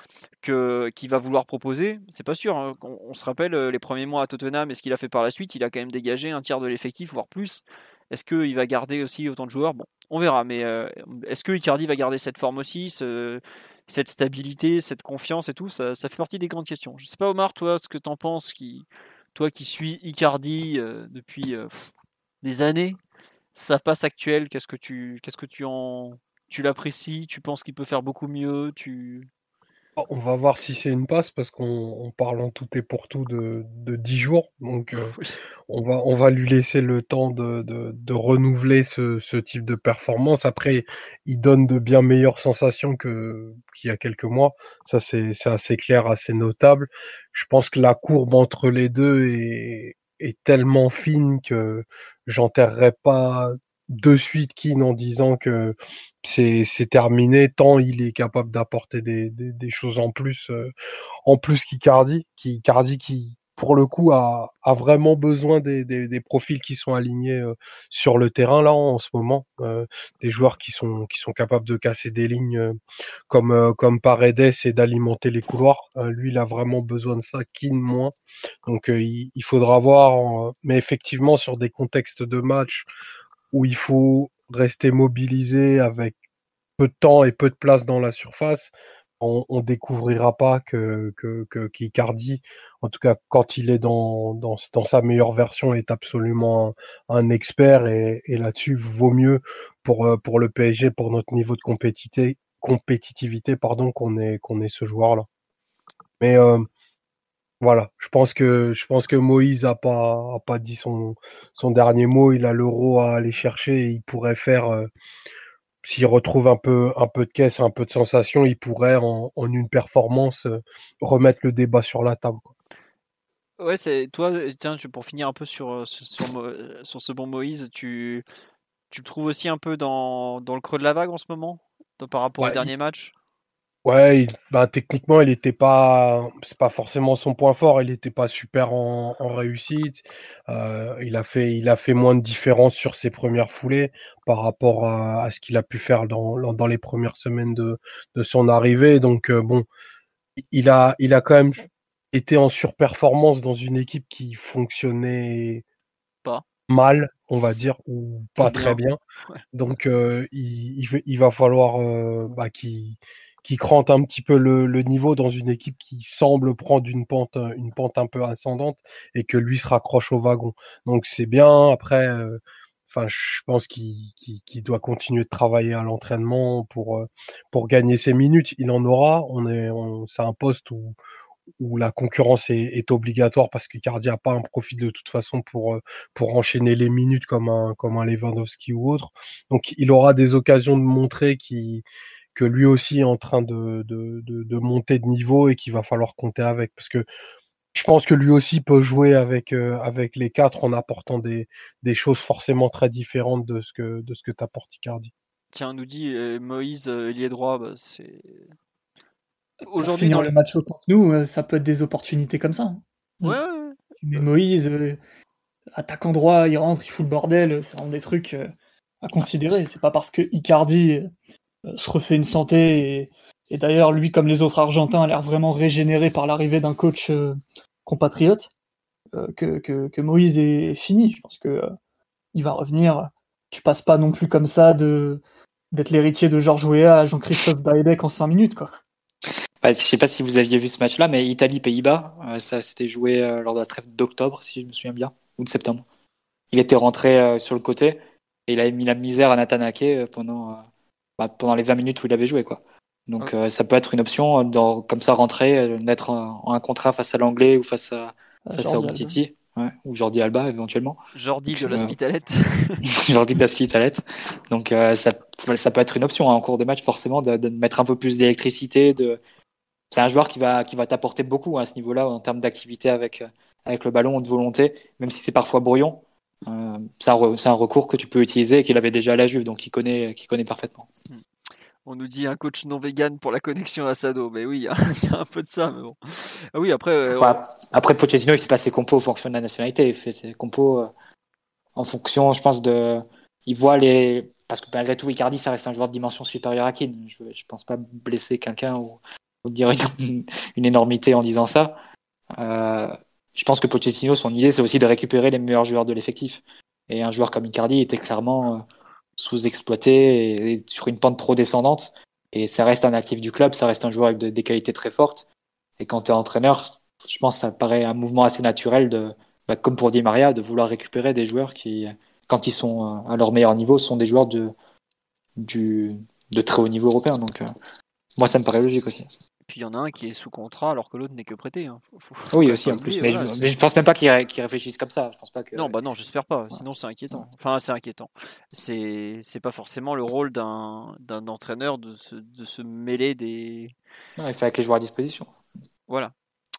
que qu'il va vouloir proposer? C'est pas sûr. Hein. On, on se rappelle euh, les premiers mois à Tottenham et ce qu'il a fait par la suite. Il a quand même dégagé un tiers de l'effectif, voire plus. Est-ce qu'il va garder aussi autant de joueurs? Bon, on verra. Mais euh, est-ce que Icardi va garder cette forme aussi, ce- cette stabilité, cette confiance et tout? Ça, ça fait partie des grandes questions. Je sais pas, Omar, toi, ce que t'en penses, qui, toi qui suis Icardi euh, depuis euh, pff, des années, sa passe actuelle, qu'est-ce que tu, qu'est-ce que tu en, tu l'apprécies? Tu penses qu'il peut faire beaucoup mieux? Tu On va voir si c'est une passe parce qu'on on parle en tout et pour tout de, de dix jours. Donc, euh, Oui. on va, on va lui laisser le temps de, de, de renouveler ce, ce type de performance. Après, il donne de bien meilleures sensations que, qu'il y a quelques mois. Ça, c'est, c'est assez clair, assez notable. Je pense que la courbe entre les deux est, est tellement fine que j'enterrerai pas de suite Keane en disant que c'est c'est terminé tant il est capable d'apporter des, des, des choses en plus euh, en plus qu'Icardi qui Icardi qui pour le coup a, a vraiment besoin des, des, des profils qui sont alignés euh, sur le terrain là en, ce moment euh, des joueurs qui sont qui sont capables de casser des lignes euh, comme euh, comme Paredes et d'alimenter les couloirs. Euh, lui il a vraiment besoin de ça, Keane moins. Donc euh, il, il faudra voir euh, mais effectivement sur des contextes de match où il faut rester mobilisé avec peu de temps et peu de place dans la surface, on, on découvrira pas que, que, que qu'Icardi, en tout cas quand il est dans, dans, dans sa meilleure version, est absolument un, un expert et, et là-dessus vaut mieux pour, euh, pour le P S G, pour notre niveau de compétitivité, compétitivité pardon, qu'on ait, qu'on ait ce joueur-là. Mais euh, voilà, je pense que je pense que Moïse a pas a pas dit son son dernier mot. Il a l'Euro à aller chercher et il pourrait faire euh, s'il retrouve un peu un peu de caisse, un peu de sensation, il pourrait en, en une performance euh, remettre le débat sur la table, quoi. Ouais, c'est toi, euh, tiens, tu- pour finir un peu sur, euh, sur, sur Mo- euh, sur ce bon Moïse, tu, tu le trouves aussi un peu dans, dans le creux de la vague en ce moment, dans- par rapport au Ouais, dernier match? Ouais, il- ben, techniquement, il était pas, c'est pas forcément son point fort. Il était pas super en, en réussite. Euh, il a fait, il a fait moins de différence sur ses premières foulées par rapport à, à ce qu'il a pu faire dans, dans les premières semaines de, de son arrivée. Donc euh, bon, il a, il a quand même été en surperformance dans une équipe qui fonctionnait Pas. mal, on va dire, ou Ou pas très bien. bien. Ouais. Donc, euh, il, il, va- il va falloir euh, bah, qu'il qu'il crante un petit peu le, le niveau dans une équipe qui semble prendre une pente, euh, une pente un peu ascendante et que lui se raccroche au wagon. Donc, c'est bien. Après, euh, enfin, je pense qu'il qu'il, qu'il doit continuer de travailler à l'entraînement pour, euh, pour gagner ses minutes. Il en aura. On est, on, c'est un poste où où la concurrence est, est obligatoire parce qu'Icardi n'a pas un profil de toute façon pour, euh, pour enchaîner les minutes comme un, comme un Lewandowski ou autre. Donc il aura des occasions de montrer qu'il, que lui aussi est en train de, de, de, de monter de niveau et qu'il va falloir compter avec. Parce que je pense que lui aussi peut jouer avec, euh, avec les quatre en apportant des, des choses forcément très différentes de ce que, de ce que t'apporte Icardi. Tiens, on nous dit euh, Moïse, euh, ailier droit, bah, c'est Pour aujourd'hui finir dans le. le match contre nous, euh, ça peut être des opportunités comme ça, hein. Mm. Ouais, ouais, ouais. Tu mets Euh, Moïse, euh, attaquant droit, il rentre, il fout le bordel, euh, c'est vraiment des trucs euh, à considérer. C'est pas parce que Icardi euh, se refait une santé et, et d'ailleurs lui comme les autres Argentins a l'air vraiment régénéré par l'arrivée d'un coach euh, compatriote euh, que, que, que Moïse est fini. Je pense que euh, il va revenir. Tu passes pas non plus comme ça de d'être l'héritier de Georges Weah à Jean-Christophe Baebek en cinq minutes, quoi. Bah, je sais pas si vous aviez vu ce match-là, mais Italie-Pays-Bas, euh, ça s'était joué euh, lors de la trêve d'octobre, si je me souviens bien, ou de septembre. Il était rentré euh, sur le côté et il avait mis la misère à Nathan Ake euh, pendant, euh, bah, pendant les vingt minutes où il avait joué, quoi. oh, Donc euh, ça peut être une option, euh, dans, comme ça, rentrer, euh, d'être en, en un contrat face à l'anglais ou face à, Euh, face à Jordi Alba. Umtiti, ouais, ou Jordi Alba éventuellement. Jordi de Donc, euh, l'Hospitalet. Jordi Daspitalet. Donc euh, ça, ça peut être une option hein, en cours de match, forcément, de, de mettre un peu plus d'électricité, de c'est un joueur qui va, qui va t'apporter beaucoup hein, à ce niveau-là en termes d'activité avec, euh, avec le ballon, de volonté, même si c'est parfois brouillon. Euh, c'est, un re- c'est un recours que tu peux utiliser et qu'il avait déjà à la Juve, donc il connaît, qu'il connaît parfaitement. On nous dit un coach non vegan pour la connexion à Sado. Mais oui, il y, a il y a un peu de ça. Mais bon. Ah oui, après, euh, on- Enfin, après, Pochettino, il fait pas ses compos en fonction de la nationalité. Il fait ses compos euh, en fonction, je pense, de. Il voit les. Parce que malgré tout, Icardi, ça reste un joueur de dimension supérieure à Keane. Je ne pense pas blesser quelqu'un ou, ou dire une, une énormité en disant ça. Euh, je pense que Pochettino, son idée, c'est aussi de récupérer les meilleurs joueurs de l'effectif. Et un joueur comme Icardi était clairement euh, sous-exploité et, et sur une pente trop descendante. Et ça reste un actif du club, ça reste un joueur avec de- des qualités très fortes. Et quand tu es entraîneur, je pense que ça paraît un mouvement assez naturel, de, bah, comme pour Di Maria, de vouloir récupérer des joueurs qui, quand ils sont euh, à leur meilleur niveau, sont des joueurs de, du, de très haut niveau européen. Donc, euh, moi, ça me paraît logique aussi. Puis il y en a un qui est sous contrat alors que l'autre n'est que prêté. Hein. Faut, faut, faut Oui, quand même aussi pas en plus. l'oublier. Mais, Voilà, je, c'est- mais je pense même pas qu'ils ré- qu'ils réfléchissent comme ça. Je pense pas que. Non, bah non, j'espère pas. Ouais. Sinon, c'est inquiétant. Enfin, c'est inquiétant. C'est, c'est pas forcément le rôle d'un, d'un entraîneur de se, de se mêler des. Non, il fait avec les joueurs à disposition. Voilà.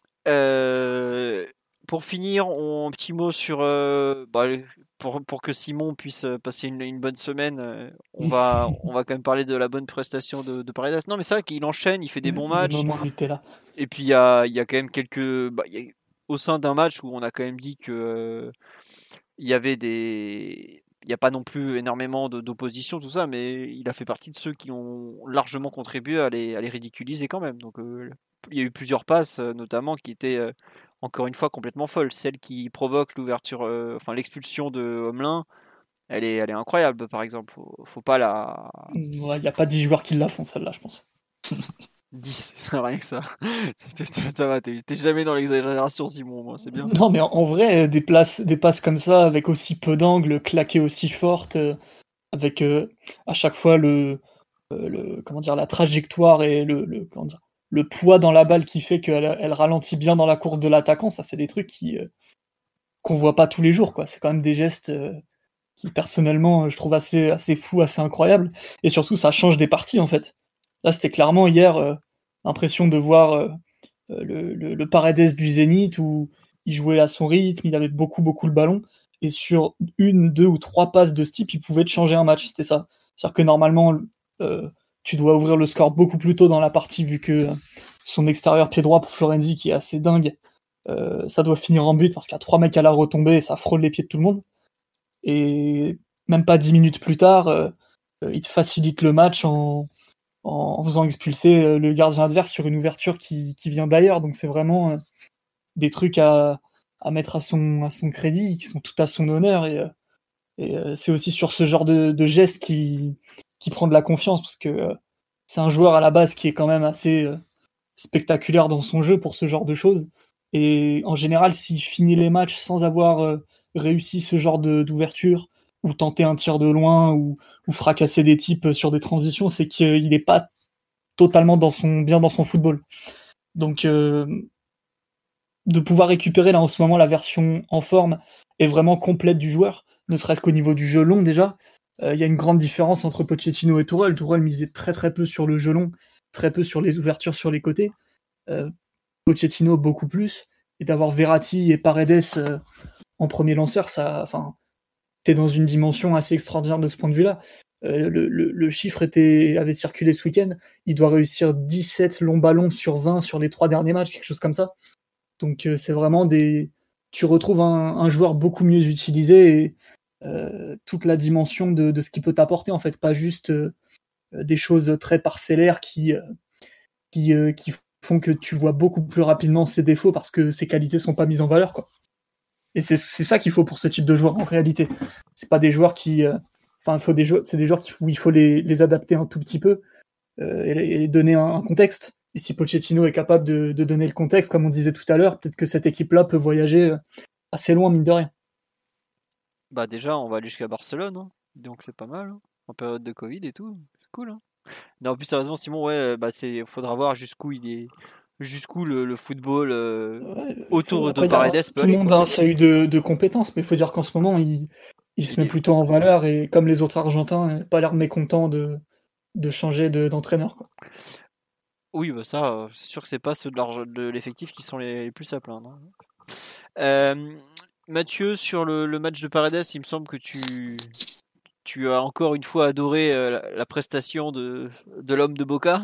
Euh, pour finir, on, un petit mot sur. euh, bah, pour, pour que Simon puisse euh, passer une, une bonne semaine, euh, on, va, on va quand même parler de la bonne prestation de, de Paredes. Non, mais c'est vrai qu'il enchaîne, il fait des bons Le matchs. moment où il était là. Et puis il y a, il y a quand même quelques. Bah, il y a- au sein d'un match où on a quand même dit que euh, il y avait des. Il n'y a pas non plus énormément de- d'opposition, tout ça, mais il a fait partie de ceux qui ont largement contribué à les, à les ridiculiser quand même. Donc euh, il y a eu plusieurs passes, euh, notamment, qui étaient euh, encore une fois complètement folles. Celle qui provoque l'ouverture, euh, enfin l'expulsion de Homelin, elle est, elle est incroyable, par exemple. Faut, faut pas la. Ouais, il n'y a pas dix joueurs qui la font, celle-là, je pense. dix, c'est rien que ça. C'est- c'est- Ça va, t'es t'es jamais dans l'exagération, Simon, moi, c'est bien. Non, mais en, en vrai, des, places, des passes comme ça, avec aussi peu d'angles, claquées aussi fortes, euh, avec euh, à chaque fois le, euh, le- comment dire, la trajectoire et le, le, comment dire, le poids dans la balle qui fait qu'elle elle ralentit bien dans la course de l'attaquant, ça, c'est des trucs qui, euh, qu'on voit pas tous les jours, quoi. C'est quand même des gestes euh, qui, personnellement, euh, je trouve assez, assez fous, assez incroyables. Et surtout, ça change des parties, en fait. Là, c'était clairement hier euh, l'impression de voir euh, euh, le, le, le Paredes du Zénith où il jouait à son rythme, il avait beaucoup, beaucoup le ballon. Et sur une, deux ou trois passes de ce type, il pouvait te changer un match. C'était ça. C'est-à-dire que normalement, euh, tu dois ouvrir le score beaucoup plus tôt dans la partie vu que euh, son extérieur pied droit pour Florenzi qui est assez dingue, euh, ça doit finir en but parce qu'il y a trois mecs à la retombée et ça frôle les pieds de tout le monde. Et même pas dix minutes plus tard, euh, euh, il te facilite le match en, en, en faisant expulser euh, le gardien adverse sur une ouverture qui, qui vient d'ailleurs. Donc c'est vraiment euh, des trucs à, à mettre à son, à son crédit, qui sont tout à son honneur. Et, euh, et euh, c'est aussi sur ce genre de, de geste qui, qui prend de la confiance parce que euh, c'est un joueur à la base qui est quand même assez euh, spectaculaire dans son jeu pour ce genre de choses. Et en général, s'il finit les matchs sans avoir euh, réussi ce genre de, d'ouverture, ou tenter un tir de loin, ou, ou fracasser des types sur des transitions, c'est qu'il n'est pas totalement dans son, bien dans son football. Donc, euh, de pouvoir récupérer là en ce moment la version en forme et vraiment complète du joueur, ne serait-ce qu'au niveau du jeu long déjà, il euh, y a une grande différence entre Pochettino et Tourelle. Tourelle misait très très peu sur le jeu long, très peu sur les ouvertures sur les côtés. Euh, Pochettino beaucoup plus. Et d'avoir Verratti et Paredes euh, en premier lanceur, ça, enfin, t'es dans une dimension assez extraordinaire de ce point de vue-là. Euh, le, le, le chiffre était, avait circulé ce week-end. Il doit réussir dix-sept longs ballons sur vingt sur les trois derniers matchs, quelque chose comme ça. Donc euh, c'est vraiment des. Tu retrouves un, un joueur beaucoup mieux utilisé et euh, toute la dimension de, de ce qu'il peut t'apporter, en fait, pas juste euh, des choses très parcellaires qui, euh, qui, euh, qui font que tu vois beaucoup plus rapidement ses défauts parce que ses qualités sont pas mises en valeur, quoi. Et c'est, c'est ça qu'il faut pour ce type de joueur en réalité. C'est pas des joueurs qui. euh, Enfin, faut des joueurs, c'est des joueurs qui, où il faut les, les adapter un tout petit peu euh, et, et donner un, un contexte. Et si Pochettino est capable de, de donner le contexte, comme on disait tout à l'heure, peut-être que cette équipe-là peut voyager assez loin, mine de rien. Bah déjà, on va aller jusqu'à Barcelone, hein. Donc c'est pas mal, hein. En période de Covid et tout, c'est cool. Hein. Non, plus sérieusement, Simon, ouais, bah c'est, faudra voir jusqu'où il est, jusqu'où le, le football euh, Ouais, autour faut, de après, y a, Paredes peut tout le aller, monde quoi. a un seuil de, de compétences, mais il faut dire qu'en ce moment, il, il se Il met est- plutôt en valeur et comme les autres Argentins, il n'a pas l'air mécontent de, de changer de, d'entraîneur, quoi. Oui, bah ça, euh, c'est sûr que c'est pas ceux de, l'argent- de l'effectif qui sont les, les plus à plaindre. Hein. Euh, Mathieu, sur le, le match de Paredes, il me semble que tu, tu as encore une fois adoré euh, la, la prestation de, de l'homme de Boca.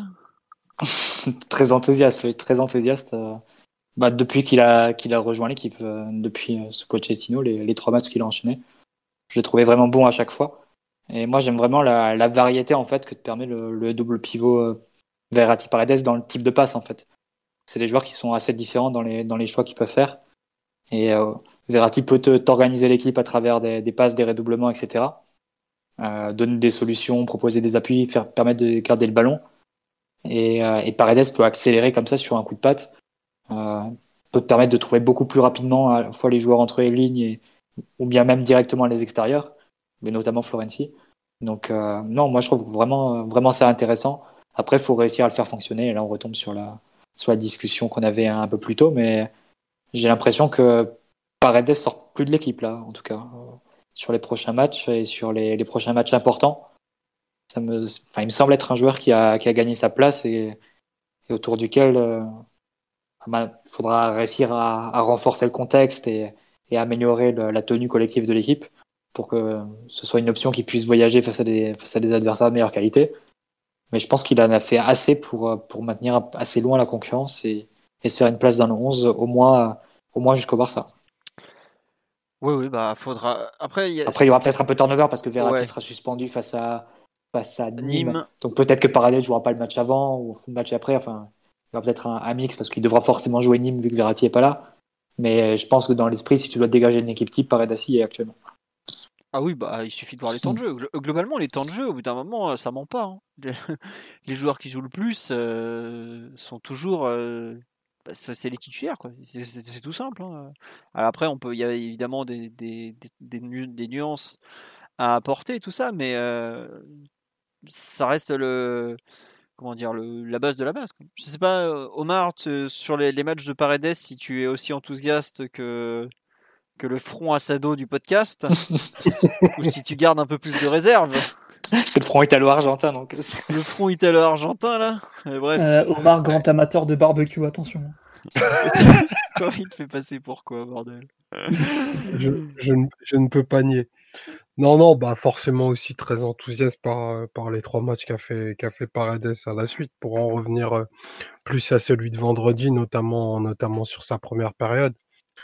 Très enthousiaste, oui, très enthousiaste. euh, Bah, depuis qu'il a, qu'il a rejoint l'équipe, euh, depuis euh, ce Pochettino, les, les trois matchs qu'il a enchaînés, je l'ai trouvé vraiment bon à chaque fois. Et moi, j'aime vraiment la, la variété en fait que te permet le, le double pivot euh, Verratti-Paredes dans le type de passe en fait. C'est des joueurs qui sont assez différents dans les, dans les choix qu'ils peuvent faire. Et euh, Verratti peut te, t'organiser l'équipe à travers des, des passes, des redoublements, et cetera. Euh, donner des solutions, proposer des appuis, faire, permettre de garder le ballon. Et, euh, et Paredes peut accélérer comme ça sur un coup de patte. Euh, peut te permettre de trouver beaucoup plus rapidement à la fois les joueurs entre les lignes et, ou bien même directement les extérieurs, mais notamment Florenzi. Donc euh, non, moi je trouve vraiment, vraiment ça intéressant. Après, il faut réussir à le faire fonctionner et là on retombe sur la, sur la discussion qu'on avait un peu plus tôt, mais j'ai l'impression que Paredes sort plus de l'équipe là, en tout cas, euh, sur les prochains matchs et sur les, les prochains matchs importants. Ça me, enfin, il me semble être un joueur qui a, qui a gagné sa place et, et autour duquel euh, il faudra réussir à, à renforcer le contexte et, et améliorer le, la tenue collective de l'équipe pour que ce soit une option qui puisse voyager face à des, face à des adversaires de meilleure qualité. Mais je pense qu'il en a fait assez pour, pour maintenir assez loin la concurrence et, et se faire une place dans le onze, au moins, au moins jusqu'au Barça. Oui, oui, bah faudra. Après, il y, a... Après, il y aura peut-être un peu de turnover parce que Verratti ouais. sera suspendu face à, face à Nîmes. Nîmes. Donc peut-être que Paredes ne jouera pas le match avant ou le match après. Enfin, il y aura peut-être un, un mix parce qu'il devra forcément jouer Nîmes vu que Verratti n'est pas là. Mais je pense que dans l'esprit, si tu dois dégager une équipe type, Paredes y est actuellement. Ah oui, bah il suffit de voir les temps de jeu. Globalement, les temps de jeu, au bout d'un moment, ça ment pas. Hein. Les, les joueurs qui jouent le plus euh, sont toujours. Euh, bah, c'est les titulaires, quoi. C'est, c'est, c'est tout simple. Hein. Alors après, on peut, il y a évidemment des, des, des, des, des nuances à apporter, tout ça, mais euh, ça reste le. Comment dire, le, la base de la base. Quoi. Je sais pas, Omar, tu, sur les, les matchs de Paredes, si tu es aussi enthousiaste que, que le front Assado du podcast, ou si tu gardes un peu plus de réserve. C'est le front italo-argentin, donc. Le front italo-argentin, là. Et bref. Euh, Omar, grand amateur de barbecue, attention. Quoi, il te fait passer pour quoi, bordel? je, je, ne, je ne peux pas nier. Non, non, bah forcément aussi très enthousiaste par, par les trois matchs qu'a fait, qu'a fait Paredes à la suite, pour en revenir plus à celui de vendredi, notamment, notamment sur sa première période.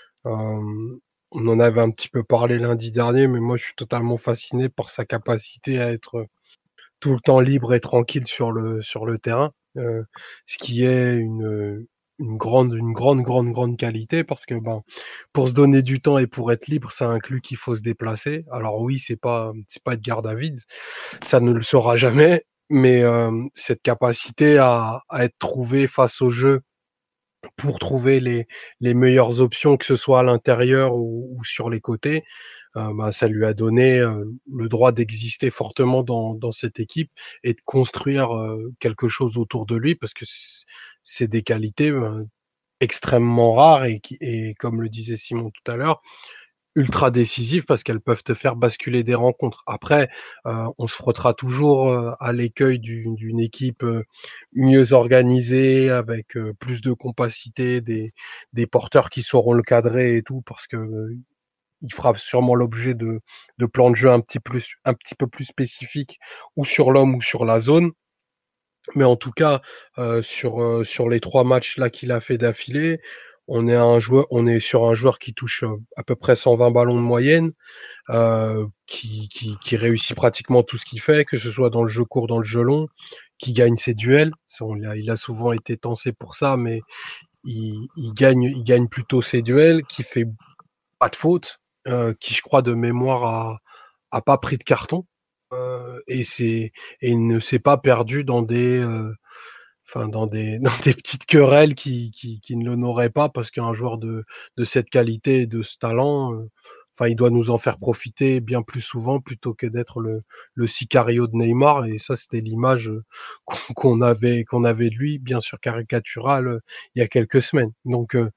Euh, on en avait un petit peu parlé lundi dernier, mais moi je suis totalement fasciné par sa capacité à être tout le temps libre et tranquille sur le, sur le terrain, euh, ce qui est une, une grande, une grande, grande, grande qualité parce que ben, pour se donner du temps et pour être libre, ça inclut qu'il faut se déplacer. Alors oui, c'est pas, c'est pas Edgar Davids, ça ne le sera jamais, mais euh, cette capacité à, à être trouvé face au jeu pour trouver les, les meilleures options, que ce soit à l'intérieur ou, ou sur les côtés, euh, bah, ça lui a donné euh, le droit d'exister fortement dans, dans cette équipe et de construire euh, quelque chose autour de lui, parce que c'est des qualités euh, extrêmement rares et, qui, et comme le disait Simon tout à l'heure, ultra décisives parce qu'elles peuvent te faire basculer des rencontres. Après, euh, on se frottera toujours euh, à l'écueil d'une, d'une équipe euh, mieux organisée, avec euh, plus de compacité, des, des porteurs qui sauront le cadrer et tout, parce que euh, il fera sûrement l'objet de, de plans de jeu un petit, plus, un petit peu plus spécifiques, ou sur l'homme ou sur la zone. Mais en tout cas, euh, sur, euh, sur les trois matchs là qu'il a fait d'affilée, on est, un joueur, on est sur un joueur qui touche à peu près cent vingt ballons de moyenne, euh, qui, qui, qui réussit pratiquement tout ce qu'il fait, que ce soit dans le jeu court, dans le jeu long, qui gagne ses duels. Ça, on a, il a souvent été tensé pour ça, mais il, il, gagne, il gagne plutôt ses duels, qui fait pas de faute, euh, qui, je crois, de mémoire, a, a pas pris de carton. Euh, et, c'est, et ne s'est pas perdu dans des... Euh, Enfin, dans des, dans des petites querelles qui, qui, qui ne l'honoraient pas, parce qu'un joueur de, de cette qualité et de ce talent, euh, enfin, il doit nous en faire profiter bien plus souvent plutôt que d'être le, le sicario de Neymar. Et ça, c'était l'image qu'on, qu'on avait, qu'on avait de lui, bien sûr caricaturale, euh, il y a quelques semaines. Donc, euh,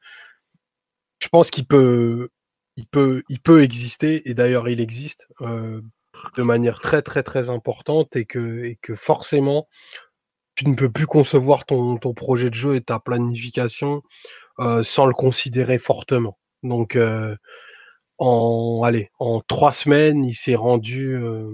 je pense qu'il peut, il peut, il peut exister, et d'ailleurs, il existe, euh, de manière très, très, très importante, et que, et que forcément, tu ne peux plus concevoir ton, ton projet de jeu et ta planification euh, sans le considérer fortement. Donc, euh, en, allez, en trois semaines, il s'est rendu euh,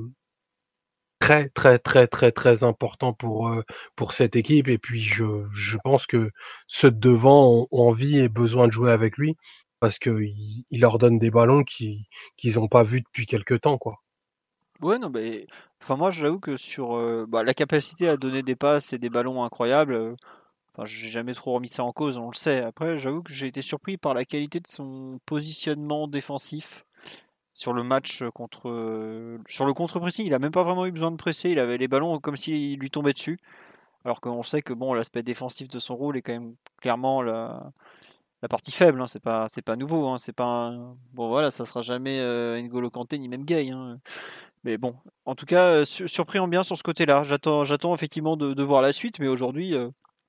très, très, très, très, très important pour, euh, pour cette équipe. Et puis, je, je pense que ceux de devant ont, ont envie et besoin de jouer avec lui, parce qu'il il leur donne des ballons qu'ils qu'ils n'ont pas vus depuis quelques temps, quoi. Ouais, non, mais enfin moi, j'avoue que sur euh, bah, la capacité à donner des passes et des ballons incroyables, euh, enfin, j'ai jamais trop remis ça en cause, on le sait. Après, j'avoue que j'ai été surpris par la qualité de son positionnement défensif sur le match contre, euh, sur le contre-pressing. Il a même pas vraiment eu besoin de presser. Il avait les ballons comme s'ils lui tombaient dessus. Alors qu'on sait que bon, l'aspect défensif de son rôle est quand même clairement la, la partie faible. Hein. C'est pas, c'est pas nouveau. Hein. C'est pas un... bon, voilà, ça sera jamais euh, N'Golo Kanté ni même Gay. Hein. Mais bon, en tout cas, euh, surpris en bien sur ce côté-là. J'attends, j'attends effectivement de, de voir la suite, mais aujourd'hui, euh,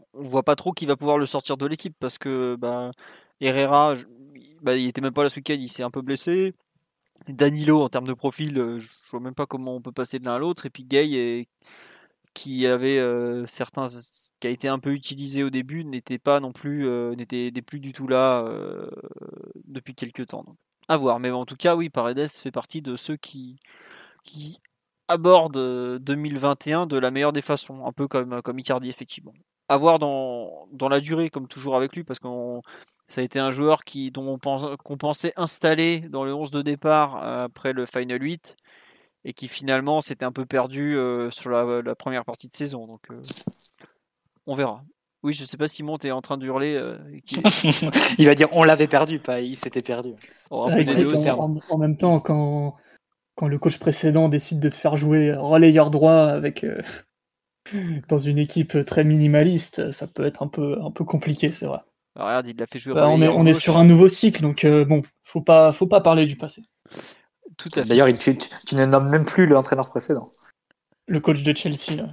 on voit pas trop qui va pouvoir le sortir de l'équipe parce que bah, Herrera, je- bah, il était même pas là ce week-end, il s'est un peu blessé. Danilo, en termes de profil, euh, je vois même pas comment on peut passer de l'un à l'autre. Et puis Gay, est- qui avait euh, certains, qui a été un peu utilisé au début, n'était pas non plus, euh, n'était n'est plus du tout là euh, depuis quelques temps. Donc, à voir. Mais en tout cas, oui, Paredes fait partie de ceux qui, qui abordent euh, deux mille vingt et un de la meilleure des façons, un peu comme, comme Icardi, effectivement. À voir dans, dans la durée, comme toujours avec lui, parce que ça a été un joueur qui, dont on pense, qu'on pensait installé dans le onze de départ euh, après le Final huit, et qui finalement s'était un peu perdu euh, sur la, la première partie de saison. Donc euh, on verra. Oui, je sais pas, Simon, tu es en train d'hurler. Euh, qui... Il va dire on l'avait perdu, pas il s'était perdu. Oh, un Ah, peu des deux écoute, aussi. en, en- en même temps, quand, quand le coach précédent décide de te faire jouer relayeur droit avec euh, dans une équipe très minimaliste, ça peut être un peu, un peu compliqué, c'est vrai. Alors, regarde, il l'a fait jouer Bah, on est, relayeur on est gauche. sur un nouveau cycle, donc euh, bon, faut pas, faut pas parler du passé. Tout à fait. D'ailleurs, il- tu, tu ne nommes même plus l'entraîneur précédent. Le coach de Chelsea, là.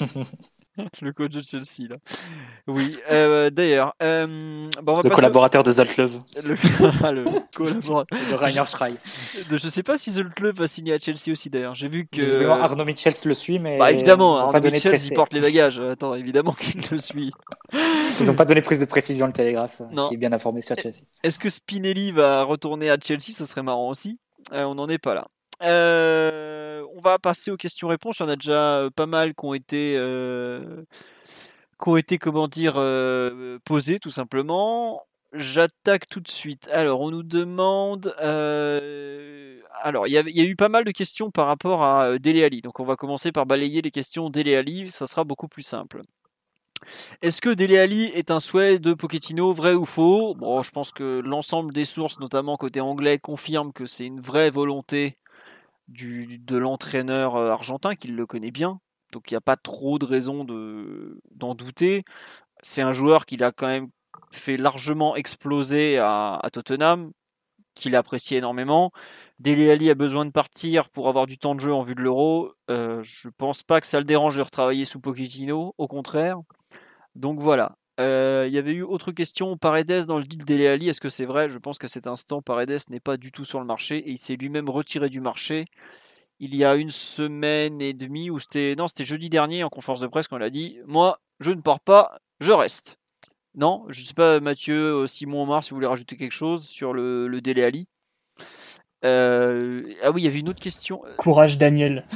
Le coach de Chelsea, là. Oui, euh, d'ailleurs. Euh, bah, on va Le passer collaborateur de Zaltlöv, au- Le, le collaborateur. de Rainer Schrei. De- Je sais pas si The Club va signer à Chelsea aussi, d'ailleurs. J'ai vu que. Visiblement, Arnaud Michels le suit, mais Bah évidemment, ils n'ont Arnaud pas donné de Michels, il précis. porte les bagages. Attends, évidemment qu'il le suit. Ils n'ont pas donné prise de précision, le Télégraphe, Non. qui est bien informé sur Chelsea. Est-ce que Spinelli va retourner à Chelsea? Ce serait marrant aussi. Euh, on n'en est pas là. Euh, on va passer aux questions-réponses. Il y en a déjà euh, pas mal qui ont été, euh, qui ont été comment dire, euh, posées tout simplement. J'attaque tout de suite. Alors, on nous demande. euh, Alors, il y, a- il y a eu pas mal de questions par rapport à euh, Dele Alli. Donc, on va commencer par balayer les questions Dele Alli. Ça sera beaucoup plus simple. Est-ce que Dele Alli est un souhait de Pochettino, vrai ou faux? Bon, je pense que l'ensemble des sources, notamment côté anglais, confirment que c'est une vraie volonté du, de l'entraîneur euh, argentin, qu'il le connaît bien. Donc il n'y a pas trop de raison de, d'en douter. C'est un joueur qu'il a quand même fait largement exploser à, à Tottenham, qu'il apprécie énormément. Dele Alli a besoin de partir pour avoir du temps de jeu en vue de l'Euro. Euh, je pense pas que ça le dérange de retravailler sous Pochettino, au contraire. Donc voilà. Euh, Il y avait eu autre question, Paredes dans le deal Dele Alli, est-ce que c'est vrai? Je pense qu'à cet instant, Paredes n'est pas du tout sur le marché et il s'est lui-même retiré du marché il y a une semaine et demie, ou c'était non, c'était jeudi dernier en conférence de presse qu'on l'a dit. Moi, je ne pars pas, je reste. Non, je ne sais pas, Mathieu, Simon, Omar, si vous voulez rajouter quelque chose sur le, le Dele Alli. Euh, ah oui, il y avait une autre question. Courage, Daniel.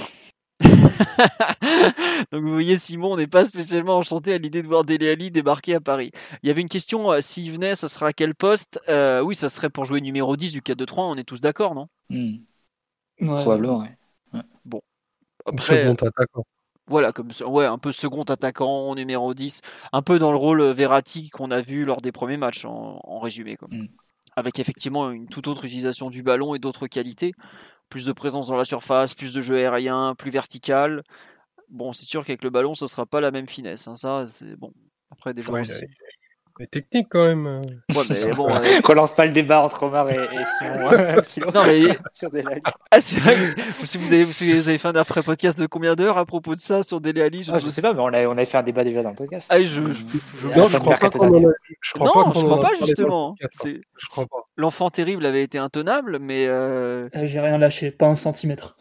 Donc vous voyez, Simon, on n'est pas spécialement enchanté à l'idée de voir Dele Alli débarquer à Paris. Il y avait une question, euh, s'il venait, ce sera à quel poste? euh, Oui, ça serait pour jouer numéro dix du quatre deux trois, on est tous d'accord, non? Hmm. Ouais. Probablement, ouais. Bon. Comme Après, second attaquant. voilà, comme ce- ouais, un peu second attaquant, numéro dix, un peu dans le rôle euh, Verratti qu'on a vu lors des premiers matchs, en, en résumé. Quoi. Mm. Avec effectivement une toute autre utilisation du ballon et d'autres qualités. Plus de présence dans la surface, plus de jeu aérien, plus vertical. Bon, c'est sûr qu'avec le ballon, ce sera pas la même finesse. Hein, ça, c'est bon. Après, des joueurs Ouais, il aussi. a- il est technique quand même. euh. Ouais, mais bon. euh, Relance pas le débat entre Omar et, et Simon. euh, Philo, Non, mais- sur Dele Alli. Ah, c'est vrai que c'est- si vous avez, si vous avez fait un après podcast de combien d'heures à propos de ça sur Dele Alli? Je Ah, ne je sais sais pas, mais on, a, on avait fait un débat déjà dans le podcast. Ah, je- je- je- Euh, Non, à je la crois fin pas du qu'on mercato en a. Je crois Non, pas qu'on je en crois a pas, parlé dans le justement. podcast, hein. C'est- Je crois pas. L'enfant terrible avait été intenable, mais euh, Euh, J'ai rien lâché, pas un centimètre.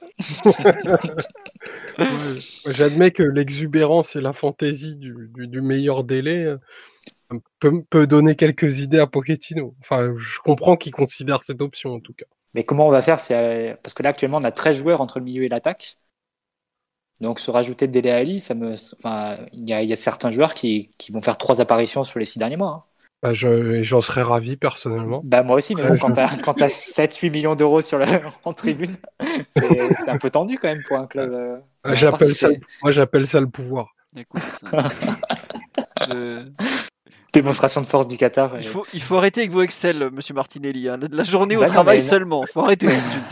Ouais, j'admets que l'exubérance et la fantaisie du, du- du meilleur délai euh, peut, peut donner quelques idées à Pochettino. Enfin, je comprends qu'il considère cette option en tout cas. Mais comment on va faire c'est, euh, parce que là, actuellement, on a treize joueurs entre le milieu et l'attaque. Donc, se rajouter Dele Alli, ça me... enfin, il y a, il y a certains joueurs qui, qui vont faire trois apparitions sur les six derniers mois. hein. Bah, je- et j'en serais ravi personnellement. Bah, moi aussi, mais Ouais, bon, je- quand t'as, quand t'as sept huit millions d'euros sur le, en tribune, c'est, c'est un peu tendu quand même pour un club. euh, Ah, ça j'appelle va ça, pas, moi, j'appelle ça le pouvoir. écoute, ça- je- c'est démonstration de force du Qatar. il, et- faut, il faut arrêter avec vos Excel, monsieur Martinelli. hein. La journée au Bah non, travail mais non. seulement. Il faut arrêter ensuite.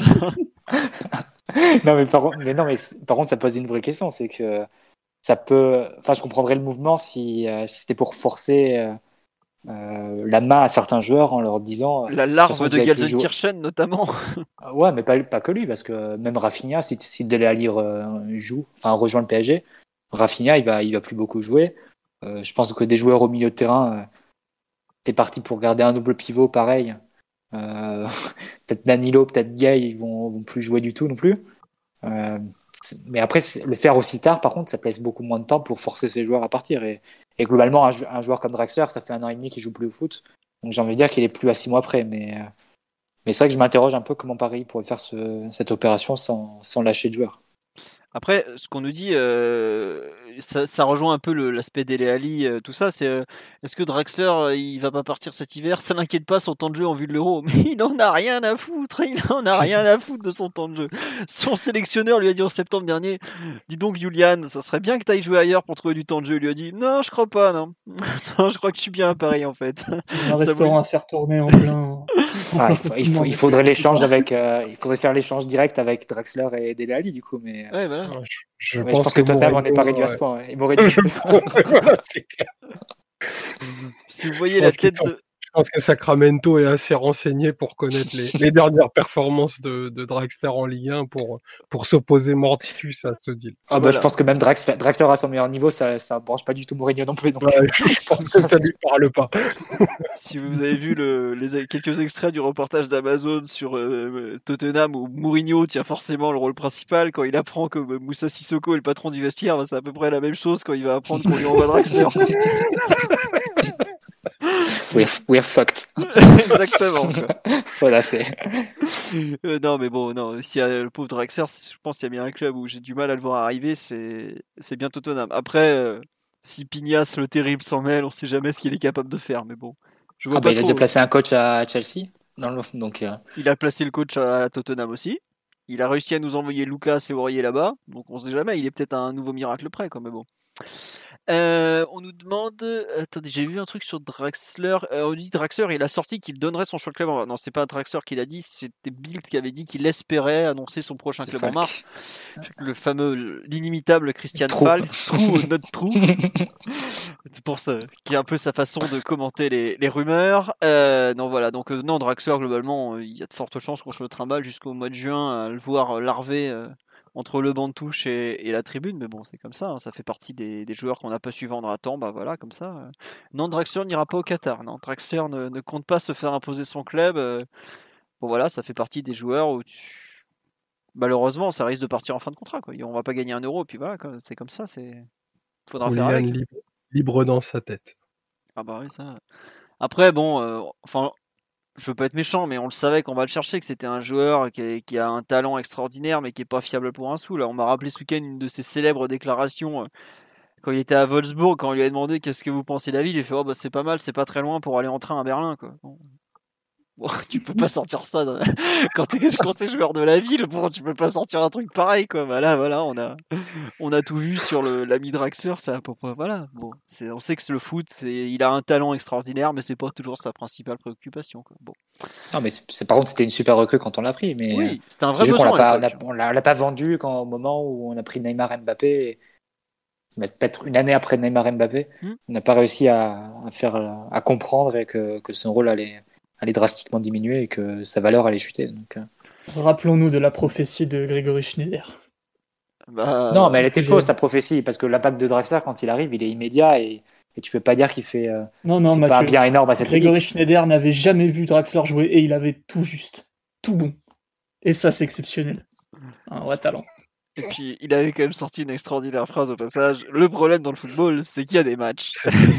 Non, mais par, contre- mais non, mais c- par contre, ça pose une vraie question. C'est que ça peut. Enfin, je comprendrais le mouvement si, euh, si c'était pour forcer euh, euh, la main à certains joueurs en leur disant. euh, La de toute larve façon, de vous avez plus joué. Gelsenkirchen, notamment. Ah ouais, mais pas, pas que lui, parce que même Rafinha, si, si Dele Alli euh, joue, enfin rejoint le P S G, Rafinha, il va, il va plus beaucoup jouer. Euh, je pense que des joueurs au milieu de terrain, euh, t'es parti pour garder un double pivot pareil. Euh, peut-être Danilo, peut-être Gay, ils vont, vont plus jouer du tout non plus. Euh, mais après, le faire aussi tard, par contre, ça te laisse beaucoup moins de temps pour forcer ces joueurs à partir. Et, et globalement, un, un joueur comme Draxler, ça fait un an et demi qu'il joue plus au foot. Donc j'ai envie de dire qu'il est plus à six mois près. Mais, euh, mais c'est vrai que je m'interroge un peu comment Paris pourrait faire ce, cette opération sans, sans lâcher de joueurs. Après, ce qu'on nous dit, euh, ça, ça rejoint un peu le, l'aspect Dele Alli, euh, tout ça. C'est euh, est-ce que Draxler, euh, il va pas partir cet hiver? Ça l'inquiète pas son temps de jeu en vue de l'Euro, mais il en a rien à foutre. Il en a rien à foutre de son temps de jeu. Son sélectionneur lui a dit en septembre dernier, dis donc Julian, ça serait bien que tu ailles jouer ailleurs pour trouver du temps de jeu. Il lui a dit non, je crois pas, non. non, je crois que je suis bien à Paris en fait. Un restaurant à faire tourner en plein. Ah, il, faut, il, faut, il faudrait l'échange avec, euh, il faudrait faire l'échange direct avec Draxler et Dele Alli du coup, mais. Ouais, voilà. Ouais, je, je Ouais, pense, je pense que, que Tottenham Mourinho, on n'est pas réduit à ce ouais. point. Ouais. Il m'aurait dit. Voilà, c'est clair. Si vous voyez Je la pense qu'ils tête sont- de... Je pense que Sacramento est assez renseigné pour connaître les, les dernières performances de, de Draxler en Ligue un pour, pour s'opposer mordicus à ce deal. Ah bah, Voilà. je pense que même Draxler, Draxler à son meilleur niveau, ça, ça branche pas du tout Mourinho non plus. Donc... Ouais, je, je pense que ça lui parle pas. Si vous avez vu le, les, quelques extraits du reportage d'Amazon sur euh, Tottenham où Mourinho tient forcément le rôle principal, quand il apprend que Moussa Sissoko est le patron du vestiaire, bah, c'est à peu près la même chose quand il va apprendre qu'on lui envoie Draxler. we're, we're fucked. Exactement. Voilà, c'est. Euh, non, mais bon, non. S'il y a le pauvre Draxler, je pense qu'il y a bien un club où j'ai du mal à le voir arriver, c'est, c'est bien Tottenham. Après, euh, si Pignas le terrible s'en mêle, on sait jamais ce qu'il est capable de faire, mais bon. Je vois Ah pas bah, il a trop. déjà placé un coach à Chelsea. Dans le... Donc, euh... Il a placé le coach à Tottenham aussi. Il a réussi à nous envoyer Lucas et Aurier là-bas. Donc on sait jamais, il est peut-être un nouveau miracle près, quoi, mais bon. Euh, on nous demande. Attendez, j'ai vu un truc sur Draxler. Euh, on dit Draxler, il a sorti qu'il donnerait son choix de club. En... Non, c'est pas Draxler qui l'a dit, c'était Bild qui avait dit qu'il espérait annoncer son prochain c'est club Falk. en mars. Le fameux, l'inimitable Christian Trou. Falk, trou, notre trou. C'est pour ça, qui est un peu sa façon de commenter les, les rumeurs. Euh, non, voilà, donc euh, non, Draxler, globalement, euh, il y a de fortes chances qu'on se le trimballe jusqu'au mois de juin à le voir larver. Euh, entre le banc de touche et, et la tribune, mais bon, c'est comme ça, hein, ça fait partie des, des joueurs qu'on n'a pas su vendre à temps, bah voilà, comme ça. Euh. Non, Draxler n'ira pas au Qatar, non, Draxler ne, ne compte pas se faire imposer son club. Euh. Bon voilà, ça fait partie des joueurs où tu... malheureusement, ça risque de partir en fin de contrat, quoi. On va pas gagner un euro, puis voilà, quoi. C'est comme ça, c'est. Faudra faire avec. Libre, libre dans sa tête. Ah bah oui, ça. Après, bon, euh, enfin. Je veux pas être méchant, mais on le savait qu'on va le chercher, que c'était un joueur qui a, qui a un talent extraordinaire, mais qui est pas fiable pour un sou. Là, on m'a rappelé ce week-end une de ses célèbres déclarations euh, quand il était à Wolfsburg, quand on lui a demandé qu'est-ce que vous pensez de la ville, il fait oh bah c'est pas mal, c'est pas très loin pour aller en train à Berlin, quoi. Bon. Bon, tu peux pas sortir ça dans... quand t'es quand t'es joueur de la ville. Bon, tu peux pas sortir un truc pareil, quoi. Bah là, voilà, on a on a tout vu sur le l'ami Draxler, c'est à peu près voilà. Bon, c'est on sait que c'est le foot, c'est il a un talent extraordinaire, mais c'est pas toujours sa principale préoccupation, quoi. Bon. Non, mais c'est, c'est, par contre, c'était une super recrue quand on l'a pris. Mais oui, c'était un vrai c'est besoin. On l'a, à pas, on, l'a, on l'a pas vendu quand, au moment où on a pris Neymar Mbappé. Mais peut-être une année après Neymar Mbappé, hmm. on n'a pas réussi à, à faire à comprendre et que, que son rôle allait, allait drastiquement diminuer et que sa valeur allait chuter. Donc, euh... Rappelons-nous de la prophétie de Grégory Schneider. Bah, non, mais elle était fausse, sa prophétie, parce que l'impact de Draxler, quand il arrive, il est immédiat et, et tu peux pas dire qu'il fait, euh, non, non, qu'il fait Mathieu, pas un bien énorme à cette équipe. Grégory Schneider n'avait jamais vu Draxler jouer et il avait tout juste, tout bon. Et ça, c'est exceptionnel. Un vrai talent. Et puis, il avait quand même sorti une extraordinaire phrase au passage. Le problème dans le football, c'est qu'il y a des matchs.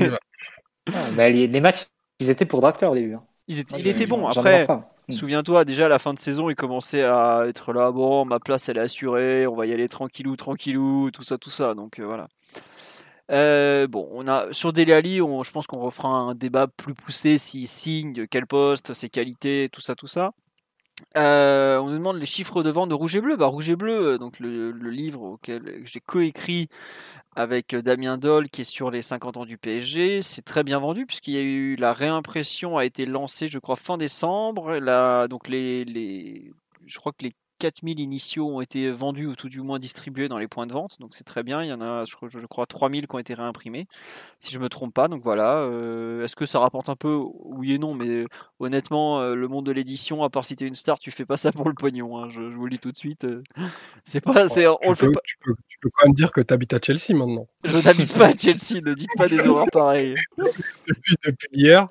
ah, bah, les, les matchs, ils étaient pour Draxler au début. Hein. Ils étaient, Moi, il était bon. Après, souviens-toi, déjà à la fin de saison, il commençait à être là. Bon, ma place, elle est assurée. On va y aller tranquillou, tranquillou, tout ça, tout ça. Donc euh, voilà. Euh, bon, on a sur Dele Alli, on, je pense qu'on refera un débat plus poussé s'il signe, quel poste, ses qualités, tout ça, tout ça. Euh, on nous demande les chiffres de vente de Rouge et Bleu. Bah, Rouge et Bleu, donc le, le livre auquel j'ai coécrit avec Damien Doll, qui est sur les cinquante ans du P S G, c'est très bien vendu puisqu'il y a eu la réimpression a été lancée, je crois, fin décembre. La, donc les, les, je crois que les quatre mille initiaux ont été vendus ou tout du moins distribués dans les points de vente, donc c'est très bien. Il y en a, je, je crois, trois mille qui ont été réimprimés, si je me trompe pas. Donc voilà. Euh, est-ce que ça rapporte un peu? oui et non, mais honnêtement, euh, le monde de l'édition, à part si t'es une star, tu fais pas ça pour le pognon. Hein, je, je vous le dis tout de suite. euh, C'est pas, c'est, on Tu le fait peux, pas. tu peux, tu peux quand même dire que tu habites à Chelsea maintenant. Je n'habite pas à Chelsea, ne dites pas des horreurs pareilles. Depuis, depuis hier.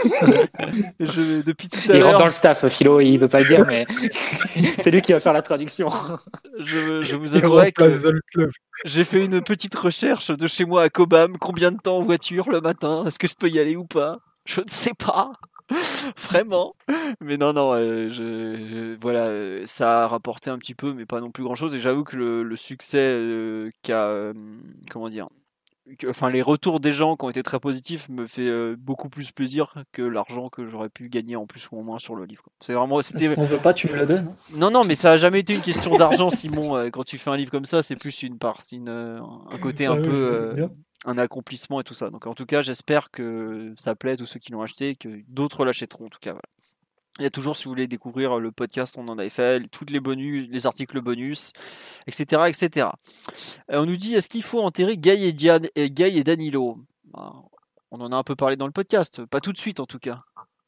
Je, depuis tout à Il rentre l'heure, dans le staff, Philo, il veut pas le dire, mais c'est lui qui va faire la traduction. je, je vous Il avouerai que remplace le club. j'ai fait une petite recherche de chez moi à Cobham. Combien de temps en voiture le matin? Est-ce que je peux y aller ou pas? Je ne sais pas. Vraiment. Mais non, non, euh, je, je- voilà, euh, ça a rapporté un petit peu, mais pas non plus grand-chose. Et j'avoue que le, le succès euh, qu'a, euh, comment dire, que- enfin les retours des gens qui ont été très positifs me fait euh, beaucoup plus plaisir que l'argent que j'aurais pu gagner en plus ou en moins sur le livre. quoi. C'est vraiment, Si c'était, t'en veux pas, tu me le donnes. hein. non, non, mais ça a jamais été une question d'argent, Simon. Euh, Quand tu fais un livre comme ça, c'est plus une part, c'est une, euh, un côté un Ah oui, peu, je me doute euh, bien. un accomplissement et tout ça. Donc en tout cas, j'espère que ça plaît à tous ceux qui l'ont acheté, que d'autres l'achèteront en tout cas. Voilà. Il y a toujours, si vous voulez découvrir le podcast, on en avait fait, toutes les bonus, les articles bonus, et cetera, et cetera. Euh, on nous dit, est-ce qu'il faut enterrer Guy et, Diane, et, Guy et Danilo? Ben, on en a un peu parlé dans le podcast, pas tout de suite en tout cas.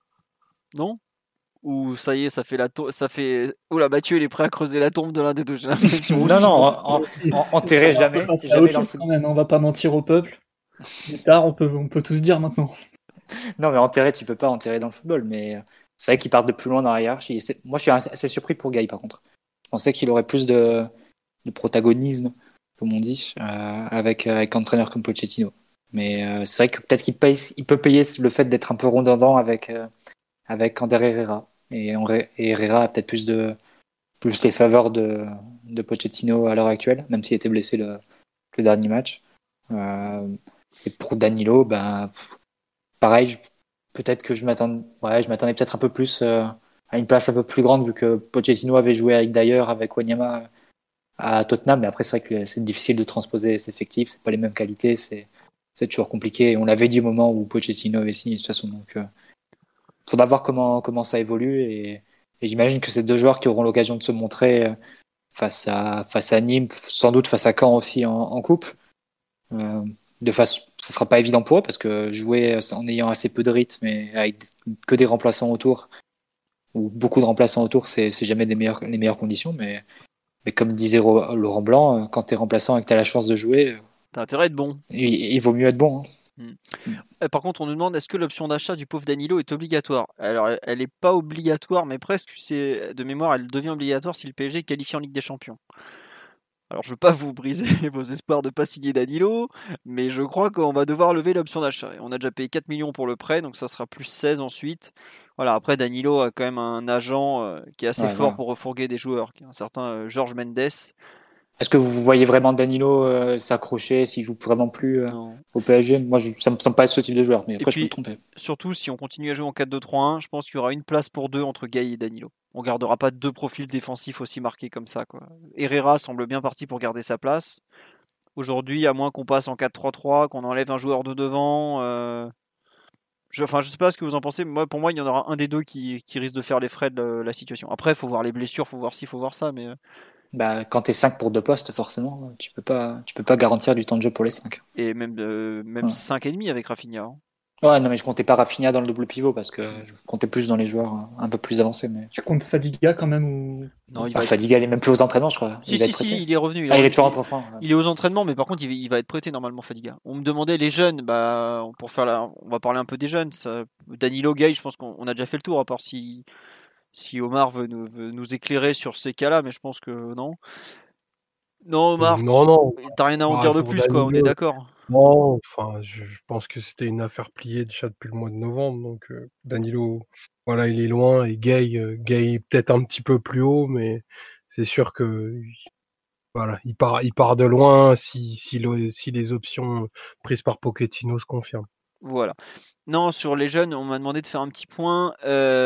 Non? Ou ça y est, ça fait la to- ça fait. Oula, Mathieu, il est prêt à creuser la tombe de l'un des deux, j'ai l'impression. Non, aussi. non, en- en- en- enterré On peut jamais, passer à jamais autre dans le chose foot. quand même, hein, on va pas mentir au peuple. Plus tard, on peut, on peut tout se dire maintenant. Non, mais enterré, tu peux pas enterrer dans le football, mais euh, c'est vrai qu'ils partent de plus loin dans la hiérarchie. C'est- Moi, je suis assez surpris pour Guy, par contre. Je pensais qu'il aurait plus de, de protagonisme, comme on dit, euh, avec, euh, avec un entraîneur comme Pochettino. Mais euh, c'est vrai que peut-être qu'il paye, il peut payer le fait d'être un peu redondant avec, euh, avec Ander Herrera. Et, André- et Herrera a peut-être plus, de, plus les faveurs de, de Pochettino à l'heure actuelle, même s'il était blessé le, le dernier match. Euh, et pour Danilo, ben, pareil, je- peut-être que je m'attendais, ouais, je m'attendais peut-être un peu plus euh, à une place un peu plus grande vu que Pochettino avait joué avec Dyer, avec Wanyama à Tottenham. Mais après, c'est vrai que c'est difficile de transposer ces effectifs, c'est pas les mêmes qualités, c'est c'est toujours compliqué. Et on l'avait dit au moment où Pochettino avait signé de toute façon. Donc, euh, faudra voir comment comment ça évolue et, et j'imagine que c'est deux joueurs qui auront l'occasion de se montrer euh, face à face à Nîmes, sans doute face à Caen aussi en, en coupe. Euh, de façon, ça sera pas évident pour eux parce que jouer en ayant assez peu de rythme et avec que des remplaçants autour ou beaucoup de remplaçants autour, c'est c'est jamais des meilleures, les meilleures conditions. Mais, mais comme disait Ro- Laurent Blanc, quand tu es remplaçant et que tu as la chance de jouer, T'as intérêt à être bon. il, il vaut mieux être bon. hein. Euh, Par contre, on nous demande est-ce que l'option d'achat du pauvre Danilo est obligatoire? Alors, elle- elle n'est pas obligatoire, mais presque. C'est de mémoire, elle devient obligatoire si le P S G est qualifié en Ligue des Champions. Alors, je ne veux pas vous briser vos espoirs de pas signer Danilo, mais je crois qu'on va devoir lever l'option d'achat. Et on a déjà payé quatre millions pour le prêt, donc ça sera plus seize ensuite. Voilà, après, Danilo a quand même un agent euh, qui est assez Ouais, fort voilà. pour refourguer des joueurs, qui est un certain euh, Georges Mendes. Est-ce que vous voyez vraiment Danilo euh, s'accrocher s'il joue vraiment plus euh, Non. au P S G? Moi, je, ça me semble pas être ce type de joueur, mais après, Et je peux me puis, tromper. surtout, si on continue à jouer en quatre deux trois un, je pense qu'il y aura une place pour deux entre Gay et Danilo. On gardera pas deux profils défensifs aussi marqués comme ça, quoi. Herrera semble bien parti pour garder sa place. Aujourd'hui, à moins qu'on passe en quatre trois trois, qu'on enlève un joueur de devant. Euh... Je, enfin, je sais pas ce que vous en pensez. Moi, pour moi, il y en aura un des deux qui, qui risque de faire les frais de la, la situation. Après, il faut voir les blessures, faut voir ci, faut voir ça, mais euh, Bah, quand t'es cinq pour deux postes, forcément, tu peux pas, tu peux pas garantir du temps de jeu pour les cinq. et même euh, même Ouais. cinq et demi avec Rafinha. hein. Ouais, non, mais je comptais pas Rafinha dans le double pivot parce que je comptais plus dans les joueurs euh, un peu plus avancés. Mais Tu comptes Fadiga quand même ou... Non, il ah, va être... Fadiga, il est même plus aux entraînements, je crois. Si, il va si, être si, prêté. il est revenu. Il est, Ah, il revenu. est toujours en entraînement. Il est aux entraînements, mais par contre, il va, il va être prêté normalement, Fadiga. On me demandait les jeunes, bah, pour faire la, on va parler un peu des jeunes. Ça, Danilo, Gay, je pense qu'on on a déjà fait le tour, à part si, si Omar veut nous, veut nous éclairer sur ces cas-là, mais je pense que non. Non, Omar, Non, non. t'as rien à en Bah, dire de pour plus, quoi. On est Danilo, d'accord. non. Enfin, je, je pense que c'était une affaire pliée déjà depuis le mois de novembre. Donc, euh, Danilo, voilà, il est loin. Et Gay, euh, Gay est peut-être un petit peu plus haut, mais c'est sûr que voilà, il part, il part de loin si, si, le- si les options prises par Pochettino se confirment. Voilà. Non, sur les jeunes, on m'a demandé de faire un petit point.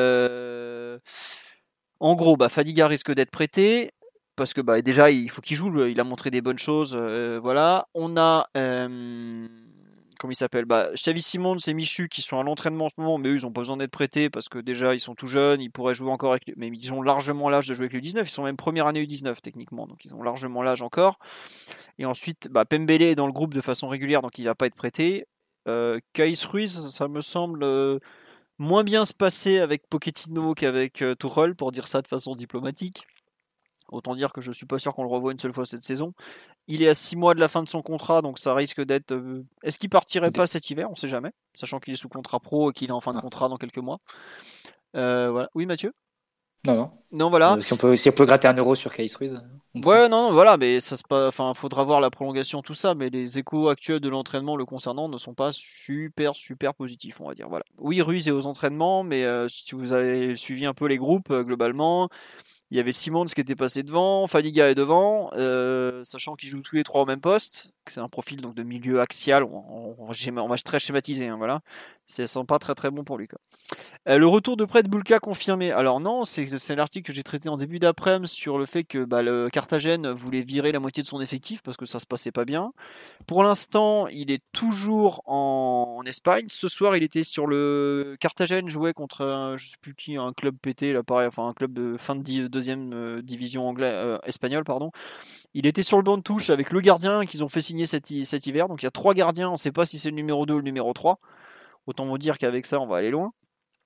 Euh, En gros, bah, Fadiga risque d'être prêté. Parce que bah, déjà, il faut qu'il joue. Il a montré des bonnes choses. euh, voilà. On a. Euh, comment il s'appelle bah, Xavi Simons et Michu qui sont à l'entraînement en ce moment, mais eux, ils n'ont pas besoin d'être prêtés parce que déjà, ils sont tout jeunes. Ils pourraient jouer encore avec. Mais ils ont largement l'âge de jouer avec le U dix-neuf. Ils sont même première année U dix-neuf, techniquement. Donc, ils ont largement l'âge encore. Et ensuite, bah, Pembele est dans le groupe de façon régulière, donc il ne va pas être prêté. Euh, Kais Ruiz, ça me semble. euh, moins bien se passer avec Pochettino qu'avec euh, Tuchel, pour dire ça de façon diplomatique. Autant dire que je suis pas sûr qu'on le revoie une seule fois cette saison. Il est à six mois de la fin de son contrat, donc ça risque d'être... euh, Est-ce qu'il partirait pas cet hiver? On sait jamais, sachant qu'il est sous contrat pro et qu'il est en fin de contrat dans quelques mois. Euh, voilà. Oui, Mathieu? Non, non. Non, voilà. Euh, si, on peut, si on peut gratter un euro sur Case Ruiz. Ouais, non, non, voilà, mais ça se passe. Enfin, faudra voir la prolongation, tout ça, mais les échos actuels de l'entraînement le concernant ne sont pas super, super positifs, on va dire. Voilà. Oui, Ruiz est aux entraînements, mais euh, si vous avez suivi un peu les groupes, euh, globalement, il y avait Simons qui était passé devant, Fadiga est devant, euh, sachant qu'ils jouent tous les trois au même poste. C'est un profil donc de milieu axial, on, on, on, on va très schématiser, hein, voilà. Ça sent pas très très bon pour lui, quoi. Euh, le retour de prêt de Bulka confirmé. Alors non, c'est, c'est l'article que j'ai traité en début d'après-midi sur le fait que bah, le Carthagène voulait virer la moitié de son effectif parce que ça se passait pas bien. Pour l'instant, il est toujours en, en Espagne. Ce soir, il était sur le Carthagène, jouait contre un, je sais plus qui, un club pété, là, pareil, enfin un club de fin de di- deuxième euh, division anglais, euh, espagnole, pardon. Il était sur le banc de touche avec le gardien qu'ils ont fait signer cet, cet hiver. Donc il y a trois gardiens, on ne sait pas si c'est le numéro deux ou le numéro trois. Autant vous dire qu'avec ça, on va aller loin.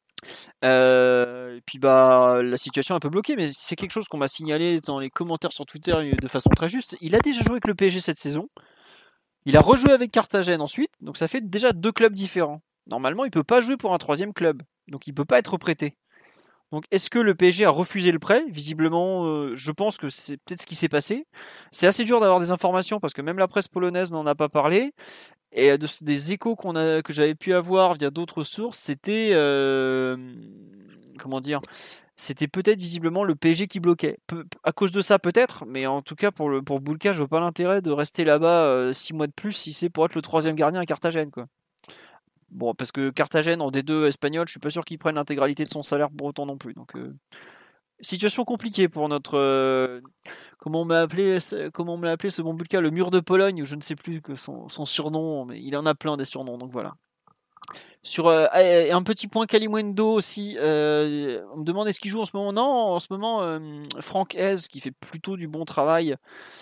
Euh, et puis bah la situation est un peu bloquée, mais c'est quelque chose qu'on m'a signalé dans les commentaires sur Twitter de façon très juste. Il a déjà joué avec le P S G cette saison. Il a rejoué avec Carthagène ensuite, donc ça fait déjà deux clubs différents. Normalement, il peut pas jouer pour un troisième club, donc il peut pas être prêté. Donc est-ce que le P S G a refusé le prêt? Visiblement, euh, je pense que c'est peut-être ce qui s'est passé. C'est assez dur d'avoir des informations parce que même la presse polonaise n'en a pas parlé. Et de, des échos qu'on a, que j'avais pu avoir via d'autres sources, c'était euh, comment dire, c'était peut-être visiblement le P S G qui bloquait. Pe- à cause de ça peut-être, mais en tout cas pour le pour Bulka, je vois pas l'intérêt de rester là-bas euh, six mois de plus si c'est pour être le troisième gardien à Carthagène, quoi. Bon, parce que Carthagène en D deux espagnol, je suis pas sûr qu'ils prennent l'intégralité de son salaire pour autant non plus. Donc euh, situation compliquée pour notre euh, comment on m'a appelé comment on m'a appelé ce bon Bulka, le mur de Pologne, ou je ne sais plus que son, son surnom, mais il en a plein des surnoms, donc voilà. Sur euh, un petit point Kalimundo aussi, euh, on me demande est-ce qu'il joue en ce moment? Non, en ce moment euh, Franck Hez qui fait plutôt du bon travail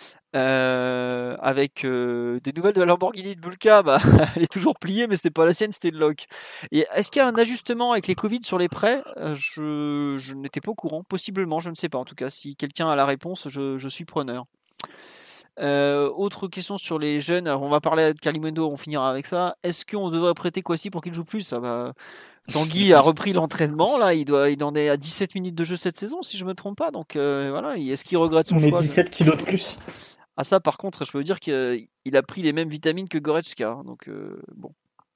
euh, avec euh, des nouvelles de la Lamborghini de Bulka, bah, elle est toujours pliée, mais c'était pas la sienne, c'était le lock. Et est-ce qu'il y a un ajustement avec les Covid sur les prêts? Euh, Je, je n'étais pas au courant, possiblement, je ne sais pas. En tout cas, si quelqu'un a la réponse, je, je suis preneur. Euh, autre question sur les jeunes. Alors, on va parler de Kalimundo, on finira avec ça. Est-ce qu'on devrait prêter Kwasi pour qu'il joue plus? Ça va. Tanguy a repris l'entraînement, là, il, doit, il en est à dix-sept minutes de jeu cette saison, si je me trompe pas. Donc euh, voilà, est-ce qu'il regrette son Mais choix? dix-sept kilos de plus. Ah ça, par contre, je peux vous dire qu'il a pris les mêmes vitamines que Goretzka. Hein, donc euh, bon,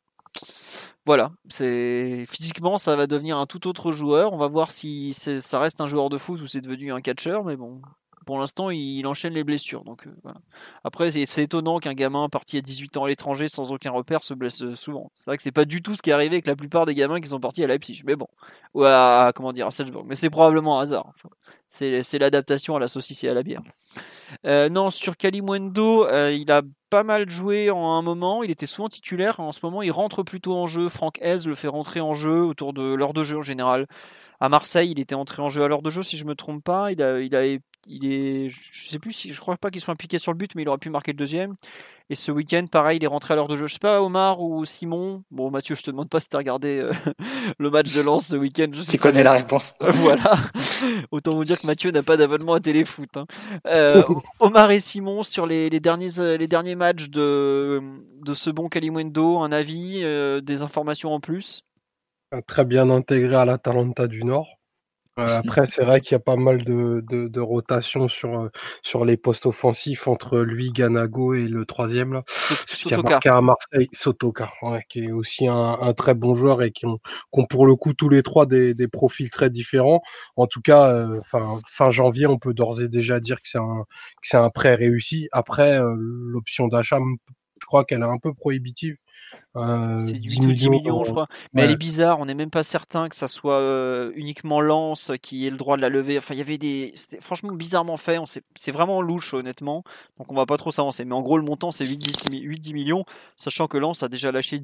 voilà. C'est physiquement, ça va devenir un tout autre joueur. On va voir si c'est... ça reste un joueur de foot ou c'est devenu un catcheur, mais bon. Pour l'instant, il enchaîne les blessures. Donc, euh, voilà. Après, c'est, c'est étonnant qu'un gamin parti à dix-huit ans à l'étranger sans aucun repère se blesse souvent. C'est vrai que c'est pas du tout ce qui est arrivé avec la plupart des gamins qui sont partis à Leipzig. Mais bon, ou à, comment dire, à Salzbourg. Mais c'est probablement un hasard. Enfin, c'est, c'est l'adaptation à la saucisse et à la bière. Euh, non, sur Kalimundo, euh, il a pas mal joué en un moment. Il était souvent titulaire. En ce moment, il rentre plutôt en jeu. Franck Hez le fait rentrer en jeu autour de l'heure de jeu en général. À Marseille, il était entré en jeu à l'heure de jeu, si je me trompe pas. Il a, il a, il est, je sais plus si, je crois pas qu'il soit impliqué sur le but, mais il aurait pu marquer le deuxième. Et ce week-end, pareil, il est rentré à l'heure de jeu. Je sais pas, Omar ou Simon. Bon, Mathieu, je te demande pas si t'as regardé euh, le match de Lens ce week-end. Je sais tu connais bien, la c'est... réponse. Voilà. Autant vous dire que Mathieu n'a pas d'abonnement à Téléfoot. Hein. Euh, Omar et Simon sur les, les derniers, les derniers matchs de, de ce bon Kalimundo, un avis, euh, des informations en plus. Très bien intégré à l'Atalanta du Nord. Euh, après, c'est vrai qu'il y a pas mal de, de, de rotation sur, euh, sur les postes offensifs entre lui, Ganago et le troisième, là, Sotoka. qui a marqué à Marseille, Sotoka, ouais, qui est aussi un, un très bon joueur et qui ont, qui ont pour le coup tous les trois des, des profils très différents. En tout cas, euh, fin, fin janvier, on peut d'ores et déjà dire que c'est un, que c'est un prêt réussi. Après, euh, l'option d'achat, je crois qu'elle est un peu prohibitive. Euh, c'est dix huit ou dix millions, millions, je crois. Mais ouais. elle est bizarre. On n'est même pas certain que ça soit euh, uniquement Lens qui ait le droit de la lever. Enfin, il y avait des. C'était franchement bizarrement fait. On sait... C'est vraiment louche, honnêtement. Donc, on va pas trop s'avancer. Mais en gros, le montant, c'est huit dix millions. Sachant que Lens a déjà lâché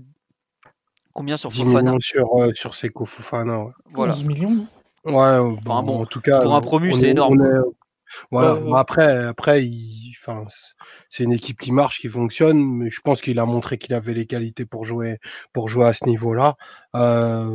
combien sur dix Fofana? millions sur, euh, sur Seko Fofana. Ouais. Voilà. onze millions, non? Ouais, euh, bon, Enfin, bon, en tout cas, pour un promu, on c'est est, énorme. on est, voilà. Ouais, ouais. Bon, après, après, il, enfin, c'est une équipe qui marche, qui fonctionne, mais je pense qu'il a montré qu'il avait les qualités pour jouer, pour jouer à ce niveau-là. Euh,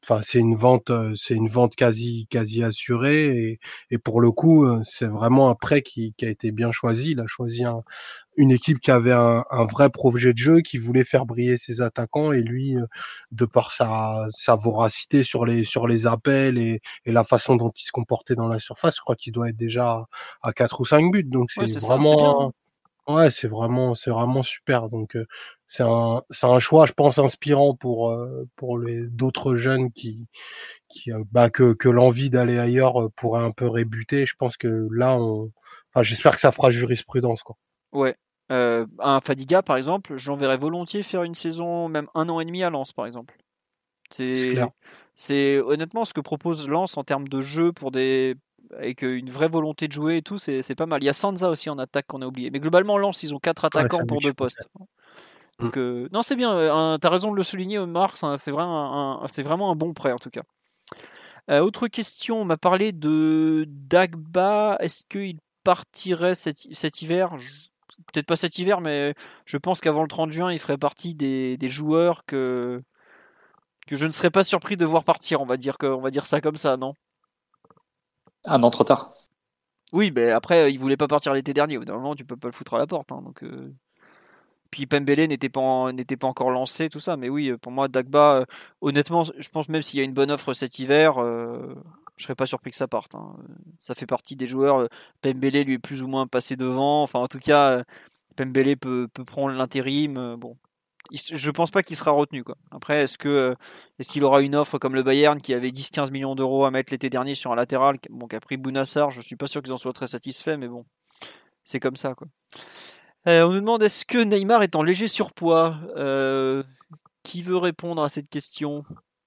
enfin c'est une vente, euh, c'est une vente quasi quasi assurée et, et pour le coup euh, c'est vraiment un prêt qui, qui a été bien choisi. Il a choisi un, une équipe qui avait un, un vrai projet de jeu, qui voulait faire briller ses attaquants et lui, euh, de par sa, sa voracité sur les sur les appels et, et la façon dont il se comportait dans la surface, je crois qu'il doit être déjà à quatre ou cinq buts. Donc Ouais, c'est c'est ça, c'est bien. vraiment, ouais, c'est vraiment, c'est vraiment super. Donc euh, c'est un, c'est un choix, je pense, inspirant pour euh, pour les d'autres jeunes qui qui euh, bah que que l'envie d'aller ailleurs euh, pourrait un peu rébuter. Je pense que là, on, enfin, j'espère que ça fera jurisprudence, quoi. Ouais. Euh, un Fadiga, par exemple, j'enverrais volontiers faire une saison, même un an et demi à Lens, par exemple. C'est clair. C'est, c'est honnêtement ce que propose Lens en termes de jeu pour des avec euh, une vraie volonté de jouer et tout, c'est, c'est pas mal. Il y a Sansa aussi en attaque qu'on a oublié. Mais globalement, Lens, ils ont quatre Ouais, ça attaquants pour deux m'échappe. postes. Mm. Donc euh, non, c'est bien. euh, un- T'as raison de le souligner, Omar. C'est, un- c'est vraiment un, un- c'est vraiment un bon prêt en tout cas. Euh, autre question, on m'a parlé de Dagba. Est-ce qu'il partirait cet, cet hiver? Je- Peut-être pas cet hiver, mais je pense qu'avant le trente juin, il ferait partie des, des joueurs que, que je ne serais pas surpris de voir partir. On va dire, que, on va dire ça comme ça, non? Ah non, trop tard. Oui, mais après, il voulait pas partir l'été dernier. Au bout d'un moment, tu peux pas le foutre à la porte. Hein, donc, euh, Puis Pembele n'était pas, en- n'était pas encore lancé, tout ça. Mais oui, pour moi, Dagba, euh, honnêtement, je pense même s'il y a une bonne offre cet hiver, euh, je serais pas surpris que ça parte. Hein. Ça fait partie des joueurs. euh, Pembele lui est plus ou moins passé devant. Enfin, en tout cas, euh, Pembele peut, peut prendre l'intérim. euh, bon, Il- je pense pas qu'il sera retenu, quoi. Après, est-ce que euh, est-ce qu'il aura une offre comme le Bayern qui avait dix quinze millions d'euros à mettre l'été dernier sur un latéral, qui- bon, qui a pris Bounassar. Je suis pas sûr qu'ils en soient très satisfaits, mais bon, c'est comme ça, quoi. Euh, on nous demande est-ce que Neymar est en léger surpoids. Euh, Qui veut répondre à cette question?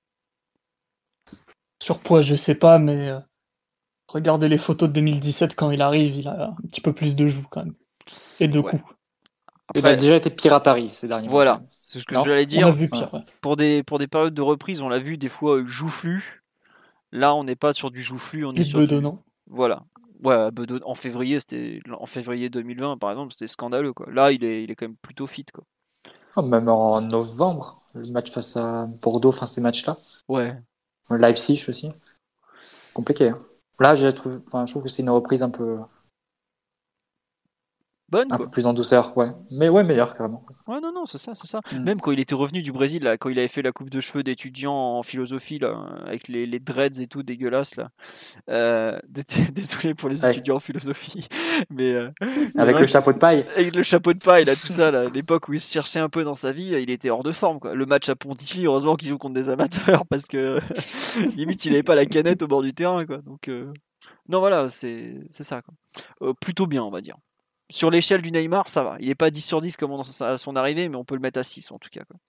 Surpoids, je sais pas, mais euh, regardez les photos de deux mille dix-sept quand il arrive, il a un petit peu plus de joues quand même. Et de Ouais. coups. Il a Après, déjà été pire à Paris ces derniers mois, quand voilà, même. c'est ce que Non? j'allais On a dire. vu Ouais. pire, ouais. Pour des, pour des périodes de reprise, on l'a vu des fois euh, joufflu. Là, on n'est pas sur du joufflu, on est Et sur du. bedonnant. Voilà. Ouais, Bedeau- en février, c'était en février deux mille vingt, par exemple, c'était scandaleux, quoi. Là, il est, il est quand même plutôt fit, quoi. Oh, même en novembre, le match face à Bordeaux, enfin ces matchs-là. Ouais. Leipzig aussi. Compliqué. Hein. Là, j'ai trouvé, enfin, je trouve que c'est une reprise un peu, Bonne, un quoi. peu plus en douceur, ouais. Mais ouais, meilleur carrément. Ouais, non, non, c'est ça, c'est ça. Mm. Même quand il était revenu du Brésil, là, quand il avait fait la coupe de cheveux d'étudiant en philosophie, là, avec les, les dreads et tout dégueulasse, là. Euh, désolé pour les Avec, étudiants en philosophie, mais euh, il y en avec a un le qui, chapeau de paille. avec le chapeau de paille, là, tout ça, là, l'époque où il se cherchait un peu dans sa vie, il était hors de forme, quoi. Le match à Pontivy, heureusement qu'il joue contre des amateurs, parce que limite, il avait pas la canette au bord du terrain, quoi. Donc, euh, non, voilà, c'est c'est ça, quoi. Euh, plutôt bien, on va dire. Sur l'échelle du Neymar, ça va. Il est pas dix sur dix comme à son arrivée, mais on peut le mettre à six en tout cas, quoi.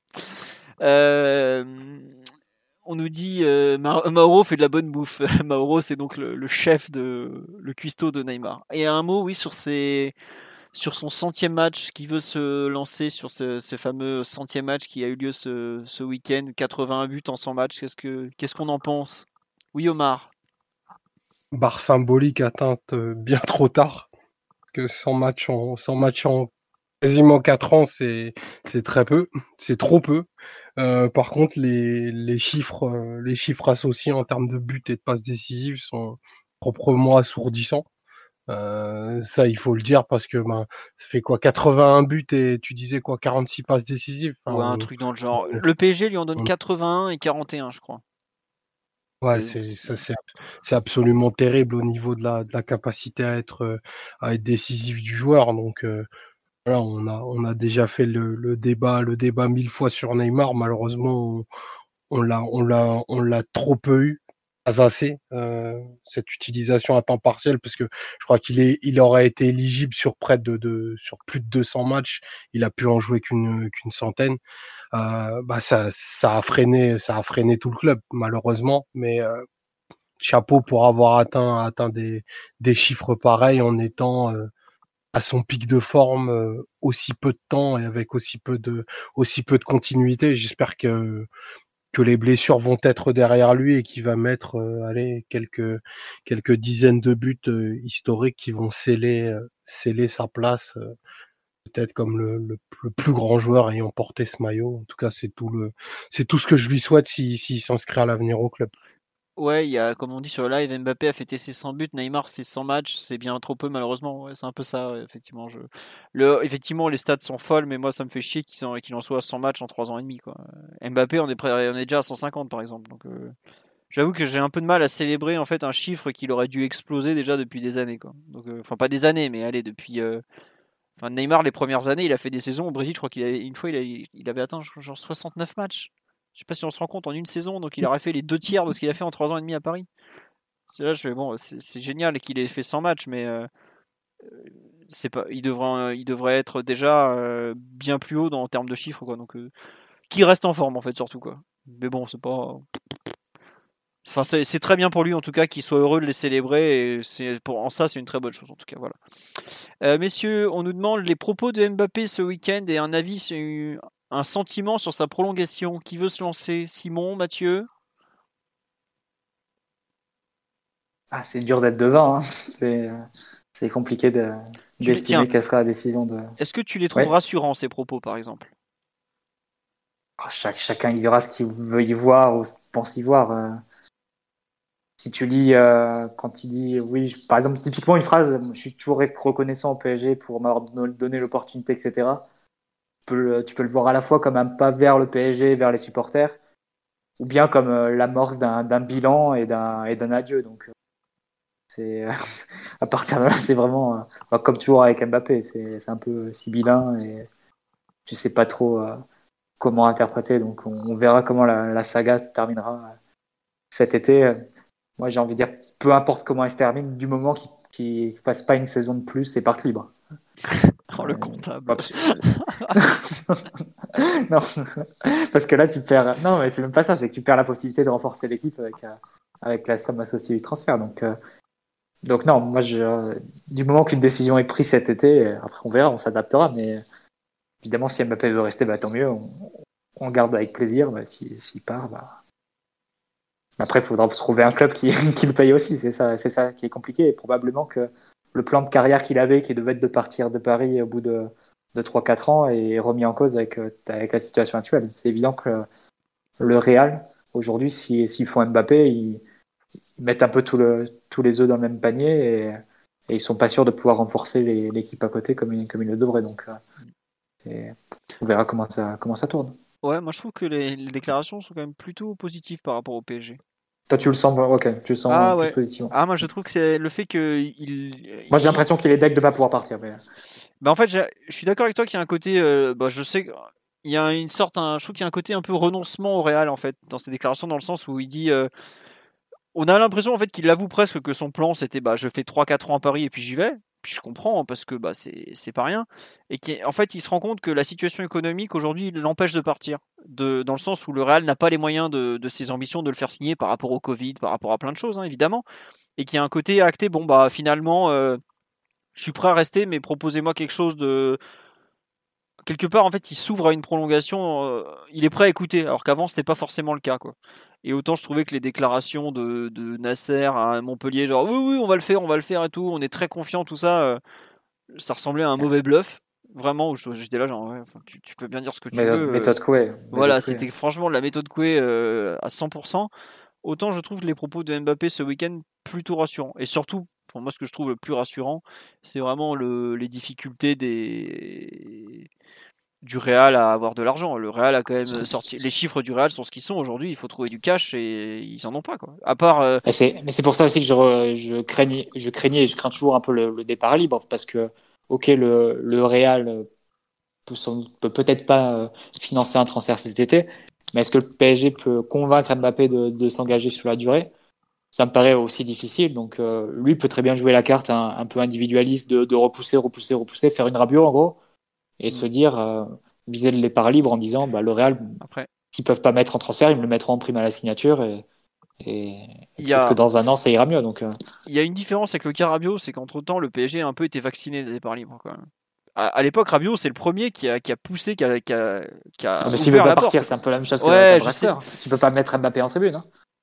Euh, on nous dit euh, Ma- Mauro fait de la bonne bouffe. Mauro, c'est donc le, le chef de le cuistot de Neymar. Et un mot, oui, sur ses, sur son centième match, qui veut se lancer sur ce, ce fameux centième match qui a eu lieu ce, ce week-end, quatre-vingt-un buts en cent matchs. Qu'est-ce que qu'est-ce qu'on en pense? Oui, Omar. Barre symbolique atteinte euh, bien trop tard. Parce que cent matchs en, cent matchs en quasiment quatre ans, c'est, c'est très peu. C'est trop peu. Euh, par contre, les, les chiffres, euh, les chiffres associés en termes de buts et de passes décisives sont proprement assourdissants. Euh, ça, il faut le dire parce que ben, ça fait quoi, quatre-vingt-un buts et tu disais quoi, quarante-six passes décisives. Enfin, Ouais, un on, truc dans le genre. on- Le P S G lui en donne on- quatre-vingt-un et quarante et un, je crois. ouais, C'est- c'est, c'est- ça, c'est, c'est absolument terrible au niveau de la, de la capacité à être, euh, à être décisif du joueur. Donc, euh, voilà, on a, on a déjà fait le, le débat, le débat mille fois sur Neymar. Malheureusement, on, on l'a, on l'a, on l'a trop peu eu, pas assez, euh, cette utilisation à temps partiel, parce que je crois qu'il est, il aurait été éligible sur près de, de, sur plus de deux cents matchs. Il a pu en jouer qu'une, qu'une centaine. Euh, bah ça, ça a freiné, ça a freiné tout le club, malheureusement. Mais euh, chapeau pour avoir atteint, atteint des, des chiffres pareils en étant euh, à son pic de forme euh, aussi peu de temps et avec aussi peu de aussi peu de continuité. J'espère que que les blessures vont être derrière lui et qu'il va mettre euh, allez quelques quelques dizaines de buts euh, historiques qui vont sceller euh, sceller sa place euh, peut-être comme le, le, le plus grand joueur ayant porté ce maillot. En tout cas, c'est tout le, c'est tout ce que je lui souhaite s'il si, si s'inscrit à l'avenir au club. Ouais, il y a, comme on dit sur le live, Mbappé a fêté ses cent buts, Neymar ses cent matchs, c'est bien trop peu malheureusement. Ouais, c'est un peu ça, ouais, effectivement. Je... Le, effectivement, les stats sont folles, mais moi ça me fait chier qu'il en, qu'il en soit à cent matchs en trois ans et demi. Quoi. Mbappé, on est, prêt, on est déjà à cent cinquante par exemple. Donc, euh, j'avoue que j'ai un peu de mal à célébrer en fait un chiffre qu'il aurait dû exploser déjà depuis des années. Quoi. Donc, euh, enfin, pas des années, mais allez, depuis. Euh, enfin, Neymar, les premières années, il a fait des saisons au Brésil. Je crois qu'il avait, une fois, il, a, il avait atteint genre soixante-neuf matchs. Je sais pas si on se rend compte en une saison, donc il aurait fait les deux tiers de ce qu'il a fait en trois ans et demi à Paris. Là, je fais bon, c'est, c'est génial qu'il ait fait cent matchs, mais euh, c'est pas, il devrait, il devrait être déjà euh, bien plus haut dans, en termes de chiffres, quoi. Donc, euh, qui reste en forme en fait, surtout quoi. Mais bon, c'est pas. Enfin, c'est, c'est très bien pour lui en tout cas qu'il soit heureux de les célébrer et c'est pour en ça c'est une très bonne chose en tout cas. Voilà. Euh, messieurs, on nous demande les propos de Mbappé ce week-end et un avis, sur, un sentiment sur sa prolongation. Qui veut se lancer? Simon, Mathieu? Ah, c'est dur d'être devant. Hein. C'est, c'est compliqué de, Tu les- d'estimer Tiens, quelle sera la décision de. est-ce que tu les trouves Ouais. rassurants ces propos par exemple? Ah, chaque, chacun il verra ce qu'il veut y voir ou ce qu'il pense y voir. euh. Si tu lis euh, quand il dit oui, je- par exemple, typiquement une phrase, je suis toujours reconnaissant au P S G pour m'avoir don- donné l'opportunité, et cetera. Tu peux, le, tu peux le voir à la fois comme un pas vers le P S G, vers les supporters, ou bien comme euh, l'amorce d'un, d'un bilan et d'un, et d'un adieu. Donc, euh, c'est, à partir de là, c'est vraiment, euh, bah, comme toujours avec Mbappé, c'est, c'est un peu sibyllin et tu sais pas trop euh, comment interpréter. Donc, on, on verra comment la, la saga se terminera euh, cet été. Moi, j'ai envie de dire, peu importe comment elle se termine, du moment qu'il ne fasse pas une saison de plus, c'est parti libre. Oh, le Euh, comptable. non, parce que là, tu perds. Non, mais c'est même pas ça, c'est que tu perds la possibilité de renforcer l'équipe avec, euh, avec la somme associée du transfert. Donc, euh, donc non, moi, je, euh, du moment qu'une décision est prise cet été, euh, après on verra, on s'adaptera. Mais évidemment, si Mbappé veut rester, bah, tant mieux, on, on garde avec plaisir. Bah, si, s'il part, bah. Après, il faudra trouver un club qui, qui le paye aussi. C'est ça, c'est ça qui est compliqué. Et probablement que le plan de carrière qu'il avait, qui devait être de partir de Paris au bout de, de trois quatre ans, est remis en cause avec, avec la situation actuelle. C'est évident que le Real, aujourd'hui, s'ils si, font Mbappé, ils, ils mettent un peu tout le, tous les œufs dans le même panier et, et ils sont pas sûrs de pouvoir renforcer les, l'équipe à côté comme, ils, comme ils le devraient. Donc, c'est, on verra comment ça, comment ça tourne. Ouais, moi je trouve que les, les déclarations sont quand même plutôt positives par rapport au P S G. Toi, tu le sens, ok, tu le sens Ah plus ouais. positivement. Ah, moi je trouve que c'est le fait que il. Moi, j'ai l'impression qu'il est deck de pas pouvoir partir. Mais... Bah en fait, je suis d'accord avec toi qu'il y a un côté. Euh, bah je sais, il y a une sorte, un, je trouve qu'il y a un côté un peu renoncement au Real en fait dans ses déclarations, dans le sens où il dit. Euh, on a l'impression en fait qu'il avoue presque que son plan c'était bah je fais trois quatre ans à Paris et puis j'y vais. Puis je comprends hein, parce que bah c'est c'est pas rien et qu'en fait il se rend compte que la situation économique aujourd'hui l'empêche de partir de, dans le sens où le Real n'a pas les moyens de, de ses ambitions de le faire signer par rapport au Covid, par rapport à plein de choses hein, évidemment et qu'il y a un côté acté bon bah finalement euh, je suis prêt à rester mais proposez-moi quelque chose de quelque part en fait il s'ouvre à une prolongation euh, il est prêt à écouter alors qu'avant c'était pas forcément le cas quoi. Et autant je trouvais que les déclarations de, de Nasser à Montpellier, genre oui, oui, on va le faire, on va le faire et tout, on est très confiant, tout ça, euh, ça ressemblait à un mauvais bluff. Vraiment, où j'étais là, genre, ouais, tu, tu peux bien dire ce que tu Méthode, veux. méthode Coué. Voilà, c'était franchement de la méthode Coué euh, à cent pour cent. Autant je trouve les propos de Mbappé ce week-end plutôt rassurants. Et surtout, pour moi, ce que je trouve le plus rassurant, c'est vraiment le, les difficultés des du Real à avoir de l'argent. Le Real a quand même sorti. Les chiffres du Real sont ce qu'ils sont aujourd'hui. Il faut trouver du cash et ils en ont pas quoi. À part. Euh... Mais, c'est, mais c'est pour ça aussi que je, re, je craignais, je craignais, et je crains toujours un peu le, le départ libre parce que ok le, le Real peut, peut peut-être pas euh, financer un transfert cet été, mais est-ce que le P S G peut convaincre Mbappé de, de s'engager sur la durée? Ça me paraît aussi difficile. Donc euh, lui peut très bien jouer la carte un, un peu individualiste de, de repousser, repousser, repousser, faire une Rabiot en gros et mmh. se dire euh, viser le départ libre en disant bah, le Real Après, qu'ils peuvent pas mettre en transfert, ils me le mettront en prime à la signature et, et, et peut-être a... que dans un an ça ira mieux. Donc euh... il y a une différence avec le cas Rabiot, c'est qu'entre temps le P S G a un peu été vacciné des départs libres quand même. À, à l'époque, Rabiot c'est le premier qui a, qui a poussé, qui a, qui a, qui a ah, mais s'il veut pas partir, porte. C'est un peu la même chose que ouais, je sais. Tu peux pas mettre Mbappé en tribune. Hein.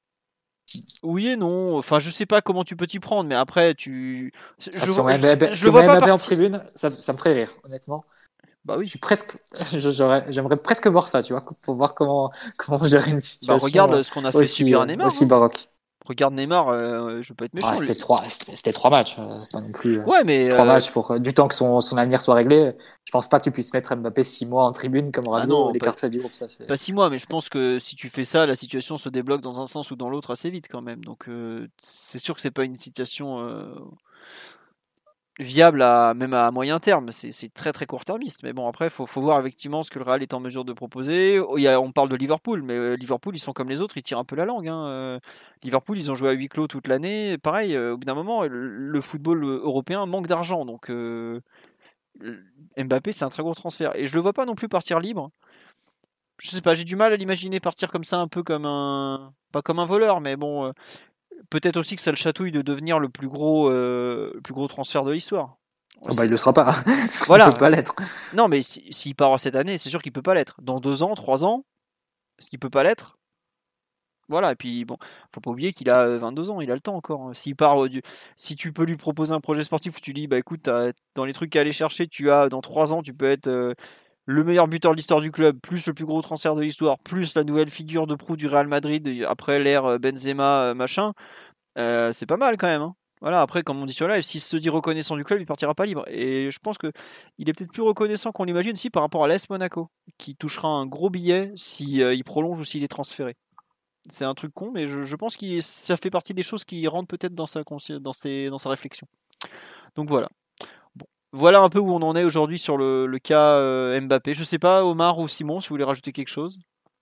Oui et non. Enfin, je sais pas comment tu peux t'y prendre, mais après, tu. Je, ah, si on je, je, je le vois pas Mbappé en tribune, ça, ça me ferait rire, honnêtement. Bah oui. Je suis presque, j'aurais, j'aimerais presque voir ça, tu vois, pour voir comment, comment gérer une situation. Bah regarde ce qu'on a fait aussi, subir à Neymar. Aussi hein. baroque. Regarde Neymar, euh, je peux être méchant. Ah, c'était, les... trois, c'était, c'était trois matchs, euh, pas non plus. Euh, ouais, mais. Trois euh... matchs pour euh, du temps que son, son avenir soit réglé. Je pense pas que tu puisses mettre Mbappé six mois en tribune comme Ah Rabiot, non, l'écarter pas... du groupe. Ça, c'est... pas six mois, mais je pense que si tu fais ça, la situation se débloque dans un sens ou dans l'autre assez vite quand même. Donc euh, c'est sûr que c'est pas une situation. Euh... viable à, même à moyen terme, c'est, c'est très très court-termiste. Mais bon, après, il faut, faut voir effectivement ce que le Real est en mesure de proposer. Il y a, on parle de Liverpool, mais euh, Liverpool, ils sont comme les autres, ils tirent un peu la langue. Hein. Euh, Liverpool, ils ont joué à huis clos toute l'année. Pareil, euh, au bout d'un moment, le, le football européen manque d'argent. Donc euh, Mbappé, c'est un très gros transfert. Et je le vois pas non plus partir libre. Je sais pas, j'ai du mal à l'imaginer partir comme ça, un peu comme un. Pas comme un voleur, mais bon. Euh, peut-être aussi que ça le chatouille de devenir le plus gros, euh, le plus gros transfert de l'histoire. Oh bah, il le sera pas. Voilà. Il peut pas l'être. Non, mais s'il si, si part cette année, c'est sûr qu'il peut pas l'être. Dans deux ans, trois ans, est-ce qu'il peut pas l'être? Voilà. Et puis bon, faut pas oublier qu'il a vingt-deux ans, il a le temps encore. S'il part, du... si tu peux lui proposer un projet sportif où tu dis, bah écoute, dans les trucs à aller chercher, tu as dans trois ans, tu peux être euh, le meilleur buteur de l'histoire du club, plus le plus gros transfert de l'histoire, plus la nouvelle figure de proue du Real Madrid après l'ère Benzema machin. Euh, c'est pas mal quand même. Hein. Voilà, après, comme on dit sur live, s'il se dit reconnaissant du club, il partira pas libre. Et je pense que il est peut-être plus reconnaissant qu'on l'imagine si par rapport à l'A S Monaco, qui touchera un gros billet si euh, il prolonge ou s'il est transféré. C'est un truc con, mais je, je pense que ça fait partie des choses qui rentrent peut-être dans sa, dans, ses, dans sa réflexion. Donc voilà. Bon. Voilà un peu où on en est aujourd'hui sur le, le cas euh, Mbappé. Je sais pas, Omar ou Simon, si vous voulez rajouter quelque chose.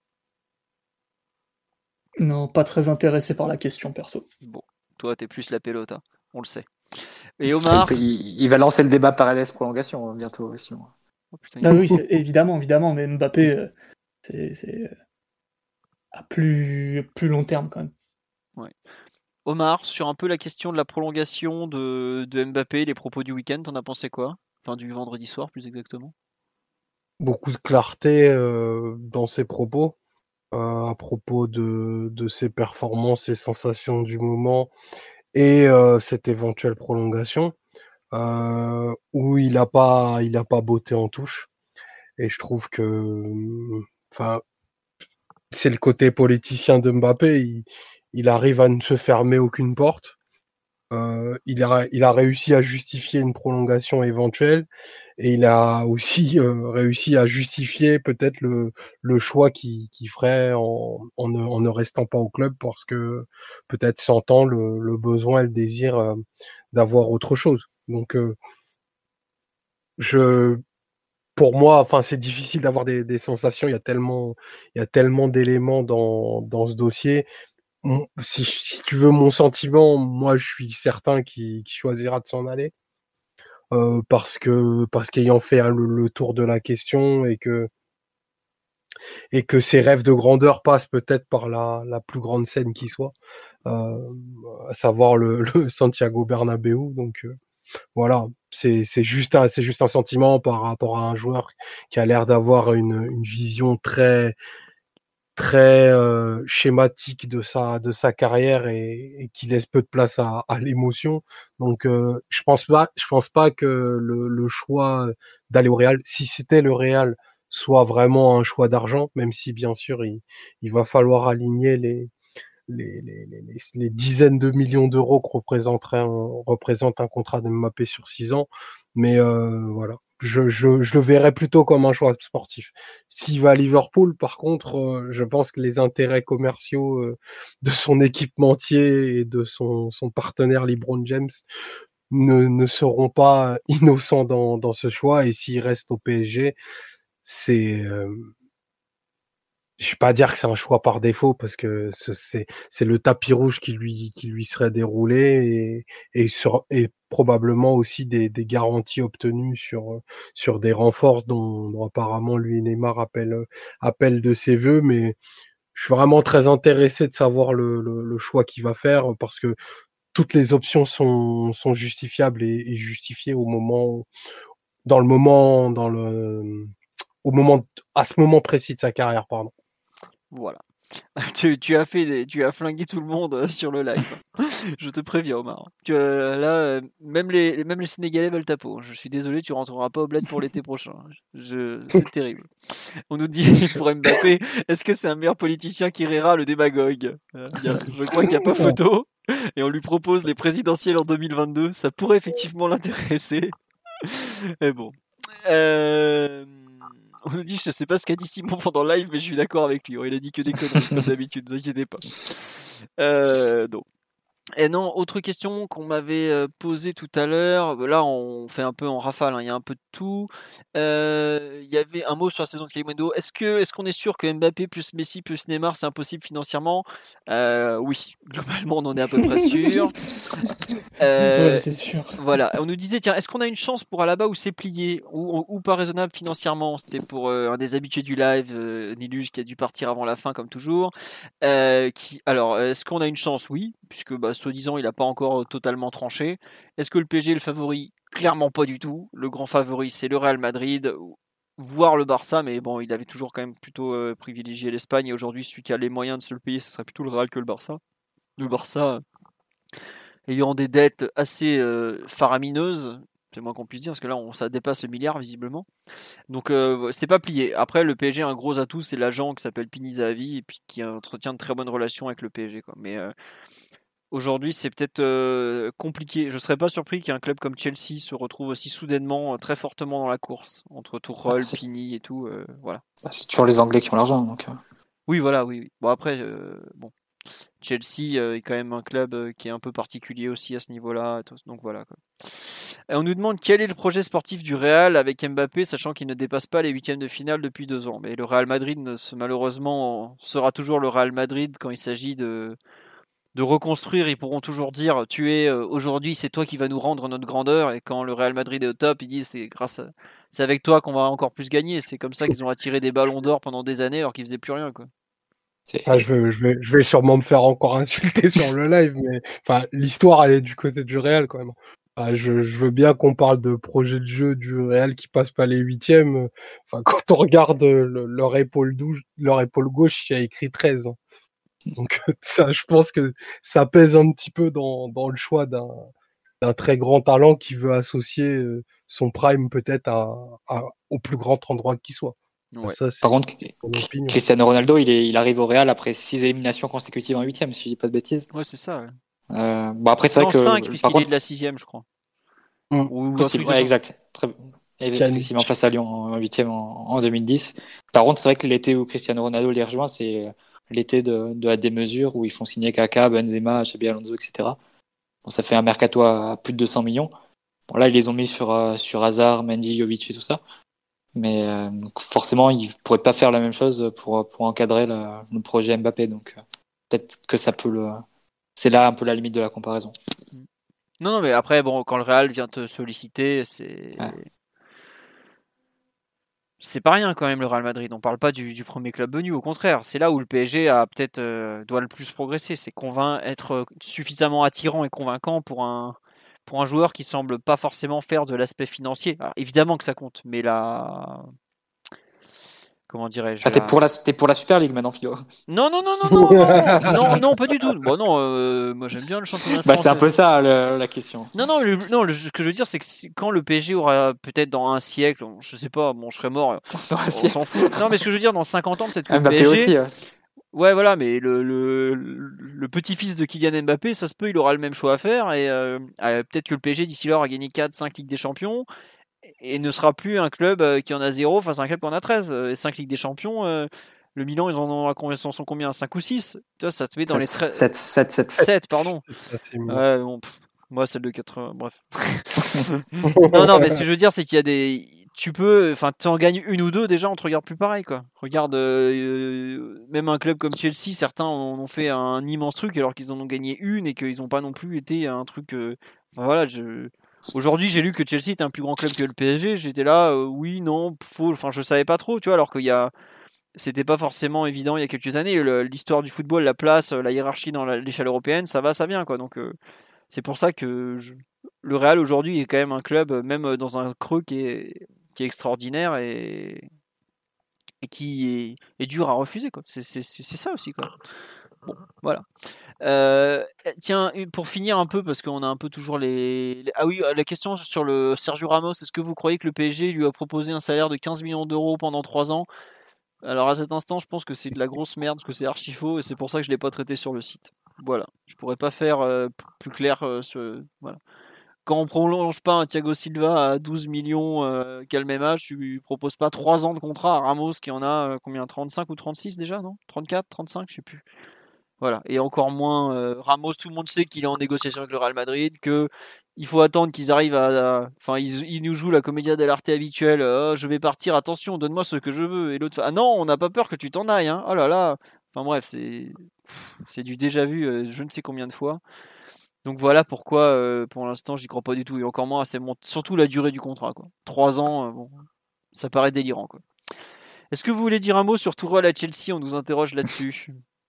Non, pas très intéressé par la question, perso. Bon, toi, t'es plus la pelote, hein. On le sait. Et Omar, il, il, il va lancer le débat parallèle prolongation bientôt, Simon. Oh, putain, ah oui, c'est, évidemment, évidemment, mais Mbappé, euh, c'est, c'est à plus, plus long terme quand même. Ouais. Omar, sur un peu la question de la prolongation de, de Mbappé, les propos du week-end, t'en as pensé quoi? Enfin, du vendredi soir, plus exactement. Beaucoup de clarté euh, dans ses propos, euh, à propos de, de ses performances et sensations du moment et euh, cette éventuelle prolongation, euh, où il n'a pas, il a pas botté en touche. Et je trouve que, enfin, c'est le côté politicien de Mbappé. Il, il arrive à ne se fermer aucune porte. Euh, il a, il a réussi à justifier une prolongation éventuelle et il a aussi euh, réussi à justifier peut-être le, le choix qu'il, qu'il ferait en, en, ne, en ne restant pas au club parce que peut-être sentant le, le besoin et le désir euh, d'avoir autre chose. Donc, euh, je, pour moi, enfin, c'est difficile d'avoir des, des sensations. Il y a tellement, il y a tellement d'éléments dans, dans ce dossier. Si, si tu veux mon sentiment, moi, je suis certain qu'il, qu'il choisira de s'en aller euh, parce que parce qu'ayant fait le, le tour de la question et que et que ses rêves de grandeur passent peut-être par la, la plus grande scène qui soit, euh, à savoir le, le Santiago Bernabéu. Donc euh, voilà, c'est c'est juste un c'est juste un sentiment par rapport à un joueur qui a l'air d'avoir une une vision très très euh, schématique de sa de sa carrière et, et qui laisse peu de place à, à l'émotion. Donc euh, je pense pas je pense pas que le, le choix d'aller au Real, si c'était le Real, soit vraiment un choix d'argent, même si bien sûr il, il va falloir aligner les les, les, les, les dizaines de millions d'euros que représenterait un, représente un contrat de Mbappé sur six ans. Mais euh, voilà, je, je, je le verrais plutôt comme un choix sportif. S'il va à Liverpool, par contre, euh, je pense que les intérêts commerciaux euh, de son équipementier et de son, son partenaire LeBron James ne, ne seront pas innocents dans, dans ce choix. Et s'il reste au P S G, c'est... Euh, je vais pas dire que c'est un choix par défaut parce que c'est c'est le tapis rouge qui lui qui lui serait déroulé et et sur et probablement aussi des des garanties obtenues sur sur des renforts dont, dont apparemment lui et Neymar appellent appellent de ses vœux. Mais je suis vraiment très intéressé de savoir le le, le choix qu'il va faire parce que toutes les options sont sont justifiables et, et justifiées au moment dans le moment dans le au moment à ce moment précis de sa carrière, pardon. Voilà. tu, tu as fait des, tu as flingué tout le monde euh, sur le live. Je te préviens, Omar. Tu, euh, là, euh, même les, même les Sénégalais veulent ta peau. Je suis désolé, tu rentreras pas au bled pour l'été prochain. Je, c'est terrible. On nous dit pour Mbappé, est-ce que c'est un meilleur politicien qu'Herrera, le démagogue? Euh, y a- Je crois qu'il n'y a pas photo. Et on lui propose les présidentielles en deux mille vingt-deux. Ça pourrait effectivement l'intéresser. Mais bon. Euh, On nous dit, je sais pas ce qu'a dit Simon pendant le live, mais je suis d'accord avec lui. Il a dit que des conneries, comme d'habitude, ne vous inquiétez pas. Euh, donc. Et non, autre question qu'on m'avait euh, posée tout à l'heure. Là, on fait un peu en rafale, hein, il y a un peu de tout. Euh, Il y avait un mot sur la saison de Kalimundo. Est-ce que, est-ce qu'on est sûr que Mbappé plus Messi plus Neymar, c'est impossible financièrement? euh, Oui, globalement, on en est à peu près sûr. Euh, Ouais, c'est sûr. Voilà, on nous disait, tiens, est-ce qu'on a une chance pour Alaba ou c'est plié ou, ou pas raisonnable financièrement? C'était pour euh, un des habitués du live, euh, Nilus, qui a dû partir avant la fin, comme toujours. Euh, qui, alors, est-ce qu'on a une chance? Oui, puisque bah, soi-disant, il n'a pas encore totalement tranché. Est-ce que le P S G est le favori? Clairement pas du tout. Le grand favori, c'est le Real Madrid, voire le Barça, mais bon, il avait toujours quand même plutôt euh, privilégié l'Espagne. Et aujourd'hui, celui qui a les moyens de se le payer, ce serait plutôt le Real que le Barça. Le Barça ayant des dettes assez euh, faramineuses, c'est moins qu'on puisse dire, parce que là, on, ça dépasse le milliard visiblement. Donc, euh, c'est pas plié. Après, le P S G a un gros atout, c'est l'agent qui s'appelle Pini Zahavi et puis qui entretient de très bonnes relations avec le P S G, quoi. Mais euh, aujourd'hui, c'est peut-être euh, compliqué. Je serais pas surpris qu'un club comme Chelsea se retrouve aussi soudainement euh, très fortement dans la course entre Tuchel, c'est... Pini et tout. Euh, voilà. c'est toujours les Anglais qui ont l'argent. Donc... Oui, voilà, oui. oui. Bon, après, euh, bon. Chelsea euh, est quand même un club euh, qui est un peu particulier aussi à ce niveau-là. Donc voilà. Quoi. Et on nous demande quel est le projet sportif du Real avec Mbappé, sachant qu'il ne dépasse pas les huitièmes de finale depuis deux ans. Mais le Real Madrid, ne, malheureusement, sera toujours le Real Madrid quand il s'agit de, de reconstruire. Ils pourront toujours dire tu es euh, aujourd'hui, c'est toi qui vas nous rendre notre grandeur. Et quand le Real Madrid est au top, ils disent c'est grâce, à, c'est avec toi qu'on va encore plus gagner. C'est comme ça qu'ils ont attiré des ballons d'or pendant des années alors qu'ils faisaient plus rien, quoi. Ah, je, vais, je, vais, je vais sûrement me faire encore insulter sur le live, mais enfin, l'histoire, elle est du côté du Real quand même. Enfin, je, je veux bien qu'on parle de projet de jeu du Real qui passe pas les huitièmes. Enfin, quand on regarde le, leur, épaule douche, leur épaule gauche, il y a écrit treize. Hein. Donc ça, je pense que ça pèse un petit peu dans, dans le choix d'un, d'un très grand talent qui veut associer son prime peut-être à, à, au plus grand endroit qui soit. Ouais. Ça, Par contre, Cristiano Ronaldo, il, est, il arrive au Real après six éliminations consécutives en huitième, si je dis pas de bêtises. Ouais, c'est ça. Ouais. Euh, bon, après, c'est non, vrai que. cinq, puisqu'il contre... est de la sixième, je crois. Mmh. Ou possible, ouais, exact. Très... Effectivement, face à Lyon en huitième en, en deux mille dix. Par contre, c'est vrai que l'été où Cristiano Ronaldo les rejoint, c'est l'été de, de la démesure où ils font signer Kaka, Benzema, Xabi Alonso, et cetera. Bon, ça fait un mercato à plus de deux cents millions. Bon, là, ils les ont mis sur, euh, sur Hazard, Mendy, Jovic et tout ça. Mais euh, donc forcément, ils ne pourraient pas faire la même chose pour, pour encadrer la, le projet Mbappé. Donc euh, peut-être que ça peut le. C'est là un peu la limite de la comparaison. Non, non, mais après, bon, quand le Real vient te solliciter, c'est. Ouais. C'est pas rien quand même le Real Madrid. On parle pas du, du premier club venu. Au contraire, c'est là où le P S G a peut-être euh, doit le plus progresser. C'est convainc être suffisamment attirant et convaincant pour un pour un joueur qui semble pas forcément faire de l'aspect financier. Alors, évidemment que ça compte, mais là, comment dirais-je ah, t'es, pour la, t'es pour la Super League maintenant, Philo. Non, non, non, non, non, non, non, non, pas du tout. Bon, non, euh, moi j'aime bien le championnat français. Bah, c'est un peu ça le, la question. Non, non, le, non le, ce que je veux dire, c'est que si, quand le P S G aura peut-être dans un siècle, je sais pas, bon, je serais mort, on s'en fout. Non, mais ce que je veux dire, dans cinquante ans, peut-être que Mbappé le P S G. Aussi, ouais. Ouais, voilà, mais le, le, le petit-fils de Kylian Mbappé, ça se peut, il aura le même choix à faire. Et euh, peut-être que le P S G, d'ici là, aura gagné quatre cinq Ligues des Champions. Et ne sera plus un club qui en a zéro face à un club qui en a treize. Et cinq Ligues des Champions, euh, le Milan, ils en ont à combien, sont combien cinq ou six? Tu vois, ça te met dans sept, les treize. sept, sept, sept. sept, pardon. Ouais, bon, pff, moi, celle de quatre-vingts, bref. non, non, mais ce que je veux dire, c'est qu'il y a des. Tu peux. Enfin, tu en gagnes une ou deux, déjà, on te regarde plus pareil, quoi. Regarde, euh, même un club comme Chelsea, certains en ont fait un immense truc alors qu'ils en ont gagné une et qu'ils n'ont pas non plus été un truc. Euh... Enfin, voilà, je. Aujourd'hui, j'ai lu que Chelsea était un plus grand club que le P S G. J'étais là, euh, oui, non, faux. Enfin, je savais pas trop, tu vois, alors qu'il y a. C'était pas forcément évident il y a quelques années. Le, l'histoire du football, la place, la hiérarchie dans la, l'échelle européenne, ça va, ça vient, quoi. Donc, euh, c'est pour ça que je... le Real aujourd'hui est quand même un club, même dans un creux qui est, qui est extraordinaire et et qui est, est dur à refuser, quoi. C'est, c'est, c'est, c'est ça aussi, quoi. Bon, voilà. Euh, tiens, pour finir un peu, parce qu'on a un peu toujours les, les... Ah oui, la question sur le Sergio Ramos, est-ce que vous croyez que le P S G lui a proposé un salaire de quinze millions d'euros pendant trois ans? Alors à cet instant, je pense que c'est de la grosse merde, parce que c'est archi faux, et c'est pour ça que je ne l'ai pas traité sur le site. Voilà, je pourrais pas faire euh, plus clair. Euh, ce... voilà. Quand on prolonge pas un Thiago Silva à douze millions euh, qui a le même âge, tu lui proposes pas trois ans de contrat à Ramos qui en a euh, combien, trente-cinq ou trente-six déjà, non? trente-quatre, trente-cinq, je sais plus. Voilà, et encore moins euh, Ramos, tout le monde sait qu'il est en négociation avec le Real Madrid, que il faut attendre qu'ils arrivent à, enfin, ils, ils nous jouent la commedia dell'arte habituelle. Oh, je vais partir, attention, donne-moi ce que je veux. Et l'autre fait, ah non, on n'a pas peur que tu t'en ailles. Hein. Oh là là. Enfin bref, c'est, c'est du déjà vu, euh, je ne sais combien de fois. Donc voilà pourquoi, euh, pour l'instant, j'y crois pas du tout. Et encore moins, c'est mon... surtout la durée du contrat, quoi. Trois ans, euh, bon, ça paraît délirant, quoi. Est-ce que vous voulez dire un mot sur Tourelle à Chelsea? On nous interroge là-dessus.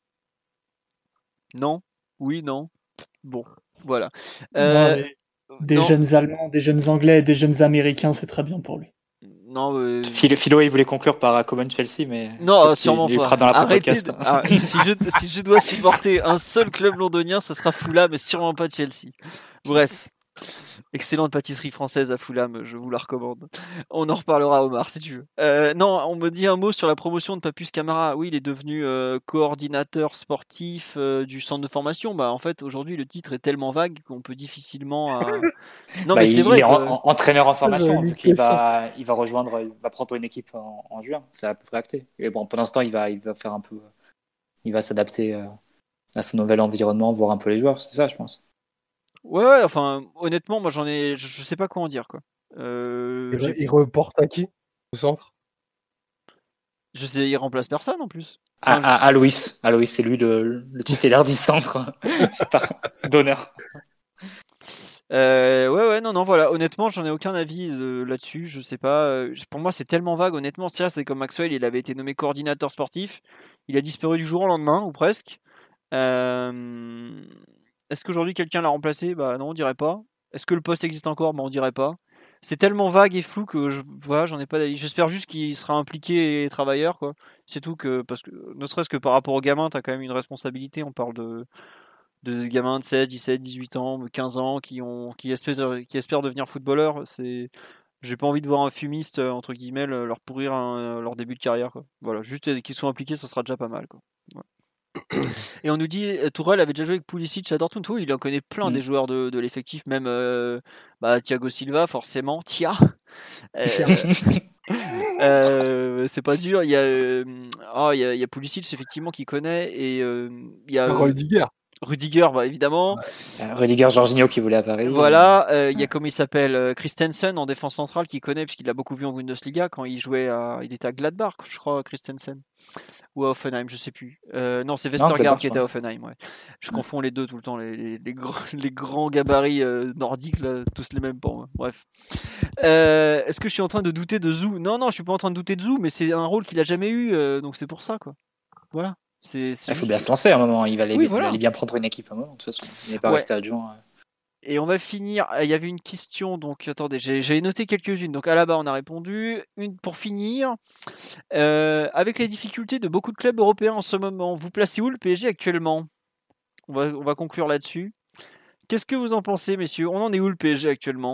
Non? Oui, non? Bon, voilà. Euh, Non, mais des non, jeunes Allemands, des jeunes Anglais, des jeunes Américains, c'est très bien pour lui. non, euh, Philo, Philo, il voulait conclure par Common Chelsea, mais non, peut-être sûrement qu'il- il le pas. fera dans l'après Arrêtez. podcast. de- ah, si, je, si je dois supporter un seul club londonien, ce sera Fulham, mais sûrement pas Chelsea. Bref. Excellente pâtisserie française à Fulham, je vous la recommande. On en reparlera, Omar, si tu veux. Euh, non, on me dit un mot sur la promotion de Papus Camara. Oui, il est devenu euh, coordinateur sportif euh, du centre de formation. Bah, en fait, aujourd'hui, le titre est tellement vague qu'on peut difficilement. euh, Non, Bah, mais c'est il, vrai. il est en- Quoi. en- entraîneur en formation, Euh, vu qu'il va, il va rejoindre, il va prendre une équipe en, en juin. C'est à peu près acté. Et bon, pour l'instant, il va, il va faire un peu, il va s'adapter euh, à son nouvel environnement, voir un peu les joueurs. C'est ça, je pense. Ouais, ouais, enfin, honnêtement, moi, j'en ai. Je, je sais pas quoi en dire, quoi. Euh, Il, j'ai- il reporte à qui au centre? Je sais, il remplace personne en plus. À, Enfin, je- à, à Louis, à Louis, c'est lui le, le tutélaire du centre par- d'honneur. Euh, ouais, ouais, non, non, voilà. Honnêtement, j'en ai aucun avis euh, là-dessus. Je sais pas. euh, Pour moi, c'est tellement vague. Honnêtement, c'est c'est comme Maxwell, il avait été nommé coordinateur sportif. Il a disparu du jour au lendemain, ou presque. Euh, Est-ce qu'aujourd'hui quelqu'un l'a remplacé? Bah non, on dirait pas. Est-ce que le poste existe encore? Bah on dirait pas. C'est tellement vague et flou que je, voilà, j'en ai pas d'avis. J'espère juste qu'il sera impliqué et travailleur, quoi. C'est tout que parce que ne serait-ce que par rapport aux gamins, t'as quand même une responsabilité. On parle de de gamins de seize, dix-sept, dix-huit ans, quinze ans qui ont qui espèrent qui espèrent devenir footballeurs. C'est J'ai pas envie de voir un fumiste euh, entre guillemets le- leur pourrir un- leur début de carrière, quoi. Voilà, juste euh, qu'ils soient impliqués, ça sera déjà pas mal, quoi. Voilà. Et on nous dit, euh, Tourelle avait déjà joué avec Pulisic à Dortmund. Oui, il en connaît plein Mm. des joueurs de, de l'effectif, même euh, bah, Thiago Silva, forcément. Tia. Euh, euh, c'est pas dur. Il y a, euh, oh, il y a, il y a Pulisic, effectivement, qui connaît. Et euh, il y a euh, Rudiger. Rudiger, bah, évidemment. Euh, Rudiger Jorginho qui voulait à Paris. Voilà, euh, il y a comment il s'appelle euh, Christensen en défense centrale qui connaît puisqu'il l'a beaucoup vu en Bundesliga quand il jouait à, il était à Gladbach, je crois, Christensen ou à Offenheim, je sais plus. Euh, non, c'est Westergaard Gladbach, qui je était à crois. Offenheim. Ouais. Je Mm. confonds les deux tout le temps, les, les, les grands, les grands gabarits euh, nordiques là, tous les mêmes pour moi. Bref. Euh, Est-ce que je suis en train de douter de Zou? Non, non, je suis pas en train de douter de Zou, mais c'est un rôle qu'il a jamais eu, euh, donc c'est pour ça quoi. Voilà. C'est c'est Il faut juste- bien se lancer à un moment. Il, va aller, Oui, il voilà. allait bien prendre une équipe à un moment, de toute façon. Il n'est pas Ouais. resté adjoint. euh. Et on va finir. Il y avait une question, donc attendez, j'ai j'ai noté quelques-unes. Donc à la base, on a répondu. Une pour finir. Euh, avec les difficultés de beaucoup de clubs européens en ce moment, vous placez où le P S G actuellement? on va, on va conclure là-dessus. Qu'est-ce que vous en pensez, messieurs? On en est où le P S G actuellement?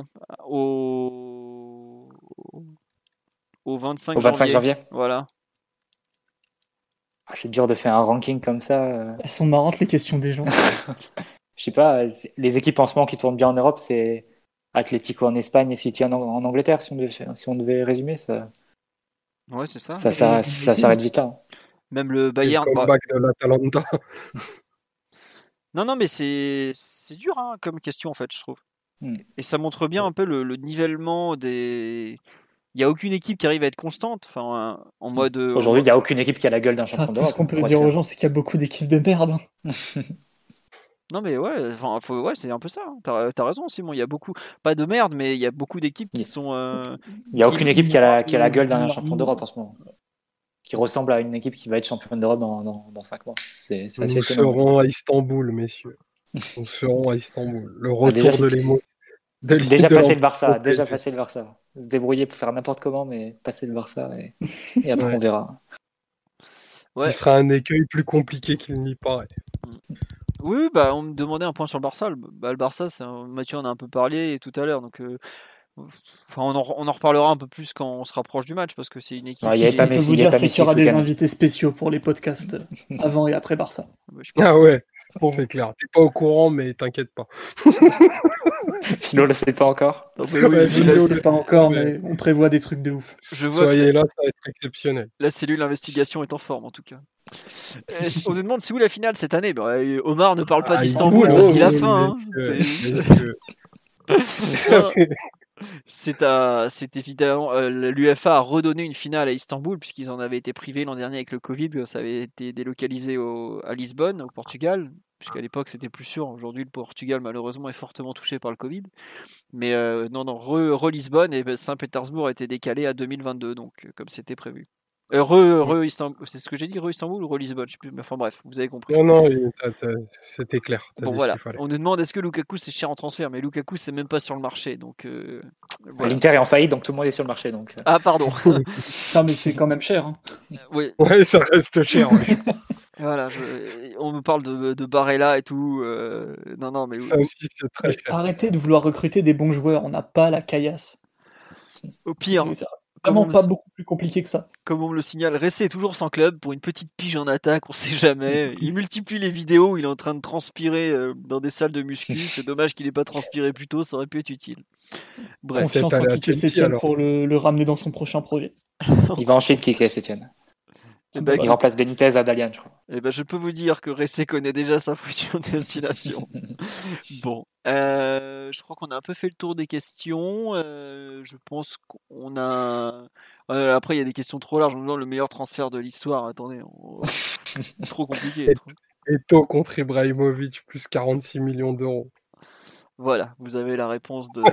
Au, au vingt-cinq Au vingt-cinq janvier. Voilà. Ah, c'est dur de faire un ranking comme ça. euh. Elles sont marrantes les questions des gens. Je sais pas, c'est- les équipes en ce moment qui tournent bien en Europe, c'est Atlético en Espagne et City en, en Angleterre, si on devait, faire- si on devait résumer. Ça, Ouais, c'est ça. ça, ça, ça s'arrête vite. Hein. Même le Et le Bayern. bah, comeback de l'Atalanta. Non, non, mais c'est c'est dur hein, comme question en fait, je trouve. Hmm. Et ça montre bien un peu le, le nivellement des. Il n'y a aucune équipe qui arrive à être constante. Enfin, en mode. euh, Aujourd'hui, il n'y a aucune équipe qui a la gueule d'un Enfin, champion tout d'Europe. ce qu'on peut pour être dire aux clair. gens, c'est qu'il y a beaucoup d'équipes de merde. hein. Non, mais ouais, enfin, faut, ouais, c'est un peu ça. hein. T'as, t'as raison, Simon. Il y a beaucoup, pas de merde, mais il y a beaucoup d'équipes qui Il- sont. euh, Il n'y a qui- aucune équipe qui a la, qui a la gueule d'un Qui- champion d'Europe en ce moment. Qui ressemble à une équipe qui va être championne d'Europe dans, dans, dans cinq mois. C'est c'est assez Nous étonnant. serons à Istanbul, messieurs. Nous serons à Istanbul. Le retour déjà, de c'est- l'émo. de Déjà de passé le l'Empire Barça, au déjà P S G. passé le Barça. se débrouiller pour faire n'importe comment, mais passer le Barça et, et après Ouais. on verra. Ouais. Qui sera un écueil plus compliqué qu'il n'y paraît. Oui, bah, on me demandait un point sur le Barça. Le, bah, le Barça, c'est un- Mathieu en a un peu parlé tout à l'heure, donc euh, enfin, on, en, on en reparlera un peu plus quand on se rapproche du match parce que c'est une équipe. Ouais, il y avait qui- pas Je peux Messi, vous il y a dire, pas c'est Messi qu'il y aura ce des week-end. invités spéciaux pour les podcasts euh, avant et après Barça. Ouais, je pense- Ah ouais, Pour c'est vous. clair. T'es pas au courant, mais t'inquiète pas. Philo le sait pas encore. Non, mais oui, Ouais, Je mais ne là, le Philo, sais pas encore, mais- mais on prévoit des trucs de ouf. Je vois Soyez là, ça va être exceptionnel. la cellule d'investigation est en forme en tout cas. Euh, on nous demande c'est où la finale cette année. Bah, euh, Omar ne parle pas Ah, d'Istanbul il- parce oh, qu'il a oui, faim. hein. messieurs, C'est- messieurs. Non, C'est à, c'est évidemment euh, l'U F A a redonné une finale à Istanbul puisqu'ils en avaient été privés l'an dernier avec le Covid. Ça avait été délocalisé au- à Lisbonne, au Portugal, puisqu'à l'époque c'était plus sûr. Aujourd'hui, le Portugal malheureusement est fortement touché par le Covid. Mais euh, non, non, re, re Lisbonne et ben, Saint-Pétersbourg a été décalé à deux mille vingt-deux, donc euh, comme c'était prévu. Euh, re, re Istanbul, c'est ce que j'ai dit, re Istanbul ou re Lisbonne, je sais plus. Mais enfin bref, vous avez compris. Non, non, il- t'as- t'as- c'était clair. T'as Bon dit voilà, ce qu'il fallait. on nous demande est-ce que Lukaku c'est cher en transfert, mais Lukaku c'est même pas sur le marché, donc euh, voilà. L'Inter est en faillite, donc tout le monde est sur le marché. Donc. euh. Ah pardon. Ah, mais c'est quand même cher. Hein. Oui, Ouais, ça reste cher. ouais. voilà, je- on me parle de, de Barella et tout. euh, Non, non, mais Ça aussi, c'est très Mais cher. arrêtez de vouloir recruter des bons joueurs, on n'a pas la caillasse. au pire, C'est comme vraiment on, me, pas beaucoup plus compliqué que ça. comme on me le signale, Ressé est toujours sans club pour une petite pige en attaque, on sait jamais. Il multiplie les vidéos où il est en train de transpirer euh, dans des salles de muscu. C'est dommage qu'il n'ait pas transpiré plus tôt, ça aurait pu être utile. Bref, Confiance peut-être en aller à Kike Chelsea, Setien alors. pour le, le ramener dans son prochain projet. Il va en Chine, Kike Setien. eh ben, Il remplace Benitez à Dalian, je crois. eh ben, je peux vous dire que Ressé connaît déjà sa future destination. Bon, euh, je crois qu'on a un peu fait le tour des questions. Euh, je pense qu'on a. Euh, après, il y a des questions trop larges. On nous demande le meilleur transfert de l'histoire. Attendez, on- trop compliqué. trop- Eto contre Ibrahimovic, plus quarante-six millions d'euros. Voilà, vous avez la réponse de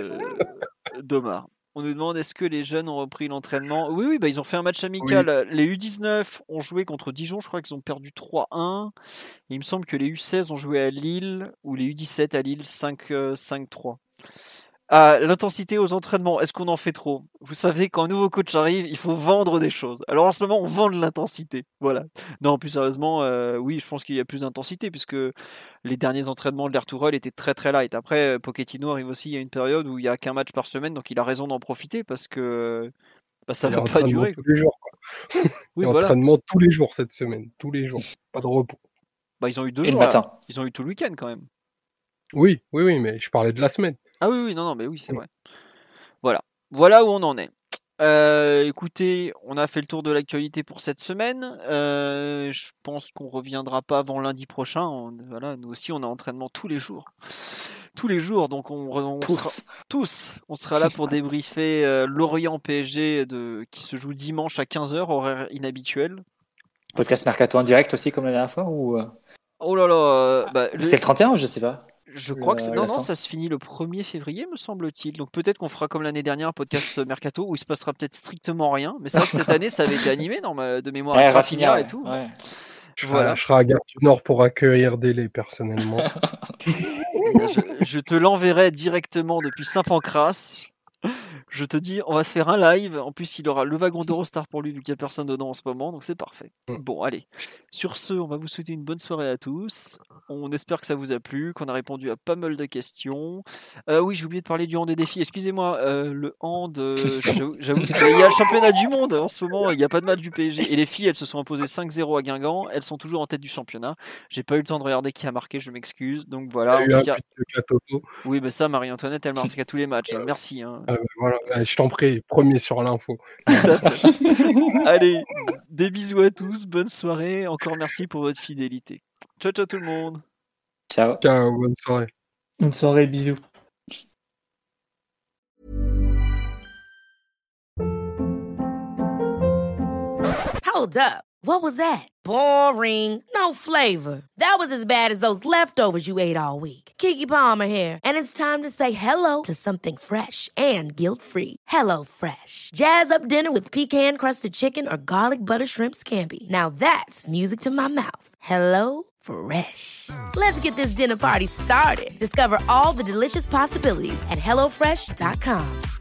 d'Omar. On nous demande est-ce que les jeunes ont repris l'entraînement. Oui, oui, bah, ils ont fait un match amical. Les U dix-neuf ont joué contre Dijon. Je crois qu'ils ont perdu trois un. Et il me semble que les U seize ont joué à Lille ou les U dix-sept à Lille cinq trois. Ah, l'intensité aux entraînements, est-ce qu'on en fait trop? Vous savez, quand un nouveau coach arrive, il faut vendre des choses. Alors en ce moment, on vend de l'intensité. Voilà. Non, plus sérieusement, euh, oui, je pense qu'il y a plus d'intensité puisque les derniers entraînements de l'Ertugrul étaient très très light. Après, Pochettino arrive aussi, il y a une période où il n'y a qu'un match par semaine, donc il a raison d'en profiter parce que bah, ça Il y ne a va pas entraînement durer. tous quoi. les jours. Quoi. Oui, Il y a voilà. entraînement tous les jours cette semaine. Tous les jours. Pas de repos. Bah, ils ont eu deux Et le jours. là. matin. Ils ont eu tout le week-end quand même. Oui, oui, oui, mais je parlais de la semaine. Ah oui, oui, non, non, mais oui, c'est Oui. vrai. Voilà. Voilà où on en est. Euh, écoutez, on a fait le tour de l'actualité pour cette semaine. Euh, je pense qu'on reviendra pas avant lundi prochain. On- voilà, nous aussi, on a entraînement tous les jours. Tous les jours, donc on, on sera, Tous. tous, on sera là pour débriefer euh, Lorient P S G de, qui se joue dimanche à quinze heures, horaire inhabituel. Podcast Mercato en direct aussi, comme la dernière fois ou euh, Oh là là, euh, bah, le- c'est le trente et un ou je sais pas. je crois que c'est... la- Non, la non, fin. ça se finit le premier février, me semble-t-il. Donc peut-être qu'on fera comme l'année dernière un podcast Mercato où il se passera peut-être strictement rien. Mais c'est vrai que cette année, ça avait été animé dans ma... de mémoire Ouais, avec Rafinha Rafinha et ouais. tout. Ouais. Je, Voilà. serai, je serai à Gare du Nord pour accueillir Délé, personnellement. je, je te l'enverrai directement depuis Saint-Pancras. Je te dis, on va se faire un live. En plus, il aura le wagon d'Eurostar pour lui, vu qu'il n'y a personne dedans en ce moment. Donc, c'est parfait. Mm. Bon, allez. Sur ce, on va vous souhaiter une bonne soirée à tous. On espère que ça vous a plu, qu'on a répondu à pas mal de questions. Euh, oui, j'ai oublié de parler du hand des défis. Excusez-moi, euh, le hand, euh, j'avoue, j'avoue qu'il y a le championnat du monde en ce moment. Il n'y a pas de match du P S G. Et les filles, elles se sont imposées cinq zéro à Guingamp. Elles sont toujours en tête du championnat. J'ai pas eu le temps de regarder qui a marqué, je m'excuse. Donc voilà. Il y a En eu tout un cas, but de Katoto. oui, bah ça, Marie-Antoinette, elle marque à tous les matchs. hein. Merci. hein. Ah, ben voilà, Ouais, je t'en prie, premier sur l'info. Allez, des bisous à tous, bonne soirée, encore merci pour votre fidélité. Ciao ciao tout le monde. Ciao. Ciao, bonne soirée. Bonne soirée, bisous. Hold up. What was that? Boring. No flavor. That was as bad as those leftovers you ate all week. Keke Palmer here, and it's time to say hello to something fresh and guilt-free. Hello Fresh. Jazz up dinner with pecan-crusted chicken or garlic butter shrimp scampi. Now that's music to my mouth. Hello Fresh. Let's get this dinner party started. Discover all the delicious possibilities at hello fresh dot com.